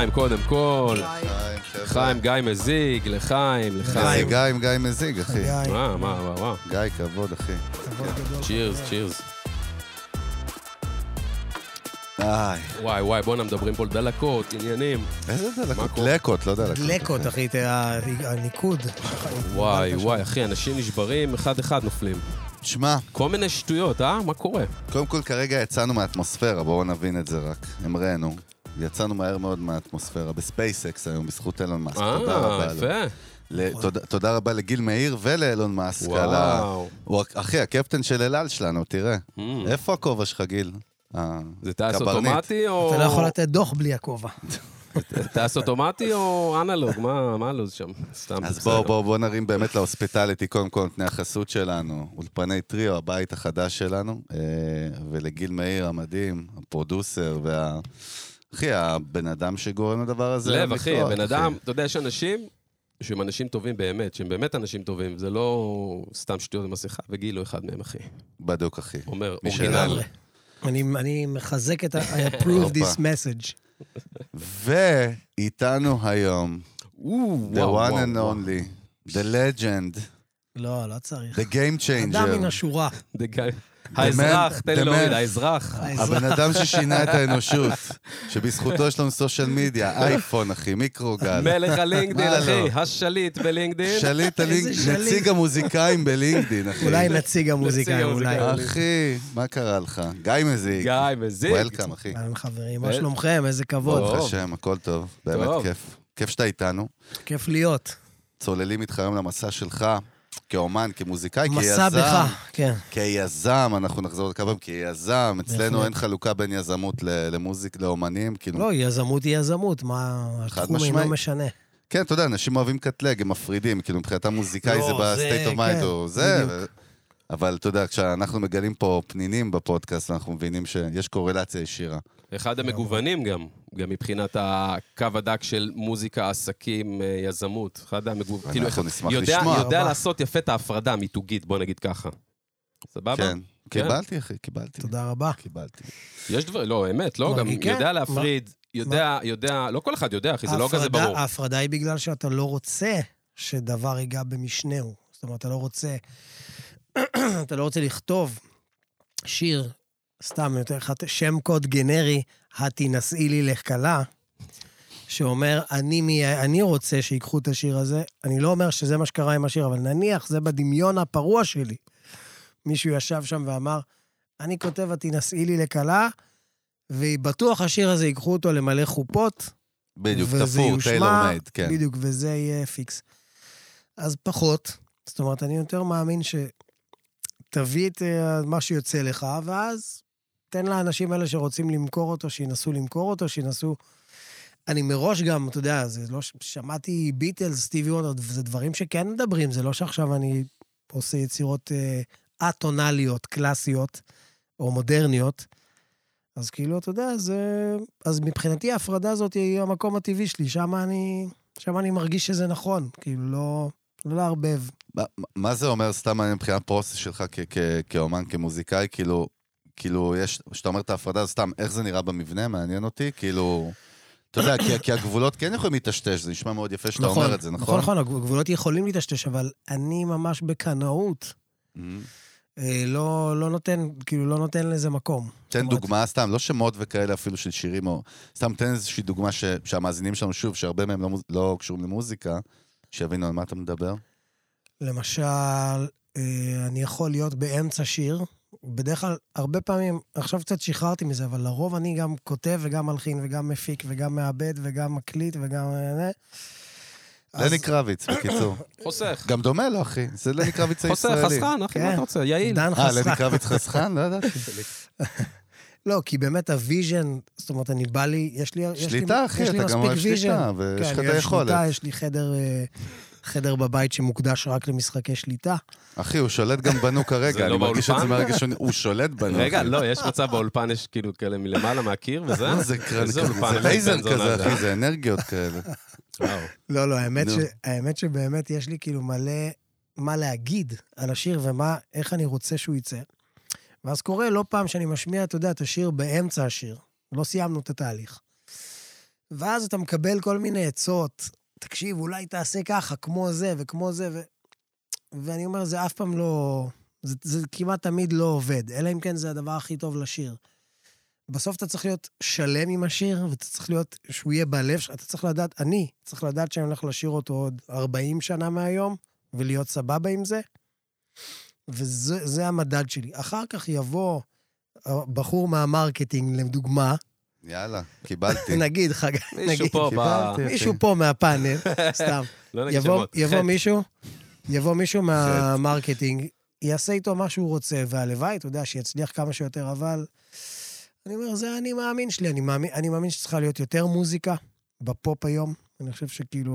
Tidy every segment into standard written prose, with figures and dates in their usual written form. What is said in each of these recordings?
לחיים קודם כל. חיים, גיא מזיג, לחיים. גיא מזיג, אחי. מה. גיא, כבוד, אחי. כבוד גדול. צ'ירס. וואי. בואו מדברים פה על דלקות, עניינים. איזה דלקות? דלקות, לא דלקות. דלקות, אחי, הניקוד. וואי, אחי, אנשים נשברים, אחד נופלים. שמע. כל מיני שטויות, מה קורה? קודם כל, כרגע יצאנו מהאטמוספירה, בואו נבין את זה רק. אמרנו. יצאנו מהר מאוד מהאטמוספירה, בספייסקס היום, בזכות אילון מאסק. תודה רבה. יפה. תודה רבה לגיל מאיר ולאילון מאסק. וואו. אחי, הקפטן של אלעל שלנו, תראה. איפה הכובע שלך, גיל? זה טייס אוטומטי או... אתה לא יכול לתת דוח בלי הכובע. טייס אוטומטי או אנלוג? מה הלוז שם? אז בואו נרים באמת להוספיטליטי, קודם כל, נתני החסות שלנו, אולפני טריו, הבית החדש שלנו, ולגיל מאיר המדהים, הפרודוסר אחי, הבן אדם שגורם לדבר הזה... לב, אחי, הבן אדם, אתה יודע, יש אנשים שהם אנשים טובים באמת, שהם באמת אנשים טובים, זה לא סתם שטויות במסכה, וגיל הוא אחד מהם, אחי. בדוק, אחי. אומר, אורגינל. אני מחזק את I approve this message. ואיתנו היום, the one and only, the legend, לא צריך. the game changer. אדם מן השורה. האזרח, תן לי להוריד, האזרח. הבן אדם ששינה את האנושות, שבזכותו יש לנו סושיאל מדיה, אייפון, אחי, מיקרוגל. מלך הלינקדין, אחי, השליט בלינקדין. שליט הלינקדין, נציג המוזיקאים בלינקדין, אחי. אולי נציג המוזיקאים, אולי. אחי, מה קרה לך? גיא מזיג. וולקאם, אחי. חברים, מה שלומכם? איזה כבוד. ברוך השם, הכל טוב, באמת כיף. כיף שאתה איתנו. כיף להיות. צוללים איתך היום למסע שלך. כאומן, כמוזיקאי, מסע בך, כן. כיזם, אנחנו נחזור לקודם, כיזם, אצלנו אין חלוקה בין יזמות למוזיק, לאומנים, כאילו... לא, יזמות היא יזמות, מה... התחום אינו משנה. כן, אתה יודע, אנשים אוהבים קטלג, הם מפרידים, כאילו מבחינתם מוזיקאי זה בסטייט אוף מיינד, או זה, אבל אתה יודע, כשאנחנו מגלים פה פנינים בפודקאסט, אנחנו מבינים שיש קורלציה ישירה. אחד המגוונים גם מבחינת הקו הדק של מוזיקה, עסקים, יזמות. אחד המגוונים. אנחנו נשמח לשמוע. יודע לעשות יפה את ההפרדה מיתוגית, בוא נגיד ככה. סבבה? כן, קיבלתי, אחי, קיבלתי. תודה רבה. קיבלתי. יש דבר, לא, אמת, לא, גם יודע להפריד, יודע, לא כל אחד יודע, אחי, זה לא כזה ברור. ההפרדה היא בגלל שאתה לא רוצה שדבר ייגע במשנהו. זאת אומרת, אתה לא רוצה לכתוב שיר, סתם יותר שם קוד גנרי, התנסי לי לכלה, שאומר, אני רוצה שיקחו את השיר הזה, אני לא אומר שזה מה שקרה עם השיר, אבל נניח זה בדמיון הפרוע שלי. מישהו ישב שם ואמר, אני כותב, התנסי לי לכלה, ובטוח השיר הזה ייקחו אותו למלא חופות, בדיוק, תפור, טיילור מייד, כן. בדיוק, וזה יהיה פיקס. אז פחות, זאת אומרת, אני יותר מאמין שתביא את מה שיוצא לך, ואז תן לאנשים האלה שרוצים למכור אותו, שינסו למכור אותו, אני מראש גם, אתה יודע, זה לא... שמעתי ביטלס, סטיבי וונדר, זה דברים שכן מדברים, זה לא שעכשיו אני עושה יצירות אטונליות, קלאסיות, או מודרניות, אז כאילו, אתה יודע, אז מבחינתי ההפרדה הזאת היא המקום הטבעי שלי, שם אני מרגיש שזה נכון, כאילו לא להרבב. מה זה אומר סתם מבחינת פרוסס שלך כאומן, כמוזיקאי, כאילו, שאתה אומר את ההפרדה, סתם, איך זה נראה במבנה, מעניין אותי, כאילו, אתה יודע, כי הגבולות כן יכולים להתשתש, זה נשמע מאוד יפה שאתה אומר את זה, נכון? נכון, הגבולות יכולים להתשתש, אבל אני ממש בקנאות, לא נותן לזה מקום. תן דוגמה, סתם, לא שמות וכאלה אפילו של שירים, או סתם תן איזושהי דוגמה שהמאזינים שלנו, שוב, שהרבה מהם לא קשורים למוזיקה, שיבינו על מה אתה מדבר. למשל, אני יכול להיות באמצע שיר, בדרך כלל, הרבה פעמים, עכשיו קצת שחררתי מזה, אבל לרוב אני גם כותב וגם מלחין וגם מפיק וגם מעבד וגם מקליט וגם... לני קרביץ, בקיצור. חוסך. גם דומה לו, אחי. זה לני קרביץ הישראלי. חוסך, חסכן, אחי, מה אתה רוצה? יעיל. לני קרביץ חסכן? לא ידעתי. לא, כי באמת הוויז'ן, זאת אומרת, אני בא לי, יש לי שליטה, אחי, אתה גם אוהב שליטה, ויש לך את היכולת. יש לי חדר בבית שמוקדש רק למשחקי שליטה. אחי, הוא שולט גם בנו כרגע, אני מרגיש את זה מהרגע שהוא... הוא שולט בנו. רגע, לא, יש מצב באולפן, יש כאילו כאלה מלמעלה מהקיר, וזה? זה לייזר כזה, אחי, זה אנרגיות כאלה. לא, האמת שבאמת יש לי כאילו מלא מה להגיד על השיר, ואיך אני רוצה שהוא יצא. ואז קורה לא פעם שאני משמיע, אתה יודע, את השיר באמצע השיר. לא סיימנו את התהליך. ואז אתה מקבל כל מיני עצות, תקשיב, אולי תעשה ככה, כמו זה וכמו זה, ואני אומר, זה אף פעם לא, זה כמעט תמיד לא עובד, אלא אם כן זה הדבר הכי טוב לשיר. בסוף אתה צריך להיות שלם עם השיר, ואתה צריך להיות, שהוא יהיה בלב, אתה צריך לדעת, אני צריך לדעת שאני הולך לשיר אותו עוד 40 שנה מהיום, ולהיות סבבה עם זה, וזה המדד שלי. אחר כך יבוא בחור מהמרקטינג, לדוגמה, יאללה, קיבלתי. נגיד, מישהו פה מהפאנל, סתם. יבוא מישהו מהמרקטינג, יעשה איתו מה שהוא רוצה, והלוואי, אתה יודע, שיצליח כמה שיותר, אבל אני אומר, זה אני מאמין שלי, אני מאמין שצריכה להיות יותר מוזיקה בפופ היום. אני חושב שכאילו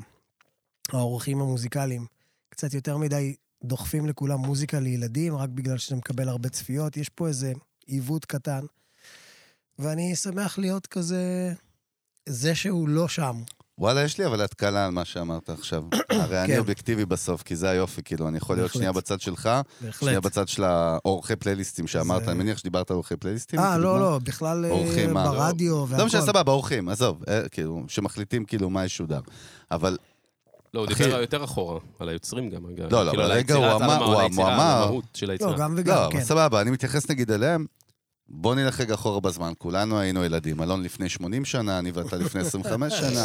האורחים המוזיקליים קצת יותר מדי דוחפים לכולם מוזיקה לילדים, רק בגלל שזה מקבל הרבה צפיות. יש פה איזה עיוות קטן, ואני שמח להיות כזה, זה שהוא לא שם. וואלה, יש לי אבל התקלה על מה שאמרת עכשיו. הרי אני אובייקטיבי בסוף, כי זה היופי, כאילו, אני יכול להיות שנייה בצד שלך, שנייה בצד של האורחי פלייליסטים שאמרת, אני מניח שדיברת על אורחי פלייליסטים? לא, בכלל ברדיו והכל. לא משנה, סבבה, באורחים, עזוב, כאילו, שמחליטים כאילו מה ישודר. אבל... לא, הוא דיבר יותר אחורה, על היוצרים גם. לא, אבל רגע, הוא אמר... לא, גם וגם, כן. סבבה, אני מתייחס נגיד אליהם, בוא נלך רגע אחורה בזמן, כולנו היינו ילדים, אלון לפני 80 שנה, אני ואתה לפני 25 שנה,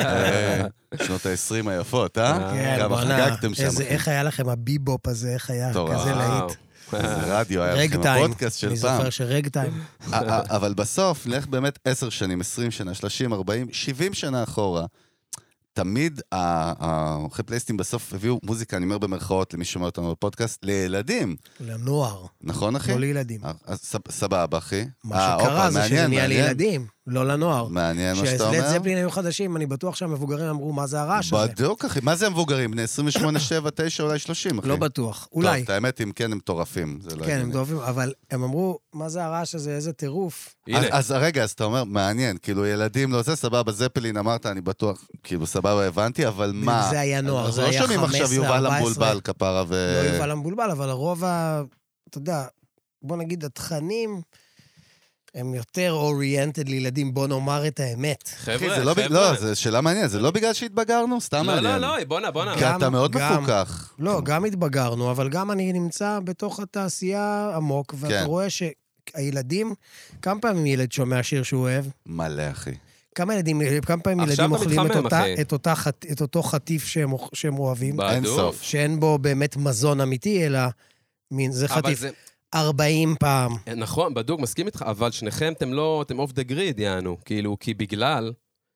שנות ה-20 היפות, גם חגגתם שם. איך היה לכם הביבופ הזה, איך היה כזה להיט? איזה רדיו היה לכם, הפודקאסט של פעם. אני זוכר שרג טיים. אבל בסוף, נלך באמת 10 שנים, 20 שנה, 30, 40, 70 שנה אחורה, תמיד האורחי פלייליסטים בסוף הביאו מוזיקה, אני אומר במרכאות למי שומע אותנו בפודקאסט, לילדים. לנוער. נכון, אחי? לא לילדים. סבבה, אחי. מה שקרה זה שזה נהיה לילדים, לא לנוער. מעניין מה שאתה אומר. כשלד זפלין היו חדשים, אני בטוח שהמבוגרים אמרו, מה זה הרעש הזה? בדיוק, אחי. מה זה המבוגרים? בני 28, 7, 9, אולי 30, אחי. לא בטוח. אולי. טוב, האמת, אם כן, הם מטורפים. כן, הם מטורפים, אבל הם אמרו, מה זה הרעש הזה? איזה טירוף. אז רגע, אז אתה אומר, מעניין, כאילו ילדים לא זה, סבבה, זפלין אמרת, אני בטוח, כאילו סבבה, הבנתי, אבל מה? זה היה נוער, זה היה 15, 14. לא שומעים עכשיו יובל המבולבל, כפרה לא יובל המבולבל, אבל הרוב אתה יודע, בוא נגיד, התכנים הם יותר אוריינטד לילדים, בוא נאמר את האמת. חבר'ה, לא, זו שאלה מעניינת, זה לא בגלל שהתבגרנו, סתם מעניין. לא, בוא. כי אתה מאוד מפוקח. לא, גם התבגרנו, אבל גם אני נמצא בתוך התעשייה עמוק, ואתה רואה שהילדים, כמה פעמים ילד שומע שיר שהוא אוהב? מלא, אחי. כמה פעמים ילדים אוכלים את אותו חטיף שהם אוהבים? אין סוף. שאין בו באמת מזון אמיתי, אלא זה חטיף 40 פעם. נכון, בדוק, מסכים איתך, אבל שניכם אתם אוף דה גריד, יענו, כאילו, כי בגלל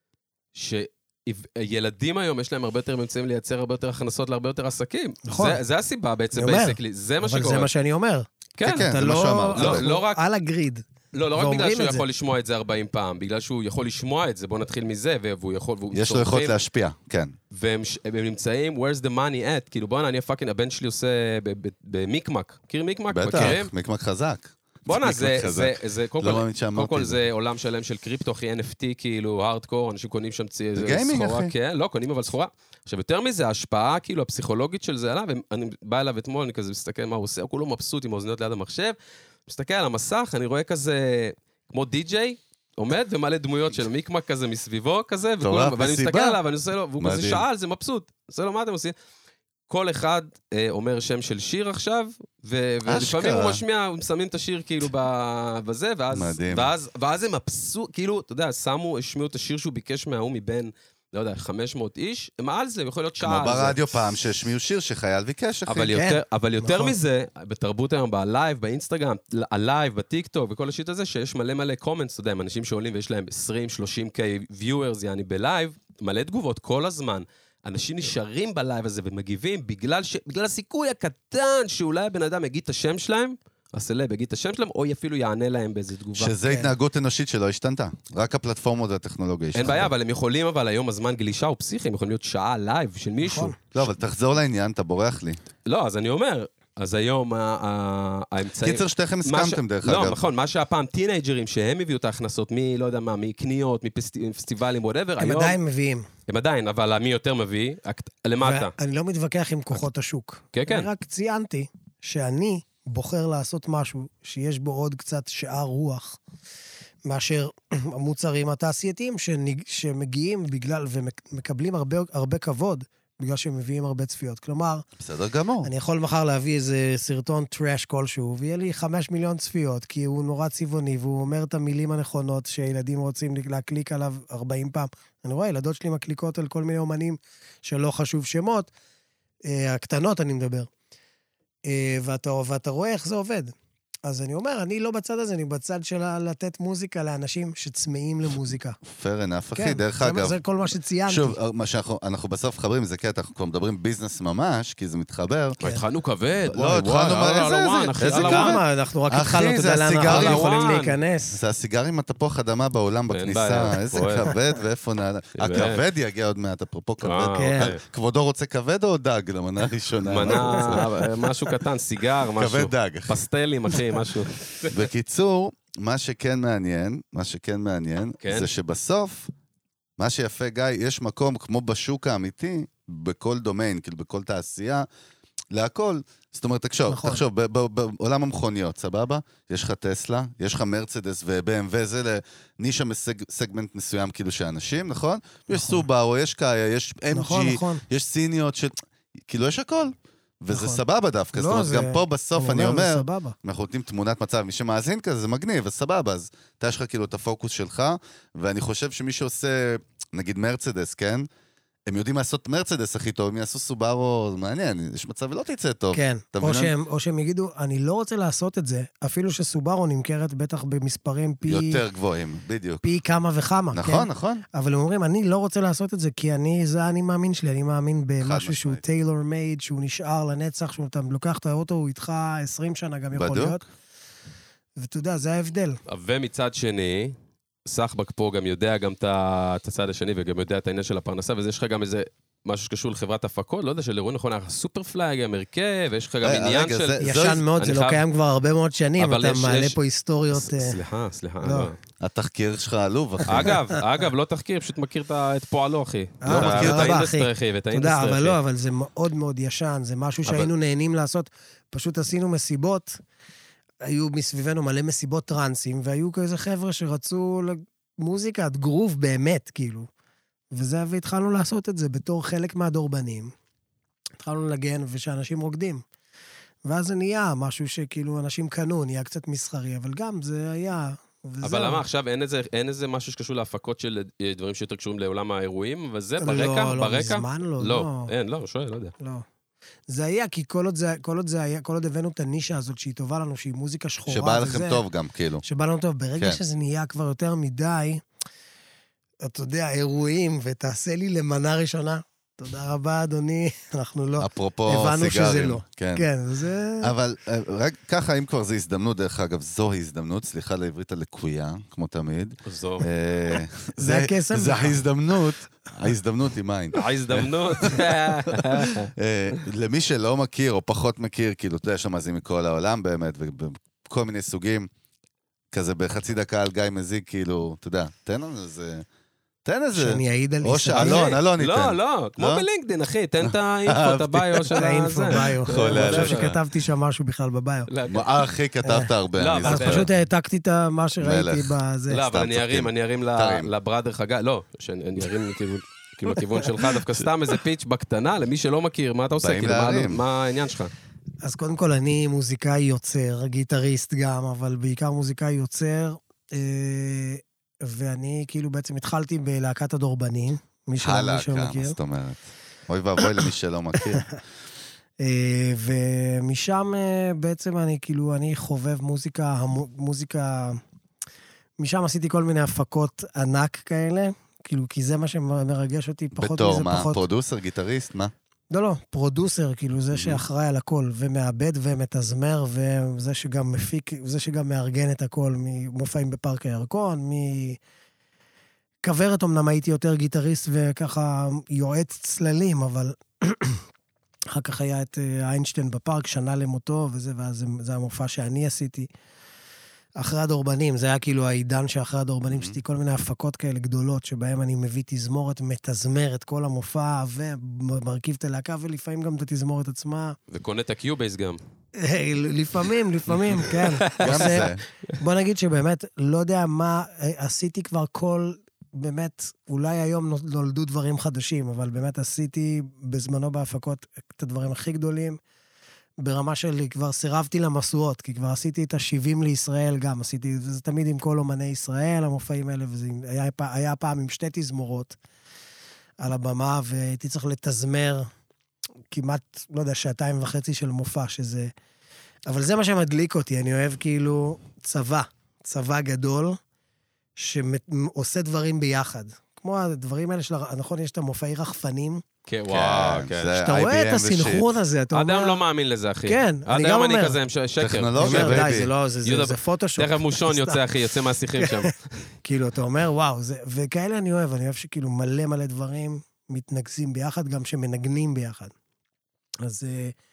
שילדים היום יש להם הרבה יותר ממצאים לייצר הרבה יותר הכנסות להרבה יותר עסקים. נכון. זה הסיבה בעצם, בייסקלי, זה מה שקורה. אבל זה מה שאני אומר. כן, זה מה שאמר. לא רק... על הגריד. לא רק בגלל שהוא יכול לשמוע את זה 40 פעם, בגלל שהוא יכול לשמוע את זה, בוא נתחיל מזה, והוא יכול... יש לו יכולת להשפיע, כן. והם נמצאים, where's the money at? כאילו בוא'נה, הבן שלי עושה במיקמק. מכיר מיקמק? בטח, מיקמק חזק. בוא'נה, זה, קודם כל זה עולם שלם של קריפטו, אחי NFT, כאילו, הארדקור, אנשים קונים שם סחורה, כן, לא, קונים אבל סחורה. עכשיו, יותר מזה, ההשפעה, כאילו, הפסיכולוגית של זה עליו, ואני בא אליו אתמול, אני כזה מסתכל מה הוא עושה, הוא כולו מבסוט עם האוזניות ליד המחשב, מסתכל על המסך, אני רואה כזה, כמו די-ג'יי, עומד ומלא דמויות של מיקמק כזה מסביבו כזה, ואני מסתכל עליו, ואני עושה לו, והוא כזה שאל, זה מבסוט. עושה לו, מה אתם עושים? כל אחד אומר שם של שיר עכשיו, ולפעמים הוא משמיע, הם שמים את השיר כאילו בזה, ואז הם מבסוט, כאילו, אתה יודע, השמיעו את השיר שהוא ביקש מההוא מבין, לא יודע, 500 איש, הם על זה, יכול להיות שעה. כמו ברדיו פעם שהשמיעו שיר שחייל ביקש, אחי. אבל יותר מזה, בתרבות היום, בלייב, באינסטגרם, הלייב, בטיקטוק וכל השיט הזה, שיש מלא קומנטס, אתה יודע, אנשים שעולים ויש להם 20-30K viewers, יעני בלייב, מלא תגובות כל הזמן. אנשים נשארים בלייב הזה ומגיבים בגלל הסיכוי הקטן שאולי הבן אדם יגיד את השם שלהם, הסלב יגיד את השם שלהם, או אפילו יענה להם באיזו תגובה. שזה התנהגות אנושית שלא השתנתה. רק הפלטפורמות והטכנולוגיה השתנתה. אין בעיה, אבל הם יכולים, אבל היום הזמן גלישה הוא פסיכי, הם יכולים להיות שעה לייב של מישהו. לא, אבל תחזור לעניין, אתה בורח לי. לא, אז אני אומר, אז היום האמצעים... קיצר שתיכם הסכמתם דרך אגב. לא, נכון, מה שהפעם טינג'רים שהם הביאו את ההכנסות לא יודע מה, מקניות, מפסטיבלים, whatever, הם עדיין מביאים. הם עדיין, אבל מי יותר מביא? למטה. ואני לא מתווכח עם כוחות השוק. כן, כן. אני רק ציינתי שאני בוחר לעשות משהו שיש בו עוד קצת שעה רוח מאשר המוצרים התעשייתיים שמגיעים בגלל, ומקבלים הרבה כבוד, בגלל שהם מביאים הרבה צפיות. כלומר, בסדר גמור. אני יכול מחר להביא איזה סרטון טראש כלשהו, ויהיה לי 5 מיליון צפיות, כי הוא נורא צבעוני, והוא אומר את המילים הנכונות שילדים רוצים להקליק עליו 40 פעם. אני רואה, ילדות שלי מקליקות על כל מיני אומנים שלא חשוב שמות, הקטנות אני מדבר. ואתה רואה איך זה עובד. אז אני אומר, אני לא בצד הזה, אני בצד של לתת מוזיקה לאנשים שצמאים למוזיקה. fair enough, אחי, דרך אגב. זה כל מה שציינתי. שוב, אנחנו בסוף חברים, זה קטע, אנחנו כבר מדברים ביזנס ממש, כי זה מתחבר. התחלנו כבד. לא, התחלנו איזה כמה, אנחנו רק התחלנו, אתה יודע לאן אנחנו יכולים להיכנס. זה הסיגרים התפוח אדמה בעולם בכניסה, איזה כבד ואיפה נעלה. הכבד יגיע עוד מעט, אפרופו כבד. כבודו רוצה כבד או דג למנה הראשונה? מנה, משהו קטן, סיגר, משהו. כבד דג. פסטלים, אחי, משהו. בקיצור, מה שכן מעניין, זה שבסוף, מה שיפה גיא, יש מקום כמו בשוק האמיתי, בכל דומיין, כאילו בכל תעשייה, להכל. זאת אומרת, תחשוב, בעולם המכוניות, סבבה? יש לך טסלה, יש לך מרצדס ו-BMW, זה לנישה סגמנט מסוים כאילו שאנשים, נכון? יש סובארו, יש קאיה, יש MG, יש סיניות, כאילו יש הכל. וזה סבבה דווקא, זאת אומרת, גם פה בסוף אני אומר, אנחנו נותנים תמונת מצב, מי שמאזין כזה, זה מגניב, אז סבבה, אז אתה יש לך כאילו את הפוקוס שלך, ואני חושב שמי שעושה, נגיד מרצדס, כן? הם יודעים לעשות מרצדס הכי טוב, הם יעשו סובארו, מעניין, יש מצב ולא תצא טוב. כן, או שהם יגידו, אני לא רוצה לעשות את זה, אפילו שסובארו נמכרת בטח במספרים פי... יותר גבוהים, בדיוק. פי כמה וכמה. נכון, נכון. אבל הם אומרים, אני לא רוצה לעשות את זה, כי זה אני מאמין שלי, אני מאמין במשהו שהוא טיילור מייד, שהוא נשאר לנצח, שהוא לוקח את האוטו, הוא איתך 20 שנה גם יכול להיות. ואתה יודע, זה ההבדל. ומצד שני... סחבק פה גם יודע גם את הצד השני, וגם יודע את העניין של הפרנסה, וזה יש לך גם איזה משהו שקשור לחברת הפקות, לא יודע, של אירועי נכון, סופרפליי, גם הרכב, ויש לך גם עניין של... ישן מאוד, זה לא קיים כבר הרבה מאוד שנים, אתה מעלה פה היסטוריות... סליחה. התחקיר שלך עלוב, אחי. אגב, לא תחקיר, פשוט מכיר את פועלו, אחי. לא מכיר את האינדסטרי, אחי, ואת האינדסטרי, אחי. תודה, אבל לא, אבל זה מאוד מאוד ישן, זה משהו שהיינו נהנים לעשות, פשוט עשינו מסיבות, היו מסביבנו מלא מסיבות טרנסים, והיו כאיזה חבר'ה שרצו מוזיקת גרוב באמת, כאילו. וזה, והתחלנו לעשות את זה בתור חלק מהדורבנים. התחלנו לנגן ושאנשים רוקדים. ואז זה נהיה משהו שכאילו אנשים קנו, נהיה קצת מסחרי, אבל גם זה היה... אבל למה עכשיו אין איזה משהו שקשור להפקות של דברים שיותר קשורים לעולם האירועים, וזה ברקע? לא, מזמן לא. לא, אין, לא, שואל, לא יודע. לא. זה היה, כי כל עוד הבאנו את הנישה הזאת שהיא טובה לנו, שהיא מוזיקה שחורה. שבא לכם טוב גם, כאילו. שבא לנו טוב. ברגע שזה נהיה כבר יותר מדי, אתה יודע, אירועים, ותעשה לי למנה ראשונה. תודה רבה, אדוני. אנחנו לא... אפרופו הבנו סיגרים. שזה לא. כן, זה... אבל רק ככה, אם כבר זה הזדמנות, דרך אגב, זו הזדמנות, סליחה לעברית הלקויה, כמו תמיד. זו. זה הקסם. זה ההזדמנות היא מיינד. ההזדמנות. למי שלא מכיר, או פחות מכיר, כאילו, אתה יודע, יש למאזינים מכל העולם באמת, ובכל מיני סוגים, כזה בחצי דקה על גיא מזיק, כאילו, אתה יודע, תן לנו איזה... תן איזה... שאני אעיד על ישראל. אלון ניתן. לא, כמו בלינקדין, אחי, תן את האינפו, את הביו של האינפו ביו. אני חושב שכתבתי שם משהו בכלל בביו. מה, אחי, כתבת הרבה. אז פשוט העתקתי את מה שראיתי בזה. לא, אבל אני ארים לבראדר חגי, לא, אני ארים כאילו לכיוון שלך, דווקא סתם איזה פיץ' בקטנה, למי שלא מכיר, מה אתה עושה? מה העניין שלך? אז קודם כל, אני מוזיקאי יוצר, גיטריסט גם, אבל בעיקר מוזיקאי יוצר, ואני כאילו בעצם התחלתי בלהקת הדורבנים, מי שמכיר. זאת אומרת. אוי ואבוי למי שלא מכיר. ומשם בעצם אני חובב מוזיקה, משם עשיתי כל מיני הפקות ענק כאלה, כאילו, כי זה מה שמרגש אותי, פחות מזה, פחות... בתור מה? פרודוסר, גיטריסט, מה? לא, פרודוסר, כאילו, זה שאחראי על הכל, ומעבד ומתזמר, וזה שגם מפיק, זה שגם מארגן את הכל, ממופעים בפארק הירקון, מכוורת, אמנם הייתי יותר גיטריסט, וככה יועץ צללים, אבל אחר כך היה את איינשטיין בפארק, שנה למותו, ואז זה המופע שאני עשיתי. אחרי הדורבנים, זה היה כאילו העידן שאחרי הדורבנים, שתי כל מיני הפקות כאלה גדולות, שבהם אני מביא תזמורת, מתזמר את כל המופע, ומרכיב את הלהקה, ולפעמים גם את התזמורת עצמה. וקונה את הקיובייס גם. לפעמים, כן. גם זה. בוא נגיד שבאמת, לא יודע מה, עשיתי כבר באמת, אולי היום נולדו דברים חדשים, אבל באמת עשיתי בזמנו בהפקות את הדברים הכי גדולים, ברמה שלי כבר סירבתי למסורות, כי כבר עשיתי את ה-70 לישראל גם, עשיתי, וזה תמיד עם כל אומני ישראל, המופעים האלה, וזה היה פעם עם 2 תזמורות על הבמה, והייתי צריך לתזמר כמעט, לא יודע, 2.5 של מופע, שזה... אבל זה מה שמדליק אותי, אני אוהב כאילו צבא גדול, שעושה דברים ביחד. כמו הדברים האלה של... נכון, יש את המופעי רחפנים. כן, וואו, כן. שאתה רואה את הסינכרון הזה, אתה אומר... עד היום לא מאמין לזה, אחי. כן, אני גם אומר... עד היום אני כזה שקר. טכנולוגיה, בייבי. זה פוטושופ. תכף מושון יוצא, אחי, יוצא מהשיחים שם. כאילו, אתה אומר, וואו, וכאלה אני אוהב שכאילו מלא דברים מתנגזים ביחד, גם שמנגנים ביחד. אז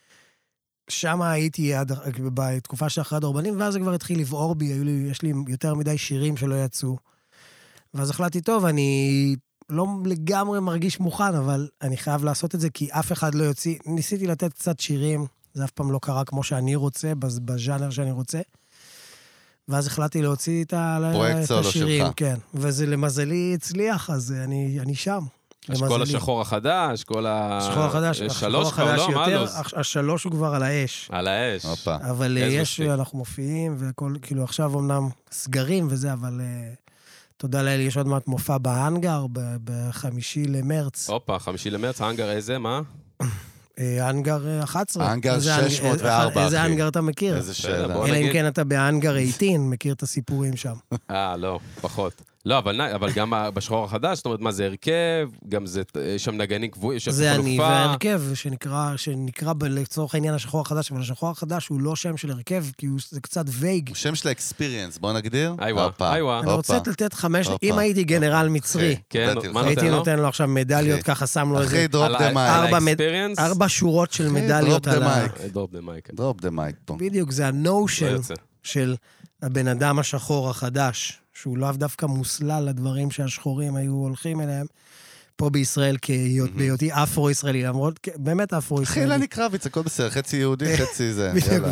שם הייתי בתקופה שאחרי הדורבנים, ואז זה כבר התחיל לבעור בי, יש לי יותר מדי שירים שלא יצאו. ואז החלטתי, טוב, אני לא לגמרי מרגיש מוכן, אבל אני חייב לעשות את זה, כי אף אחד לא יוציא. ניסיתי לתת קצת שירים, זה אף פעם לא קרה כמו שאני רוצה, בז'אנר שאני רוצה. ואז החלטתי להוציא את השירים. כן, וזה למזלי הצליח, אז אני שם. כל השחור החדש, כל השחור החדש, שלוש כבר לא, מה לא? השלוש הוא כבר על האש. על האש. אבל יש, אנחנו מופיעים, וכאילו עכשיו אומנם סגרים וזה, אבל תודה לאל, יש עוד מעט מופע בהנגר, ב5 למרץ. הופה, 5 למרץ, ההנגר איזה, מה? האנגר 11. האנגר 604, אחי. איזה האנגר אתה מכיר? איזה שאלה. אלא אם כן אתה בהאנגר 18, מכיר את הסיפורים שם. לא, פחות. לא, אבל גם בשחור החדש, זאת אומרת, מה זה הרכב, גם זה, יש שם נגנים קבועים, יש שם חלופה. זה אני והרכב, שנקרא לצורך העניין השחור החדש, אבל השחור החדש הוא לא שם של הרכב, כי זה קצת וייג. הוא שם של האקספיריאנס, בוא נגדיר. איווה. אני רוצה לתת 5, אם הייתי גנרל מצרי, הייתי נותן לו עכשיו מדליות, ככה שם לו איזה 4 שורות של מדליות על ה... דרופ דה מייק. בדיוק, זה הנושן של הבן אדם השחור החדש, שהוא לאו דווקא מוסלל לדברים שהשחורים היו הולכים אליהם, פה בישראל בהיותי אפרו-ישראלי, למרות, באמת אפרו-ישראלי. אחי, לני קרביץ, הכל בסדר, חצי יהודי, חצי זה. בדיוק,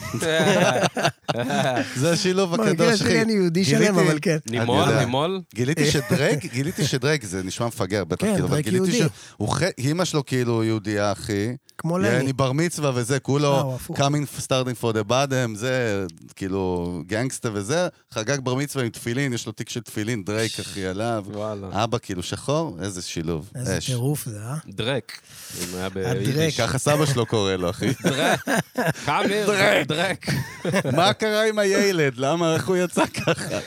זה השילוב הקדוש, אחי. אני יהודי שלם, אבל כן. נימול? גיליתי שדרייק, זה נשמע מפגר, בטח, כן, דרייק יהודי. אמא שלו כאילו יהודייה, אחי. כמו לני. אני בר מצווה וזה, כולו, starting for the bottom, זה כאילו גנגסטר וזה, חגג בר מצווה עם תפילין, יש לו תיק של תפילין, דרייק, אחי, עליו. אבא כאילו שחור, איזה שילוב. איזה טירוף זה, דרק. הדרק. ככה סבא שלו קורא לו, אחי. דרק. חמיר, דרק. מה קרה עם הילד? למה, איך הוא יצא ככה?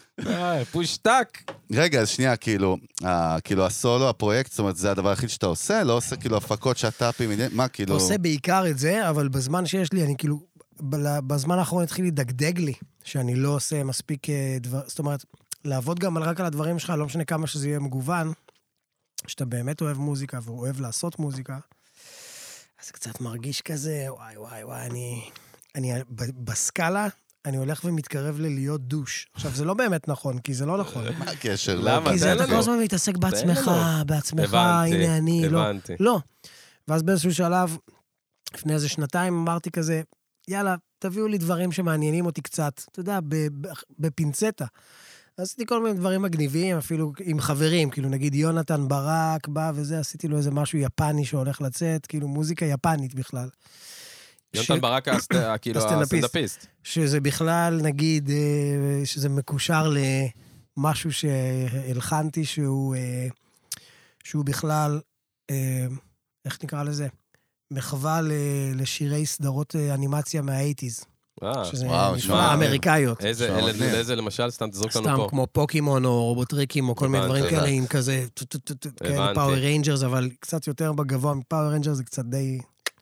פושטק. רגע, אז שנייה, כאילו הסולו, הפרויקט, זאת אומרת, זה הדבר היחיד שאתה עושה? לא עושה כאילו הפקות שטאפים, מה כאילו... עושה בעיקר את זה, אבל בזמן שיש לי, אני כאילו, בזמן האחרון התחיל לדגדג לי, שאני לא עושה מספיק דבר, זאת אומרת, לעבוד גם רק על הדברים שלך, לא משנה כמה שזה יהיה מגוון, שאתה באמת אוהב מוזיקה, ואוהב לעשות מוזיקה, אז זה קצת מרגיש כזה, וואי, אני בסקאלה, אני הולך ומתקרב ללהיות דוש. עכשיו, זה לא באמת נכון, כי זה לא נכון. מה הקשר? למה? כי זה אתה כל הזמן מתעסק בעצמך, הנה אני, לא. לא. ואז באיזשהו שלב, לפני איזה 2 אמרתי כזה, יאללה, תביאו לי דברים שמעניינים אותי קצת, אתה יודע, בפינצטה. עשיתי כל מיני דברים מגניבים, אפילו עם חברים, כאילו נגיד יונתן ברק בא וזה, עשיתי לו איזה משהו יפני שהולך לצאת, כאילו מוזיקה יפנית בכלל. יונתן ברק, כאילו הסטנדאפיסט. שזה בכלל, נגיד, שזה מקושר למשהו שהלחנתי, שהוא בכלל, איך נקרא לזה? מחווה לשירי סדרות אנימציה מה-80s. שזה נשמע אמריקאיות. איזה למשל, סתם תזרוק לנו פה. סתם כמו פוקימון או רובוטריקים או כל מיני דברים כאלה, עם כזה, פאוור ריינג'רס, אבל קצת יותר בגבוה מפאוור ריינג'רס, זה קצת די...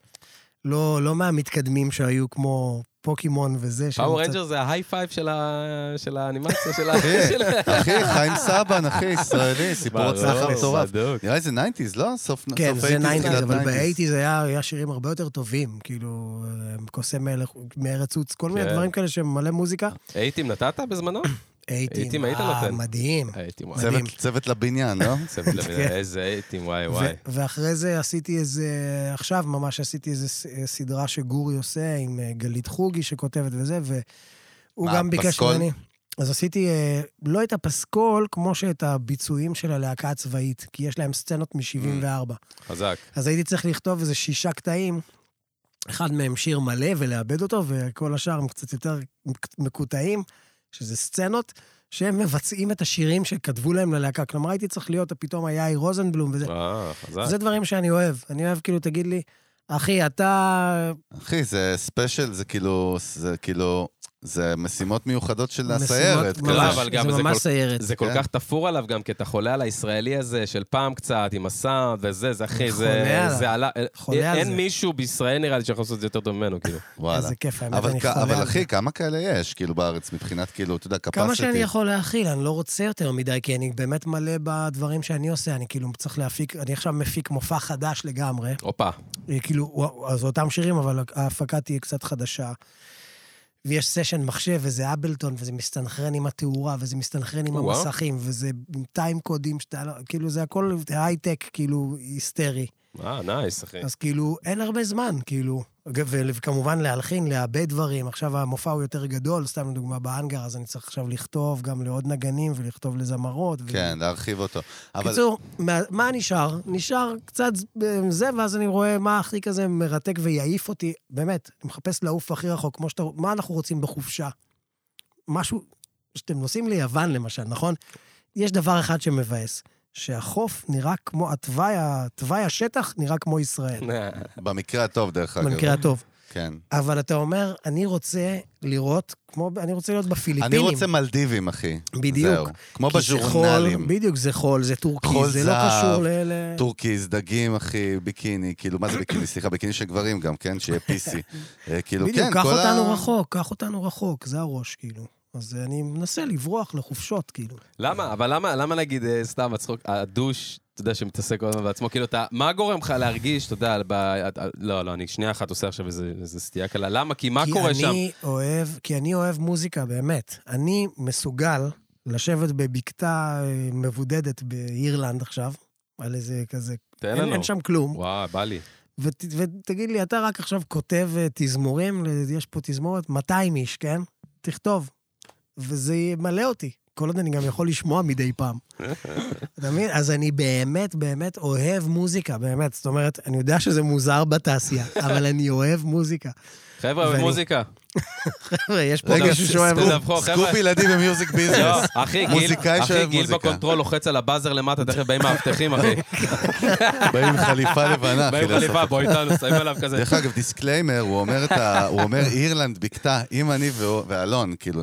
לא מהמתקדמים שהיו כמו פוקימון וזה. פאוור ריינג'ר זה ההיי-פייב של האנימציה של אחי, חיים סבן, אחי, ישראלי, סיפור הצלחה מטורף. נראה זה 90s, לא? סוף 80s. כן, זה 90s, אבל ב-80s היה שירים הרבה יותר טובים, כאילו, קוסם מארץ עוץ, כל מיני דברים כאלה שמלא מוזיקה. 80s נתת בזמנו? אייטים, היית נותן. מדהים. צוות לבניין, לא? צוות לבניין, איזה אייטים, וואי. ואחרי זה עשיתי עכשיו ממש עשיתי איזה סדרה שגורי עושה עם גלית חוגי שכותבת וזה, והוא גם ביקש ממני. אז עשיתי לא את הפסקול, כמו שאת הביצועים של הלהקה הצבאית, כי יש להם סצנות מ-74. חזק. אז הייתי צריך לכתוב איזה 6 קטעים, אחד מהם שיר מלא ולאבד אותו, וכל השאר הם קצת יותר מקוטעים, שזה סצנות שהם מבצעים את השירים שכתבו להם ללהקה. כלומר, הייתי צריך להיות פתאום היאי רוזנבלום וזה. חזק. זה דברים שאני אוהב. אני אוהב כאילו, תגיד לי, אחי, אתה... אחי, זה ספיישל, זה כאילו... זה משימות מיוחדות של הסיירת. זה ממש סיירת. זה כל כך תפור עליו גם, כי אתה חולה על הישראלי הזה של פעם קצת, עם הסאונד וזה, זה אחי, זה עלה... אין מישהו בישראל נראה לי שיכול לעשות את זה יותר טוב ממנו, כאילו. איזה כיף, האמת, אני חולה. אבל אחי, כמה כאלה יש, כאילו, בארץ, מבחינת, כאילו, אתה יודע, קפסיטי. כמה שאני יכול להכיל, אני לא רוצה יותר מדי, כי אני באמת מלא בדברים שאני עושה, אני כאילו צריך להפיק, אני עכשיו מפיק מופע חדש לגמרי. אופה. כאילו, אז אותם שירים, אבל ההפקה תהיה קצת חדשה. ויש סשן מחשב, וזה אבלטון, וזה מסתנכרן עם התאורה, וזה מסתנכרן עם המסכים, וזה עם טיים קודים, כאילו זה הכל הייטק, כאילו, היסטרי. נייס, אחי. אז כאילו, אין הרבה זמן, כאילו, וכמובן להלחין, לאבד דברים. עכשיו המופע הוא יותר גדול, סתם לדוגמה באנגר, אז אני צריך עכשיו לכתוב גם לעוד נגנים, ולכתוב לזמרות. כן, להרחיב אותו. קיצור, מה נשאר? נשאר קצת זה, ואז אני רואה מה הכי כזה מרתק ויעיף אותי. באמת, אני מחפש לעוף הכי רחוק, כמו שאתה... מה אנחנו רוצים בחופשה? משהו שאתם נוסעים ליוון, למשל, נכון? יש דבר אחד שמבאס. שהחוף נראה כמו, התוואי השטח נראה כמו ישראל. במקרה הטוב, דרך אגב. במקרה הטוב. כן. אבל אתה אומר, אני רוצה לראות, אני רוצה להיות בפיליפינים. אני רוצה מלדיבים, אחי. בדיוק. זהו. כמו בז'ורנלים. בדיוק, זה חול, זה טורקי, זה לא קשור טורקיז, דגים, אחי, ביקיני, כאילו, מה זה ביקיני? סליחה, ביקיני של גברים גם, כן? שיהיה פיסי. כאילו, כן, בדיוק, קח אותנו רחוק, זה הראש, כאילו. אז אני מנסה לברוח לחופשות, כאילו. למה? אבל למה נגיד, סתם, הדוש, אתה יודע, שמתעסק עוד בעצמו, כאילו, מה גורם לך להרגיש, אתה יודע, לא, אני שנייה אחת עושה עכשיו איזו סטייה קלה. למה? כי מה קורה שם? כי אני אוהב מוזיקה, באמת. אני מסוגל לשבת בבקתה מבודדת באירלנד עכשיו, על איזה כזה, אין שם כלום. וואו, בא לי. ותגיד לי, אתה רק עכשיו כותב תזמורים, יש פה תזמורת, 200 איש, כן? תכתוב. וזה מלא אותי. כל עוד אני גם יכול לשמוע מדי פעם. אתה מבין? אז אני באמת, באמת אוהב מוזיקה, באמת. זאת אומרת, אני יודע שזה מוזר בתעשייה, אבל אני אוהב מוזיקה. חבר'ה, מוזיקה. חבר'ה, יש פה מישהו שאוהב... סקופ ילדים במיוזיק ביזנס. אחי, גיל בקונטרול לוחץ על הבאזר למטה, תכף באים מאבטחים, אחי. באים חליפה לבנה. באים חליפה, בוא איתנו, שמים עליו כזה. דרך אגב, דיסקליימר, הוא אומר אירלנד בקתה, אם אני ואלון, כאילו,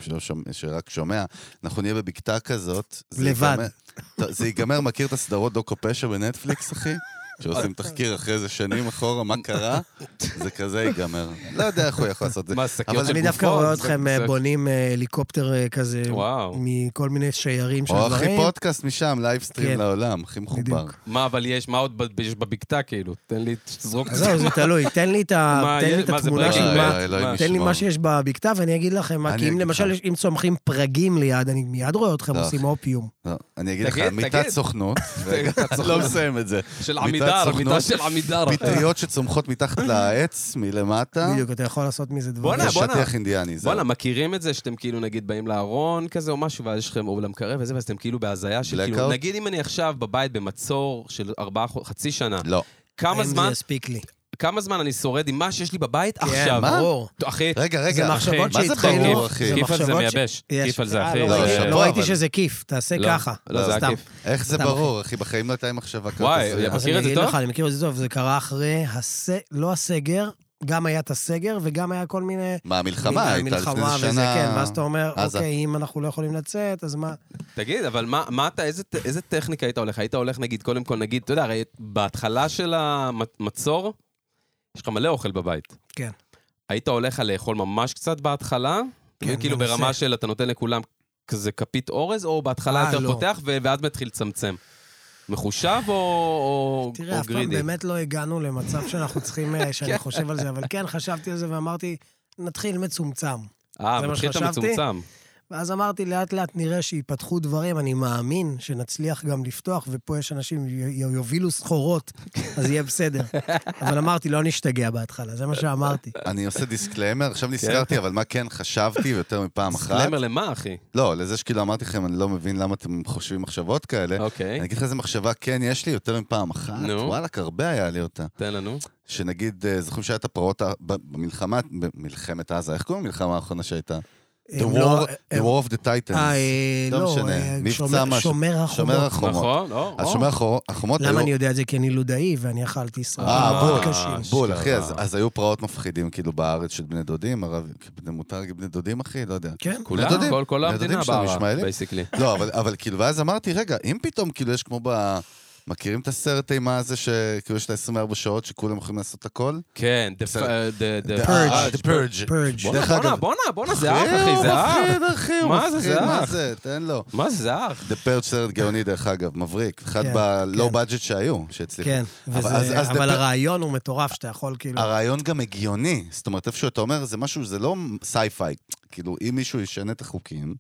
שרק שומע, אנחנו נהיה בבקתה כזאת. לבד. זה ייגמר, מכיר את הסדרות דוקו פשע בנטפליקס, אחי? שעושים תחקיר אחרי זה שנים אחורה, מה קרה? זה כזה ייגמר. לא יודע איך הוא יכול לעשות את זה. אבל אני דווקא רואה אתכם בונים הליקופטר כזה, מכל מיני שיירים של דברים. או הכי פודקאסט משם, לייבסטרים לעולם, הכי מחובר. מה, אבל יש, מה עוד יש בבקתה, כאילו? תן לי, תזרוק את זה. זהו, זה תלוי. תן לי את התמונה של תן לי מה שיש בבקתה, ואני אגיד לכם, כי אם למשל, אם צומחים פרגים ליד, אני מיד רואה אתכם עושים אופיום. אני אגיד לך, מיטת סוכנות, לא מסיים את זה. של עמידר, מיטה של עמידר. פטריות שצומחות מתחת לעץ, מלמטה. בדיוק, אתה יכול לעשות מזה דברים. שטיח אינדיאני. בוא'נה, מכירים את זה שאתם כאילו נגיד באים לארון כזה או משהו, ואז יש לכם אור למקרב וזה, ואז אתם כאילו בהזיה של כאילו, נגיד אם אני עכשיו בבית במצור של חצי שנה. לא. כמה זמן? זה יספיק לי. כמה זמן אני שורד עם מה שיש לי בבית עכשיו? כן, ברור. אחי, רגע, זה מחשבות מה זה ברור, אחי? כיף על זה מייבש. כיף על זה, אחי. לא ראיתי שזה כיף, תעשה ככה. לא, זה הכיף. איך זה ברור, אחי? בחיים לא הייתה עם מחשבה כזאת. וואי, מכיר את זה טוב? אני מכיר את זה טוב, זה קרה אחרי, לא הסגר, גם היה את הסגר, וגם היה כל מיני... מה, המלחמה? הייתה לפני שנה... כן, ואז אתה אומר, אוקיי, אם אנחנו לא יכולים לצאת, אז מה... תגיד, אבל מה אתה, איזה טכניקה היית הולך? היית הולך, נגיד, קודם כל, נגיד, אתה יודע, הרי בהתחלה של המצור, יש לך מלא אוכל בבית. כן. היית הולך לאכול ממש קצת בהתחלה? כן, כאילו ברמה של אתה נותן לכולם כזה כפית אורז, או בהתחלה יותר פותח, ואז מתחיל לצמצם? מחושב או גרידי? תראה, אף פעם באמת לא הגענו למצב שאנחנו צריכים, שאני חושב על זה, אבל כן, חשבתי על זה ואמרתי, נתחיל מצומצם. מתחיל את המצומצם. ואז אמרתי, לאט לאט נראה שיפתחו דברים, אני מאמין שנצליח גם לפתוח, ופה יש אנשים יובילו סחורות, אז יהיה בסדר. אבל אמרתי, לא נשתגע בהתחלה, זה מה שאמרתי. אני עושה דיסקליימר, עכשיו נזכרתי, אבל מה כן חשבתי יותר מפעם אחת? דיסקליימר למה, אחי? לא, לזה שכאילו אמרתי לכם, אני לא מבין למה אתם חושבים מחשבות כאלה. אוקיי. אני אגיד לך איזה מחשבה, כן, יש לי יותר מפעם אחת. וואלה, הרבה היה לי אותה. תן לנו. שנגיד, זוכרים שהייתה פרעות במלחמת עזה, איך קוראים למלחמה האחרונה שהייתה? The War of the Titans. לא, שומר החומות. נכון, לא. אז שומר החומות היו... למה אני יודע את זה? כי אני לודאי ואני אכלתי ישראל. בול, אחי, אז היו פרעות מפחידים כאילו בארץ של בני דודים, מותר להגיד בני דודים, אחי, לא יודע. כן. כולם, כל המדינה בארץ, בייסיקלי. לא, אבל כאילו, ואז אמרתי, רגע, אם פתאום כאילו יש כמו מכירים את הסרט אימה הזה שכאילו יש לה 24 שעות שכולם יכולים לעשות הכל? כן, The Purge. בואנה, זה אח, אחי, זה אח. מה זה, זה אח? מה זה? תן לו. מה זה, זה אח? The Purge סרט גאוני, דרך אגב, מבריק. אחד בלואו בדג'ט שהיו, שהצליחו. כן, אבל הרעיון הוא מטורף שאתה יכול כאילו... הרעיון גם הגיוני. זאת אומרת, איפה שאתה אומר, זה משהו, זה לא סייפיי. כאילו, אם מישהו ישנה את החוקים,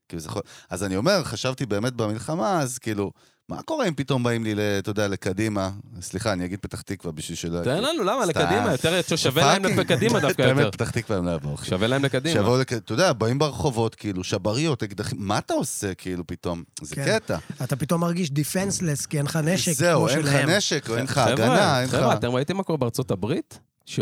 אז אני אומר, חשבתי באמת במלחמה, אז כאילו... מה קורה אם פתאום באים לי, אתה יודע, לקדימה? סליחה, אני אגיד פתח תקווה בשביל שלא... תן לנו, למה? לקדימה, יותר שווה להם לקדימה דווקא יותר. באמת פתח תקווה הם לא יבואו. שווה להם לקדימה. אתה יודע, באים ברחובות, כאילו, שבריות, אקדחים, מה אתה עושה, כאילו, פתאום? זה קטע. אתה פתאום מרגיש דיפנסלס, כי אין לך נשק זהו, אין לך נשק, או אין לך הגנה, חבר'ה, אתם ראיתם מה קורה בארצות הברית?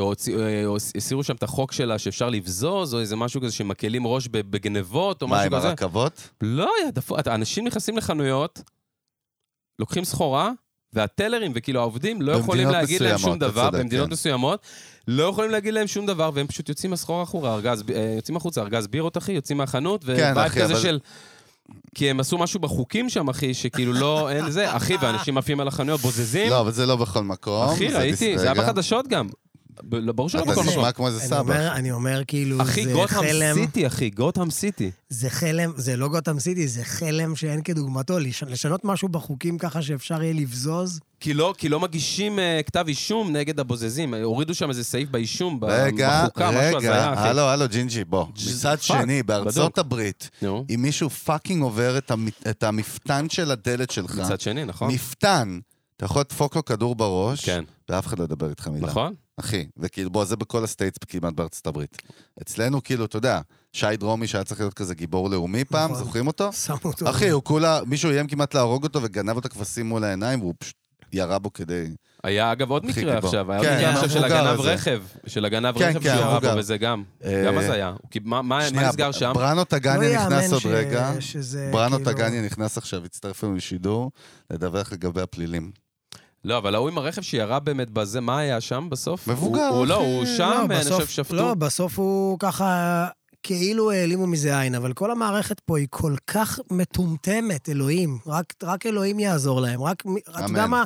שהסירו שם את החוק שלה שאפשר לבזוז, או איזה משהו כזה שמקלים ראש בגנבות, או משהו כזה. מה, עם הרכבות? לא, אנשים נכנסים לחנויות, לוקחים סחורה, והטלרים וכאילו העובדים לא יכולים להגיד להם שום דבר, במדינות מסוימות, לא יכולים להגיד להם שום דבר, והם פשוט יוצאים מהסחורה אחורה, יוצאים החוצה, ארגז בירות, אחי, יוצאים מהחנות, ובית כזה של... כי הם עשו משהו בחוקים שם, אחי, שכאילו לא, אין זה, אחי, ואנשים עפים על החנויות, בוזזים. לא, אבל זה לא בכל מקום. אחי, ראיתי, זה היה בחדשות גם. ברור שלא בכל מקום. אתה נשמע כמו איזה סבא. אני אומר כאילו, זה חלם... אחי, גותם סיטי, אחי, גותם סיטי. זה חלם, זה לא גותם סיטי, זה חלם שאין כדוגמתו. לשנות משהו בחוקים ככה שאפשר יהיה לבזוז. כי לא מגישים כתב אישום נגד הבוזזים. הורידו שם איזה סעיף באישום, רגע, בחוקה, משהו הזיה, אחי. הלו, ג'ינג'י, בוא. מצד שני, בארצות הברית, אם מישהו פאקינג עובר את המפתן של הדלת שלך, מצד שני, נכון. מפתן, אתה יכול לדפוק לו כדור בראש, כן. ואף אחד לא ידבר איתך מילה. נכון. אחי, וכאילו, בוא, זה בכל הסטייטס כמעט בארצות הברית. אצלנו, כאילו, אתה יודע, שי דרומי שהיה צריך להיות כזה גיבור לאומי פעם, זוכרים אותו? שמו אותו. אחי, הוא כולה, מישהו איים כמעט להרוג אותו וגנב את הכבשים מול העיניים, והוא פשוט ירה בו כדי... היה אגב עוד מקרה עכשיו, היה עוד מקרה עכשיו של הגנב רכב, של הגנב רכב שירה בו, וזה גם אז היה. מה נסגר שם? בראנו טגניה נכנס עוד רגע, בראנו טגניה נכנס עכשיו, הצטרף לנו לשידור, לדווח לגבי הפלילים. לא, אבל הוא עם הרכב שירה באמת בזה, מה היה שם בסוף? מבוגר. הוא שם, אני חושב שפטו. לא, בסוף הוא ככה... כאילו העלימו מזה עין, אבל כל המערכת פה היא כל כך מטומטמת, אלוהים. רק אלוהים יעזור להם. אתה יודע מה?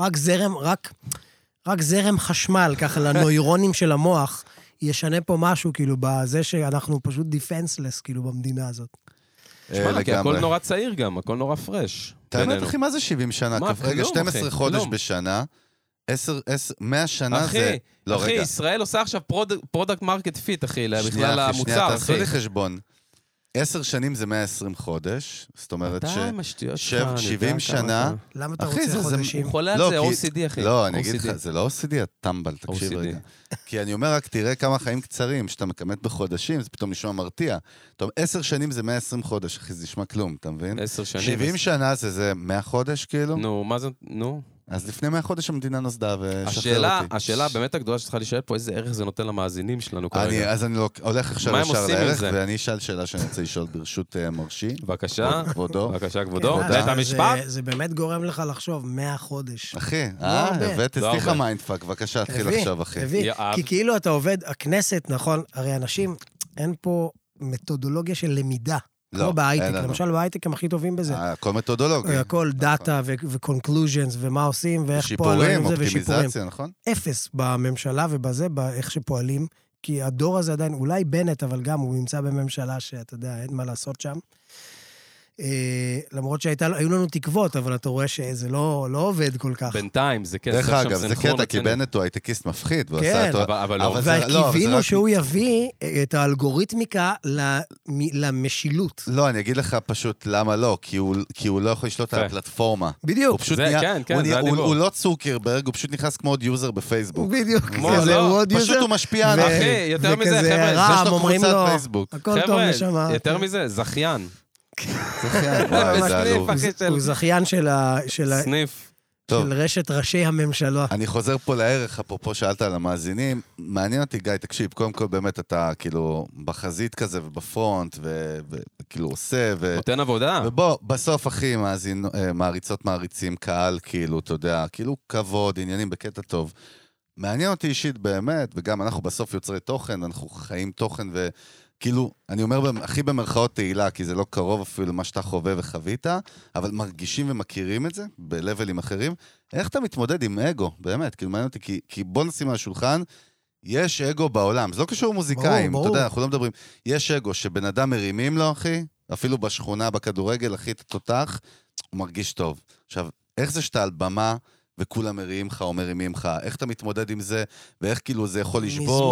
רק זרם חשמל, ככה לנוירונים של המוח, ישנה פה משהו, כאילו, בזה שאנחנו פשוט דיפנסלס, כאילו, במדינה הזאת. שמע, כי הכל נורא צעיר גם, הכל נורא פרש. תאמת, אחי, מה זה 70 שנה? רגע, 12 חודש בשנה, 100 שנה זה... אחי, ישראל עושה עכשיו פרודקט מרקט פיט, אחי, בכלל המוצר, אחי. שנייה, תעשו לי חשבון. 10 שנים זה 120 חודש, זאת אומרת ש70 שנה... למה אתה רוצה חודשים? הוא חולה על זה, OCD, אחי. לא, אני אגיד לך, זה לא OCD, הטמבל, תקשיב רגע. כי אני אומר רק, תראה כמה חיים קצרים, שאתה מקמת בחודשים, זה פתאום נשמע מרתיע. טוב, 10 שנים זה 120 חודש, אחי, זה נשמע כלום, אתה מבין? 10 שנים. 70 שנה זה 100 חודש, כאילו? נו, מה זה, נו? אז לפני 100 חודש המדינה נוסדה ושחרר אותי. השאלה באמת הגדולה שצריכה להישאל פה, איזה ערך זה נותן למאזינים שלנו כרגע. אז אני הולך עכשיו ישר לערך, ואני אשאל שאלה שאני רוצה לשאול ברשות מרשי. בבקשה. כבודו. בבקשה, כבודו. בית המשפט. זה באמת גורם לך לחשוב, 100 חודש. אחי, הבאתי לך מיינדפאק, בבקשה, תתחיל לחשוב, אחי. כי כאילו אתה עובד, הכנסת, נכון, הרי אנשים, אין פה מתודולוגיה של למידה. כמו בהייטק, למשל בהייטק הם הכי טובים בזה. הכל מתודולוגי. הכל דאטה ו-conclusions ומה עושים ואיך פועלים זה ושיפורים. נכון? אפס בממשלה ובזה, באיך שפועלים, כי הדור הזה עדיין, אולי בנט, אבל גם הוא נמצא בממשלה שאתה יודע, אין מה לעשות שם. למרות שהיו לנו תקוות, אבל אתה רואה שזה לא עובד כל כך. בינתיים, זה כן. דרך אגב, זה קטע, כי בנט הוא הייטקיסט מפחיד. כן, וקיווינו שהוא יביא את האלגוריתמיקה למשילות. לא, אני אגיד לך פשוט למה לא, כי הוא לא יכול לשלוט על הפלטפורמה. בדיוק. הוא פשוט נהיה, הוא לא צוקרברג, הוא פשוט נכנס כמו עוד יוזר בפייסבוק. בדיוק. פשוט הוא משפיע על אחי, יותר מזה, חבר'ה, יש לו קבוצת פייסבוק. הכל טוב לשמה. יותר מזה, זכיין. הוא זכיין של סניף. של רשת ראשי הממשלה. אני חוזר פה לערך, אפרופו שאלת על המאזינים. מעניין אותי, גיא, תקשיב, קודם כל באמת אתה כאילו בחזית כזה ובפרונט, וכאילו עושה, נותן עבודה. ובוא, בסוף אחי, מעריצות מעריצים, קהל, כאילו, אתה יודע, כאילו כבוד, עניינים בקטע טוב. מעניין אותי אישית באמת, וגם אנחנו בסוף יוצרי תוכן, אנחנו חיים תוכן כאילו, אני אומר הכי במרכאות תהילה, כי זה לא קרוב אפילו למה שאתה חווה וחווית, אבל מרגישים ומכירים את זה בלבלים אחרים. איך אתה מתמודד עם אגו? באמת, כאילו מעניין אותי, כי בוא נשים על השולחן, יש אגו בעולם, זה לא קשור מוזיקאים, אתה יודע, אנחנו לא מדברים, יש אגו שבן אדם מרימים לו, אחי, אפילו בשכונה, בכדורגל, אחי, אתה תותח, הוא מרגיש טוב. עכשיו, איך זה שאתה על במה, וכולם מרימים לך או מרימים לך, איך אתה מתמודד עם זה, ואיך כאילו זה יכול לשבור,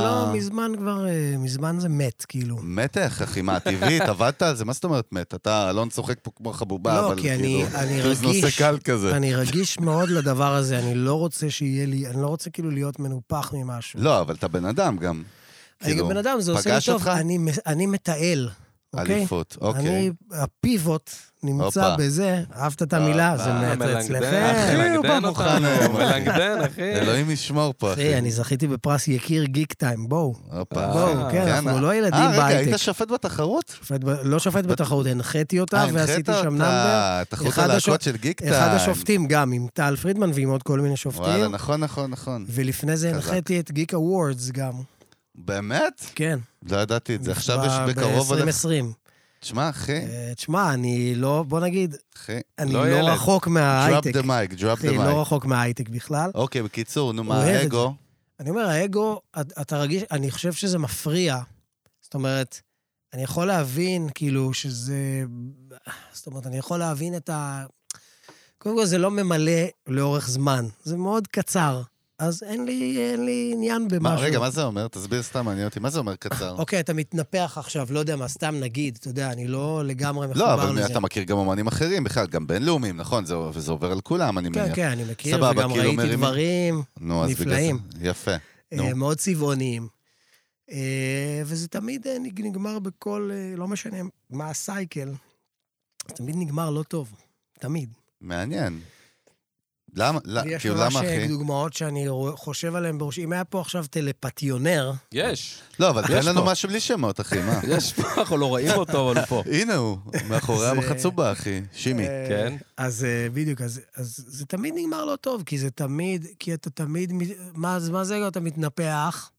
מזמן זה מת, כאילו. מת איך, אחי, מה, טבעית, עבדת על זה? מה זאת אומרת מת? אתה לא נצוחק פה כמו חבובה, אבל כאילו, אני רגיש מאוד לדבר הזה, אני לא רוצה שיהיה לי, אני לא רוצה כאילו להיות מנופח ממשהו. לא, אבל אתה בן אדם גם. אני גם בן אדם, זה עושה לי טוב, אני מתעל. אליפות, אוקיי. אני, הפיבוט נמצא בזה, אהבת את המילה, זה מעט אצלכם. מלנגדן אותנו, מלנגדן, אחי. אלוהים ישמור פה, אחי. אני זכיתי בפרס יקיר גיק טיים, בואו. בואו, כן, אנחנו לא ילדים בהייטק. רגע, היית שופט בתחרות? לא שופט בתחרות, הנחיתי אותה ועשיתי שם נאמבר. תחרות הלהקות של גיק טיים. אחד השופטים גם, עם טל פרידמן ועם עוד כל מיני שופטים. וואלה, נכון. ולפני זה הנחיתי את גיק אוורדס גם. באמת? כן. לא ידעתי את זה. עכשיו יש בקרוב הולך... ב-2020. תשמע, אחי. תשמע, אני לא, בוא נגיד, אחי. אני לא רחוק מההייטק. drop the mic. אחי, לא רחוק מההייטק בכלל. אוקיי, בקיצור, נו, מה האגו? אני אומר, האגו, אתה רגיש, אני חושב שזה מפריע. זאת אומרת, אני יכול להבין, כאילו, שזה... זאת אומרת, אני יכול להבין את ה... קודם כל, זה לא ממלא לאורך זמן. זה מאוד קצר. אז אין לי עניין במשהו. רגע, מה זה אומר? תסביר סתם, מעניין אותי. מה זה אומר קצר? אוקיי, אתה מתנפח עכשיו, לא יודע מה, סתם נגיד, אתה יודע, אני לא לגמרי מחובר לזה. לא, אבל אתה מכיר גם אומנים אחרים, בכלל, גם בינלאומיים, נכון? וזה עובר על כולם, אני מניח. כן, אני מכיר, וגם ראיתי דברים נפלאים. יפה. מאוד צבעוניים. וזה תמיד נגמר בכל, לא משנה מה הסייקל, זה תמיד נגמר לא טוב. תמיד. מעניין. למה, יש ממש דוגמאות שאני חושב עליהן בראשי. אם היה פה עכשיו טלפטיונר... יש. לא, אבל תן לנו משהו בלי שמות, אחי, מה? יש פה, אנחנו לא רואים אותו, אבל הוא פה. הנה הוא, מאחורי המחצובה, אחי, שימי. כן. אז בדיוק, אז זה תמיד נגמר לא טוב, כי זה תמיד, כי אתה תמיד, מה זה אתה מתנפח?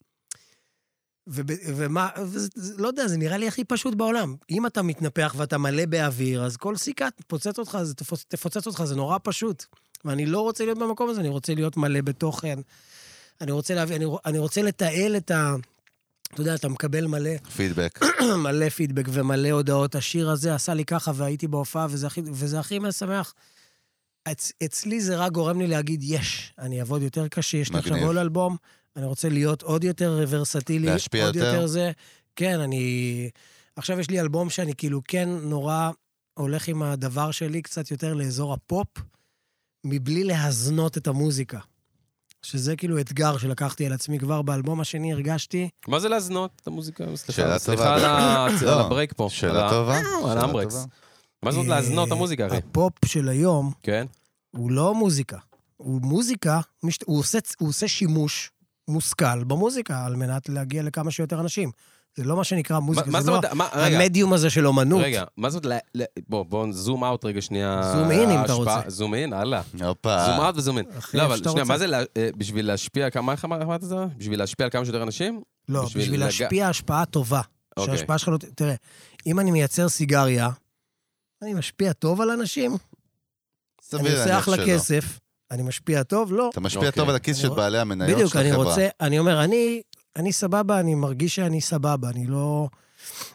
ומה, לא יודע, זה נראה לי הכי פשוט בעולם. אם אתה מתנפח ואתה מלא באוויר, אז כל סיכה תפוצץ אותך, זה נורא פשוט. ואני לא רוצה להיות במקום הזה, אני רוצה להיות מלא בתוכן. אני רוצה לתעל את ה... אתה יודע, אתה מקבל מלא... פידבק. מלא פידבק ומלא הודעות. השיר הזה עשה לי ככה והייתי בהופעה, וזה הכי משמח. אצלי זה רק גורם לי להגיד, אני אעבוד יותר קשה, יש לי עכשיו עוד אלבום, אני רוצה להיות עוד יותר ורסטילי. להשפיע יותר? זה. כן, עכשיו יש לי אלבום שאני כאילו כן נורא הולך עם הדבר שלי קצת יותר לאזור הפופ, מבלי להזנות את המוזיקה. שזה כאילו אתגר שלקחתי על עצמי כבר באלבום השני, הרגשתי... מה זה להזנות את המוזיקה? סליחה על הברייק פה. שאלה טובה. על האמברקס. מה זאת להזנות את המוזיקה, אחי? הפופ של היום, כן. הוא לא מוזיקה. הוא מוזיקה, הוא עושה שימוש מושכל במוזיקה, על מנת להגיע לכמה שיותר אנשים. זה לא מה שנקרא מוזיקה, זה לא המדיום הזה של אומנות. רגע, מה זאת, בואו זום אאוט רגע שנייה. זום אין אם אתה רוצה. זום אין, הלאה. אופה. זום אאוט וזום אין. לא, אבל שנייה, מה זה בשביל להשפיע, מה אמרת זה? בשביל להשפיע על כמה שיותר אנשים? לא, בשביל להשפיע השפעה טובה. שההשפעה שלך לא... תראה, אם אני מייצר סיגריה, אני משפיע טוב על אנשים, אני עושה אחלה כסף, אני משפיע טוב, לא. אתה משפיע טוב על הכיס של בעלי המניות של החברה. בדיוק, אני אומר, אני סבבה, אני מרגיש שאני סבבה, אני לא...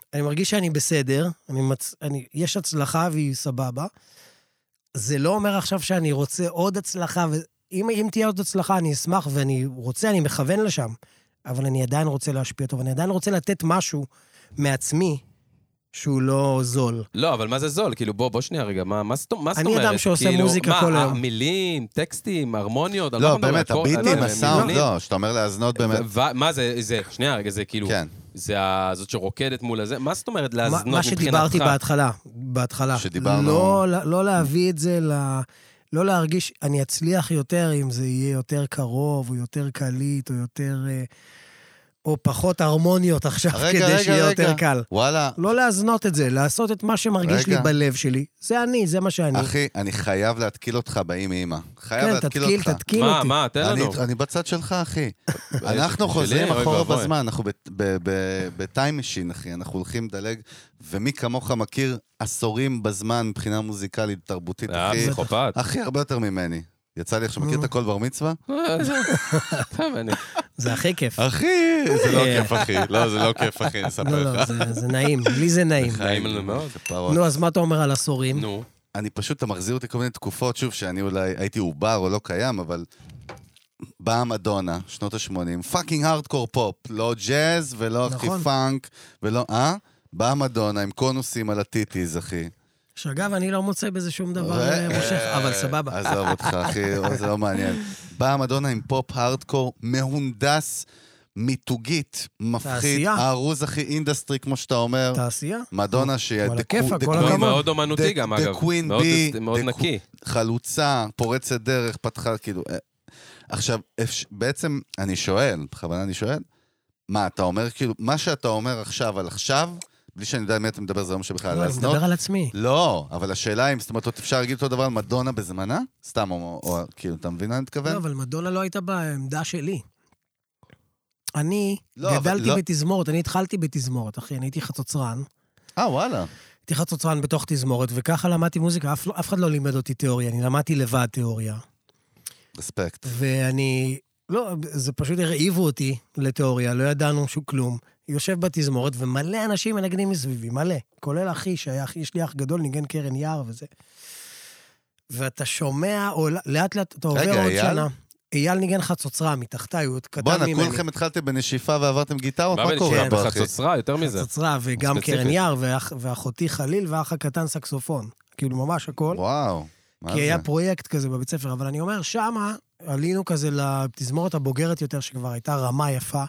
אני מרגיש שאני בסדר, יש הצלחה והיא סבבה. זה לא אומר עכשיו שאני רוצה עוד הצלחה, אם תהיה עוד הצלחה, אני אשמח, ואני רוצה, אני מכוון לשם, אבל אני עדיין רוצה להשפיע טוב, אני עדיין רוצה לתת משהו מעצמי, שהוא לא זול. לא, אבל מה זה זול? כאילו, בוא שנייה רגע, מה זאת אומרת? אני אדם שעושה מוזיקה כל היום. מה, מילים, טקסטים, הרמוניות? לא, באמת, הביטים, הסאונד, לא, שאתה אומר להזנות באמת. מה זה, שנייה רגע, זה כאילו, זה זאת שרוקדת מול הזה, מה זאת אומרת להזנות מבחינתך? מה שדיברתי בהתחלה. שדיברנו. לא להביא את זה לא להרגיש, אני אצליח יותר אם זה יהיה יותר קרוב, או יותר קליט, או יותר... או פחות הרמוניות עכשיו, כדי שיהיה יותר קל. וואלה. לא להזנות את זה, לעשות את מה שמרגיש לי בלב שלי. זה אני, זה מה שאני. אחי, אני חייב להתקיל אותך באמא אימא. חייב להתקיל אותך. כן, תתקיל אותי. מה, תן לנו. אני בצד שלך, אחי. אנחנו חוזרים אחורה בזמן, אנחנו בטיים משין, אחי. אנחנו הולכים לדלג, ומי כמוך מכיר עשורים בזמן מבחינה מוזיקלית, תרבותית, אחי. אחי, הרבה יותר ממני. יצא לי עכשיו, מכיר את הכל בר מצווה? זה הכי כיף. אחי, זה לא כיף, אחי. לא, זה לא כיף, אחי, נספר לך. לא, זה נעים. לי זה נעים. נעים לנו מאוד. נו, אז מה אתה אומר על עשורים? נו. אני פשוט, אתה מחזיר אותי כל מיני תקופות, שוב, שאני אולי הייתי עובר או לא קיים, אבל באה מדונה, שנות ה-80, פאקינג הארדקור פופ, לא ג'אז ולא הכי פאנק, ולא, באה מדונה עם קונוסים על הטיטיז, אחי. שאגב, אני לא מוצא בזה שום דבר מושך, אבל סבבה. עזוב אותך, אחי, זה לא מעניין. באה מדונה עם פופ הארדקור, מהונדס, מיתוגית, מפחיד, הארוז הכי אינדסטרי, כמו שאתה אומר. תעשייה? מדונה שהיא... מאוד אומנותי גם, אגב. מאוד נקי. חלוצה, פורצת דרך, פתחה, כאילו... עכשיו, בעצם אני שואל, בכוונה אני שואל, מה, אתה אומר, כאילו, מה שאתה אומר עכשיו על עכשיו, בלי שאני יודע מי אתה מדבר, זה לא משהו בכלל. לא, אני מדבר על עצמי. לא, אבל השאלה אם, זאת אומרת, אפשר להגיד אותו דבר על מדונה בזמנה? סתם, או כאילו, אתה מבין מה אני מתכוון? לא, אבל מדונה לא הייתה בעמדה שלי. אני גדלתי בתזמורת, אני התחלתי בתזמורת, אחי, אני הייתי חצוצרן. וואלה. הייתי חצוצרן בתוך תזמורת, וככה למדתי מוזיקה, אף אחד לא לימד אותי תיאוריה, אני למדתי לבד תיאוריה. רספקט. ואני, לא, זה פשוט הרעיבו אותי לתיאוריה, לא ידענו שום כלום. יושב בתזמורת, ומלא אנשים מנגנים מסביבי, מלא. כולל אחי, יש לי אח גדול, ניגן קרן יער וזה. ואתה שומע, או לאט לאט, אתה עובר עוד שנה. אייל ניגן חצוצרה מתחתיי, הוא קטן ממני. בוא'נה, כולכם התחלתם בנשיפה ועברתם גיטרות, מה קורה פה, אחי? חצוצרה, יותר מזה. חצוצרה, וגם קרן יער, ואחותי חליל, ואח הקטן סקסופון. כאילו ממש הכל. וואו. כי היה פרויקט כזה בבית ספר, אבל אני אומר, שמה עלינו כזה לתזמורת הבוגרת יותר, שכבר הייתה רמה יפה,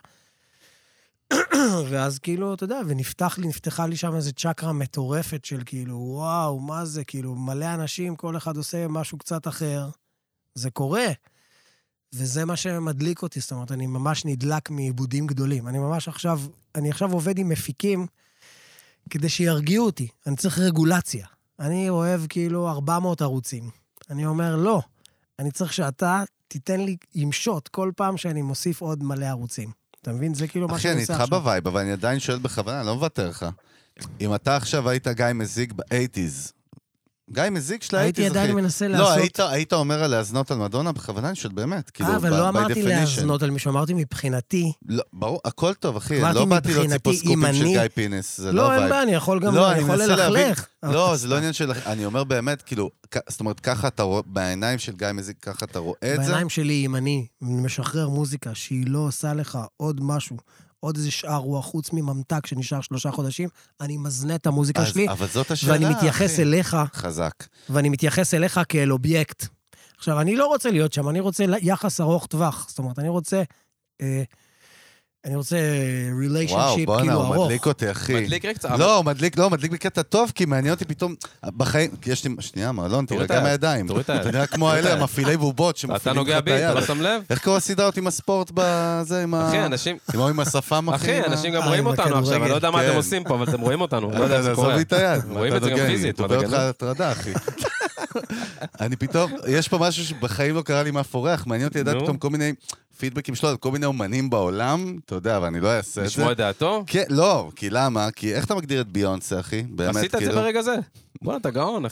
ואז כאילו, אתה יודע, נפתחה לי שם איזו צ'קרה מטורפת של כאילו, וואו, מה זה, כאילו, מלא אנשים, כל אחד עושה משהו קצת אחר. זה קורה. וזה מה שמדליק אותי, זאת אומרת, אני ממש נדלק מעיבודים גדולים. אני עכשיו עובד עם מפיקים, כדי שירגיעו אותי. אני צריך רגולציה. אני אוהב כאילו 400 ערוצים. אני אומר, לא. אני צריך שאתה תיתן לי ימשות כל פעם שאני מוסיף עוד מלא ערוצים. אתה מבין? זה כאילו מה שאני עושה עכשיו. אחי, אני איתך בווייב, אבל אני עדיין שואל בכוונה, אני לא מוותר לך. אם אתה עכשיו היית גיא מזיג ב-80s, גיא מזיג של ה-80s, הייתי עדיין מנסה לעשות... לא, היית אומר להזנות על מדונה, בכוונה אני שואל באמת. אבל לא אמרתי להזנות על מישהו, אמרתי מבחינתי. לא, ברור, הכל טוב, אחי. לא באתי להוציא פה סקופים של גיא פינס, זה לא וייב. לא, אין בעיה, אני יכול גם ללכלך. לא, זה לא עניין של... אני אומר באמת, כאילו, זאת אומרת, ככה אתה רואה, בעיניים של גיא מזיג, ככה אתה רואה את זה. בעיניים שלי, אם אני משחרר מוזיקה שהיא לא עושה לך עוד משהו, עוד איזה שאר רוח חוץ מממתק שנשאר 3 חודשים, אני מזנה את המוזיקה שלי, אבל זאת השאלה, ואני מתייחס אליך, חזק. ואני מתייחס אליך כאל אובייקט. עכשיו, אני לא רוצה להיות שם, אני רוצה יחס ארוך טווח, זאת אומרת, אני רוצה relationship כאילו ארוך. וואו, בוא'נה, הוא מדליק אותי, אחי. מדליק רק קצת. לא, מדליק בקטע טוב, כי מעניין אותי פתאום, בחיים, כי יש לי, שנייה, מרלון, תירגע מהידיים. אתה נראה כמו האלה, המפעילי בובות, שמפעילים לך את היד. אתה נוגע בי, אתה לא שם לב? איך קורה הסדרה אותי עם הספורט בזה, עם ה... אחי, אנשים... עם השפם, אחי, אנשים גם רואים אותנו עכשיו, אני לא יודע מה אתם עושים פה, אבל אתם רואים אותנו. רואים את זה גם פיזית. אני פתאום, יש פה משהו שבחיים לא קרה לי מאחורייך, מעניין אותי לדעת פתאום כל מיני פידבקים שלו, על כל מיני אומנים בעולם, אתה יודע, אבל אני לא אעשה את זה. לשמוע את דעתו? לא, כי למה? כי איך אתה מגדיר את ביונסה, אחי? עשית את זה ברגע זה? בוא, אתה גאון, אחי.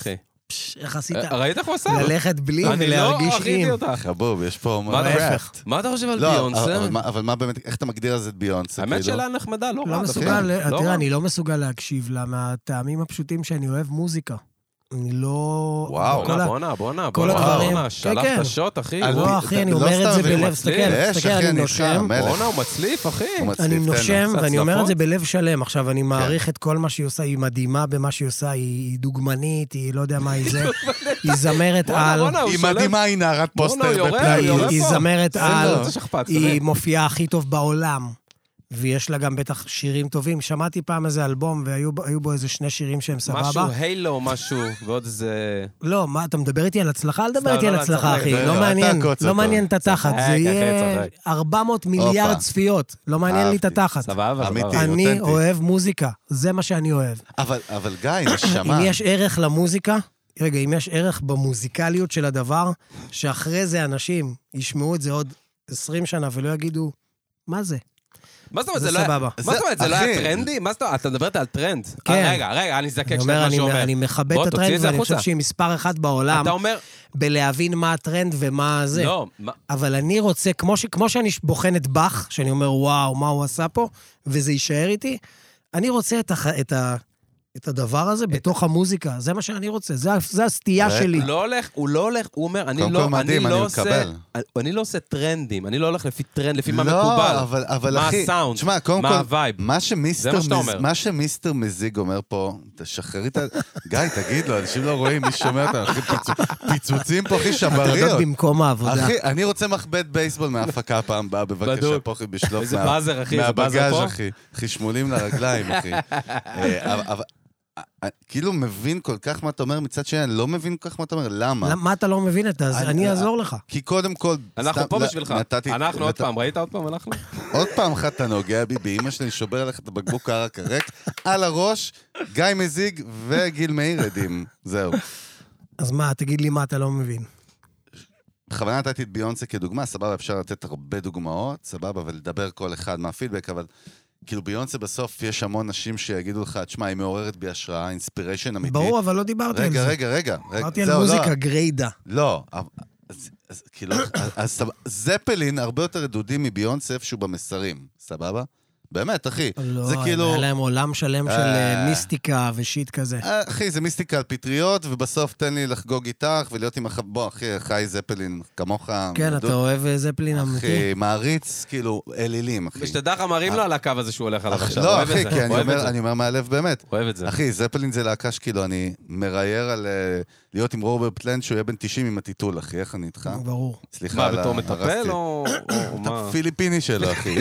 איך עשית? ראית איך הוא עשה? ללכת בלי ולהרגיש עם. חבוב, יש פה... מה אתה חושב על ביונסה? אבל מה באמת, איך אתה מגדיר על זה את ביונסה? האמת שלה נחמדה, לא רע. תראה, אני לא מסוגל להקשיב לה מהטעמים הפשוטים שאני אוהב מוזיקה. אני לא... וואו, בואנה. כל הדברים... שלח את השוט, אחי. לא, אחי, אני אומר את זה בלב, תסתכל, אני נושם. בואנה, הוא מצליף, אחי. אני נושם, ואני אומר את זה בלב שלם. עכשיו, אני מעריך את כל מה שהיא עושה, היא מדהימה במה שהיא עושה, היא דוגמנית, היא לא יודע מה היא זה. היא זמרת על... היא מדהימה, היא נערת פוסטר בפלאים. היא זמרת על... היא מופיעה הכי טוב בעולם. ויש לה גם בטח שירים טובים. שמעתי פעם איזה אלבום, והיו בו איזה 2 שירים שהם סבבה. משהו, היילו, משהו, ועוד איזה... לא, מה, אתה מדבר איתי על הצלחה? אל תדבר איתי על הצלחה, אחי. לא מעניין, לא מעניין את התחת. זה יהיה 400 מיליארד צפיות. לא מעניין לי את התחת. סבבה. אני אוהב מוזיקה. זה מה שאני אוהב. אבל גיא, נשמה. אם יש ערך למוזיקה, רגע, אם יש ערך במוזיקליות של הדבר, שאחרי זה אנשים ישמעו את זה עוד 20 שנה ולא יגידו, מה זה? מה זאת אומרת, זה לא היה טרנדי? מה זאת אומרת, אתה מדברת על טרנד? רגע, אני אזדקק שאתה מה שאומר. אני מכבד את הטרנד, ואני חושב שהיא מספר 1 בעולם, בלהבין מה הטרנד ומה זה. אבל אני רוצה, כמו שאני בוחן את בח, שאני אומר, וואו, מה הוא עשה פה, וזה יישאר איתי, אני רוצה את הדבר הזה בתוך המוזיקה, זה מה שאני רוצה, זה הסטייה שלי. הוא לא הולך, הוא אומר, אני לא עושה טרנדים, אני לא הולך לפי טרנד, לפי מה מקובל, מה הסאונד, מה הווייב. מה שמיסטר מזיג אומר פה, תשחררי את ה... גיא, תגיד לו, אנשים לא רואים, מי שומע אותם, אחי, פיצוצים פה, אחי, שבריות. במקום העבודה. אחי, אני רוצה מחבט בייסבול מההפקה פעם הבאה, בבקשה, פה, אחי, בשלוף מהבגז', אחי. חשמולים לרגליים, אחי. כאילו מבין כל כך מה אתה אומר, מצד שני, אני לא מבין כל כך מה אתה אומר, למה? מה אתה לא מבין את זה? אני אעזור לך. כי קודם כל... אנחנו פה בשבילך. אנחנו עוד פעם, ראית עוד פעם, אנחנו? עוד פעם אחת אתה נוגע בי, באמא שלי שובר עליך את הבקבוק הערק הריק, על הראש, גיא מזיג וגיל מאיר עדים. זהו. אז מה, תגיד לי מה אתה לא מבין. בכוונה נתתי את ביונסה כדוגמה, סבבה, אפשר לתת הרבה דוגמאות, סבבה, ולדבר כל אחד מהפידבק, אבל... כאילו ביונסה בסוף יש המון נשים שיגידו לך, תשמע, היא מעוררת בי השראה, אינספיריישן אמיתי. ברור, אבל לא דיברתי על זה. רגע. דיברתי על מוזיקה גריידה. לא, כאילו, זפלין הרבה יותר רדודים מביונסה איפשהו במסרים, סבבה? באמת, אחי. לא, היה להם עולם שלם של מיסטיקה ושיט כזה. אחי, זה מיסטיקה על פטריות, ובסוף תן לי לחגוג איתך ולהיות עם בוא, אחי, חי זפלין, כמוך. כן, אתה אוהב זפלין אמיתי. אחי, מעריץ, כאילו, אלילים, אחי. ושתדע לך, מרים לו על הקו הזה שהוא הולך עליו עכשיו. לא, אחי, כי אני אומר מהלב באמת. אוהב את זה. אחי, זפלין זה להקה שכאילו, אני מראייר על להיות עם רוברט פלנט, שהוא יהיה בן 90 עם הטיטול, אחי, איך אני איתך? ברור. סליחה, מה, בתור מטפל או מה? פיליפיני שלו, אחי.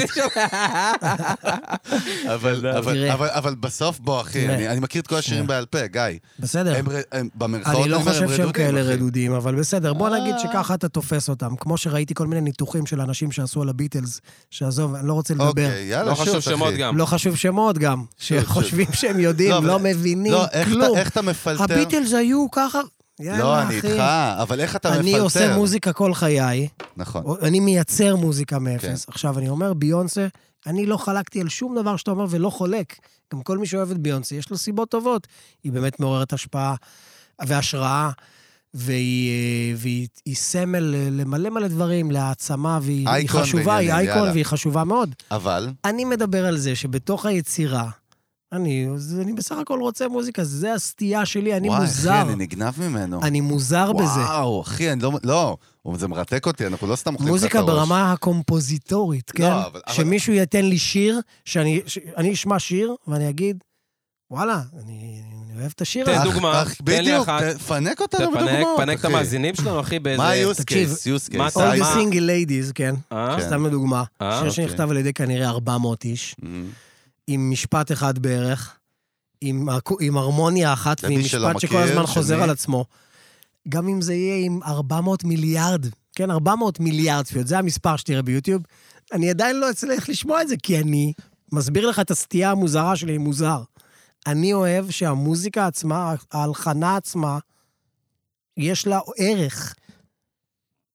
אבל בסוף, בוא, אחי, אני מכיר את כל השירים בעל פה, גיא. בסדר. אני לא חושב שהם כאלה רדודים, אבל בסדר. בוא נגיד שככה אתה תופס אותם. כמו שראיתי כל מיני ניתוחים של אנשים שעשו על הביטלס, שעזוב, אני לא רוצה לדבר. אוקיי, יאללה, לא חשוב שמות גם. לא חשוב שמות גם. שחושבים שהם יודעים, לא מבינים כלום. לא, איך אתה מפלטר? הביטלס היו ככה... לא, אני איתך, אבל איך אתה מפלטר? אני עושה מוזיקה כל חיי. נכון. אני מייצר מוזיקה מאפס. עכשיו, אני אומר, ביונסה, אני לא חלקתי על שום דבר שאתה אומר ולא חולק. גם כל מי שאוהב את ביונסה, יש לו סיבות טובות. היא באמת מעוררת השפעה והשראה, והיא סמל למלא מלא דברים, להעצמה, והיא חשובה, היא אייקון והיא חשובה מאוד. אבל? אני מדבר על זה שבתוך היצירה, אני בסך הכל רוצה מוזיקה, זה הסטייה שלי, אני מוזר. וואי, אחי, אני נגנב ממנו. אני מוזר בזה. וואו, אחי, אני לא, זה מרתק אותי, אנחנו לא סתם אוכלים לך את מוזיקה הראש. ברמה הקומפוזיטורית, כן? שמישהו ייתן לי שיר, שאני אשמע שיר, ואני אגיד, וואלה, אני אוהב את השיר הזה. תן דוגמה, תן לי אחת. תפנק אותנו בדוגמאות, תפנק את המאזינים שלנו, אחי, באיזה... מה ה-use case? All the single ladies, כן? סתם לדוגמה. שיר שנכתב על ידי כנראה 400 איש. עם משפט אחד בערך, עם הרמוניה אחת, ועם משפט שכל הזמן חוזר על עצמו. גם אם זה יהיה עם 400 מיליארד, כן, 400 מיליארד צפיות, זה המספר שתראה ביוטיוב, אני עדיין לא אצליח לשמוע את זה, כי אני מסביר לך את הסטייה המוזרה שלי, מוזר. אני אוהב שהמוזיקה עצמה, ההלחנה עצמה, יש לה ערך.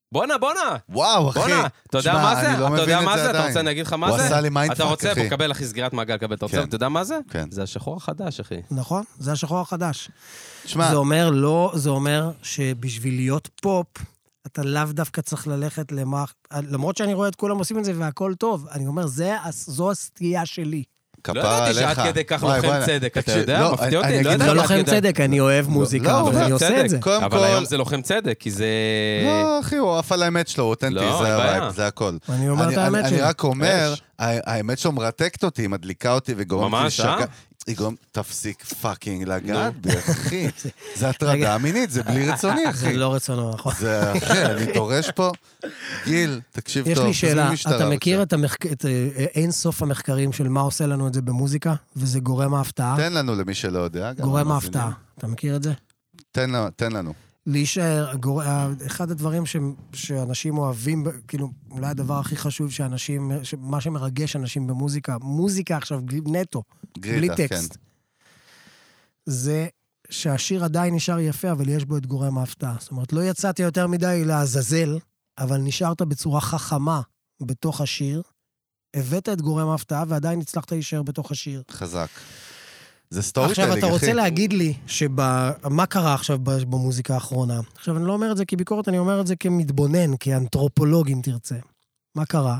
בונה. וואו, אחי. אתה יודע מה זה? אני לא מבין את זה עדיין. אתה רוצה, אני אגיד לך מה זה? הוא עשה לי מיינדפאק, אחי. אתה רוצה, בוא קבל, אחי, סגירת מעגל, קבל. אתה רוצה, אתה יודע מה זה? כן. זה השחור החדש, אחי. נכון, זה השחור החדש. תשמע. זה אומר שבשביל להיות פופ, אתה לאו דווקא צריך ללכת למרות שאני רואה את כולם עושים את זה והכל טוב, אני אומר, זו הסטייה שלי. לא ידעתי שעד כדי כך לוחם צדק, אתה יודע? מפתיע אותי, לא לוחם צדק, אני אוהב מוזיקה, אבל אני עושה את זה. אבל היום זה לוחם צדק, כי זה... לא, אחי, הוא עף על האמת שלו, הוא אותנטי, זה הכל. אני אומר את האמת שלי. אני רק אומר, האמת שלו מרתקת אותי, מדליקה אותי וגורמת לי ממש, היא גורם, תפסיק פאקינג לגעת בי, אחי. זה הטרדה מינית, זה בלי רצוני, אחי. זה לא רצונו, נכון. זה, אחי, אני דורש פה. גיל, תקשיב טוב. יש לי שאלה, אתה מכיר את אין סוף המחקרים של מה עושה לנו את זה במוזיקה, וזה גורם ההפתעה? תן לנו למי שלא יודע. גורם ההפתעה. אתה מכיר את זה? תן לנו. להישאר, אחד הדברים שאנשים אוהבים, כאילו, אולי הדבר הכי חשוב שאנשים, מה שמרגש אנשים במוזיקה, מוזיקה עכשיו, נטו, בלי טקסט, זה שהשיר עדיין נשאר יפה, אבל יש בו את גורם ההפתעה. זאת אומרת, לא יצאתי יותר מדי לעזאזל, אבל נשארת בצורה חכמה בתוך השיר, הבאת את גורם ההפתעה, ועדיין הצלחת להישאר בתוך השיר. חזק. זה סטורי טלינג, אחי. עכשיו, אתה רוצה להגיד לי מה קרה עכשיו במוזיקה האחרונה? עכשיו, אני לא אומר את זה כביקורת, אני אומר את זה כמתבונן, כאנתרופולוג, אם תרצה. מה קרה?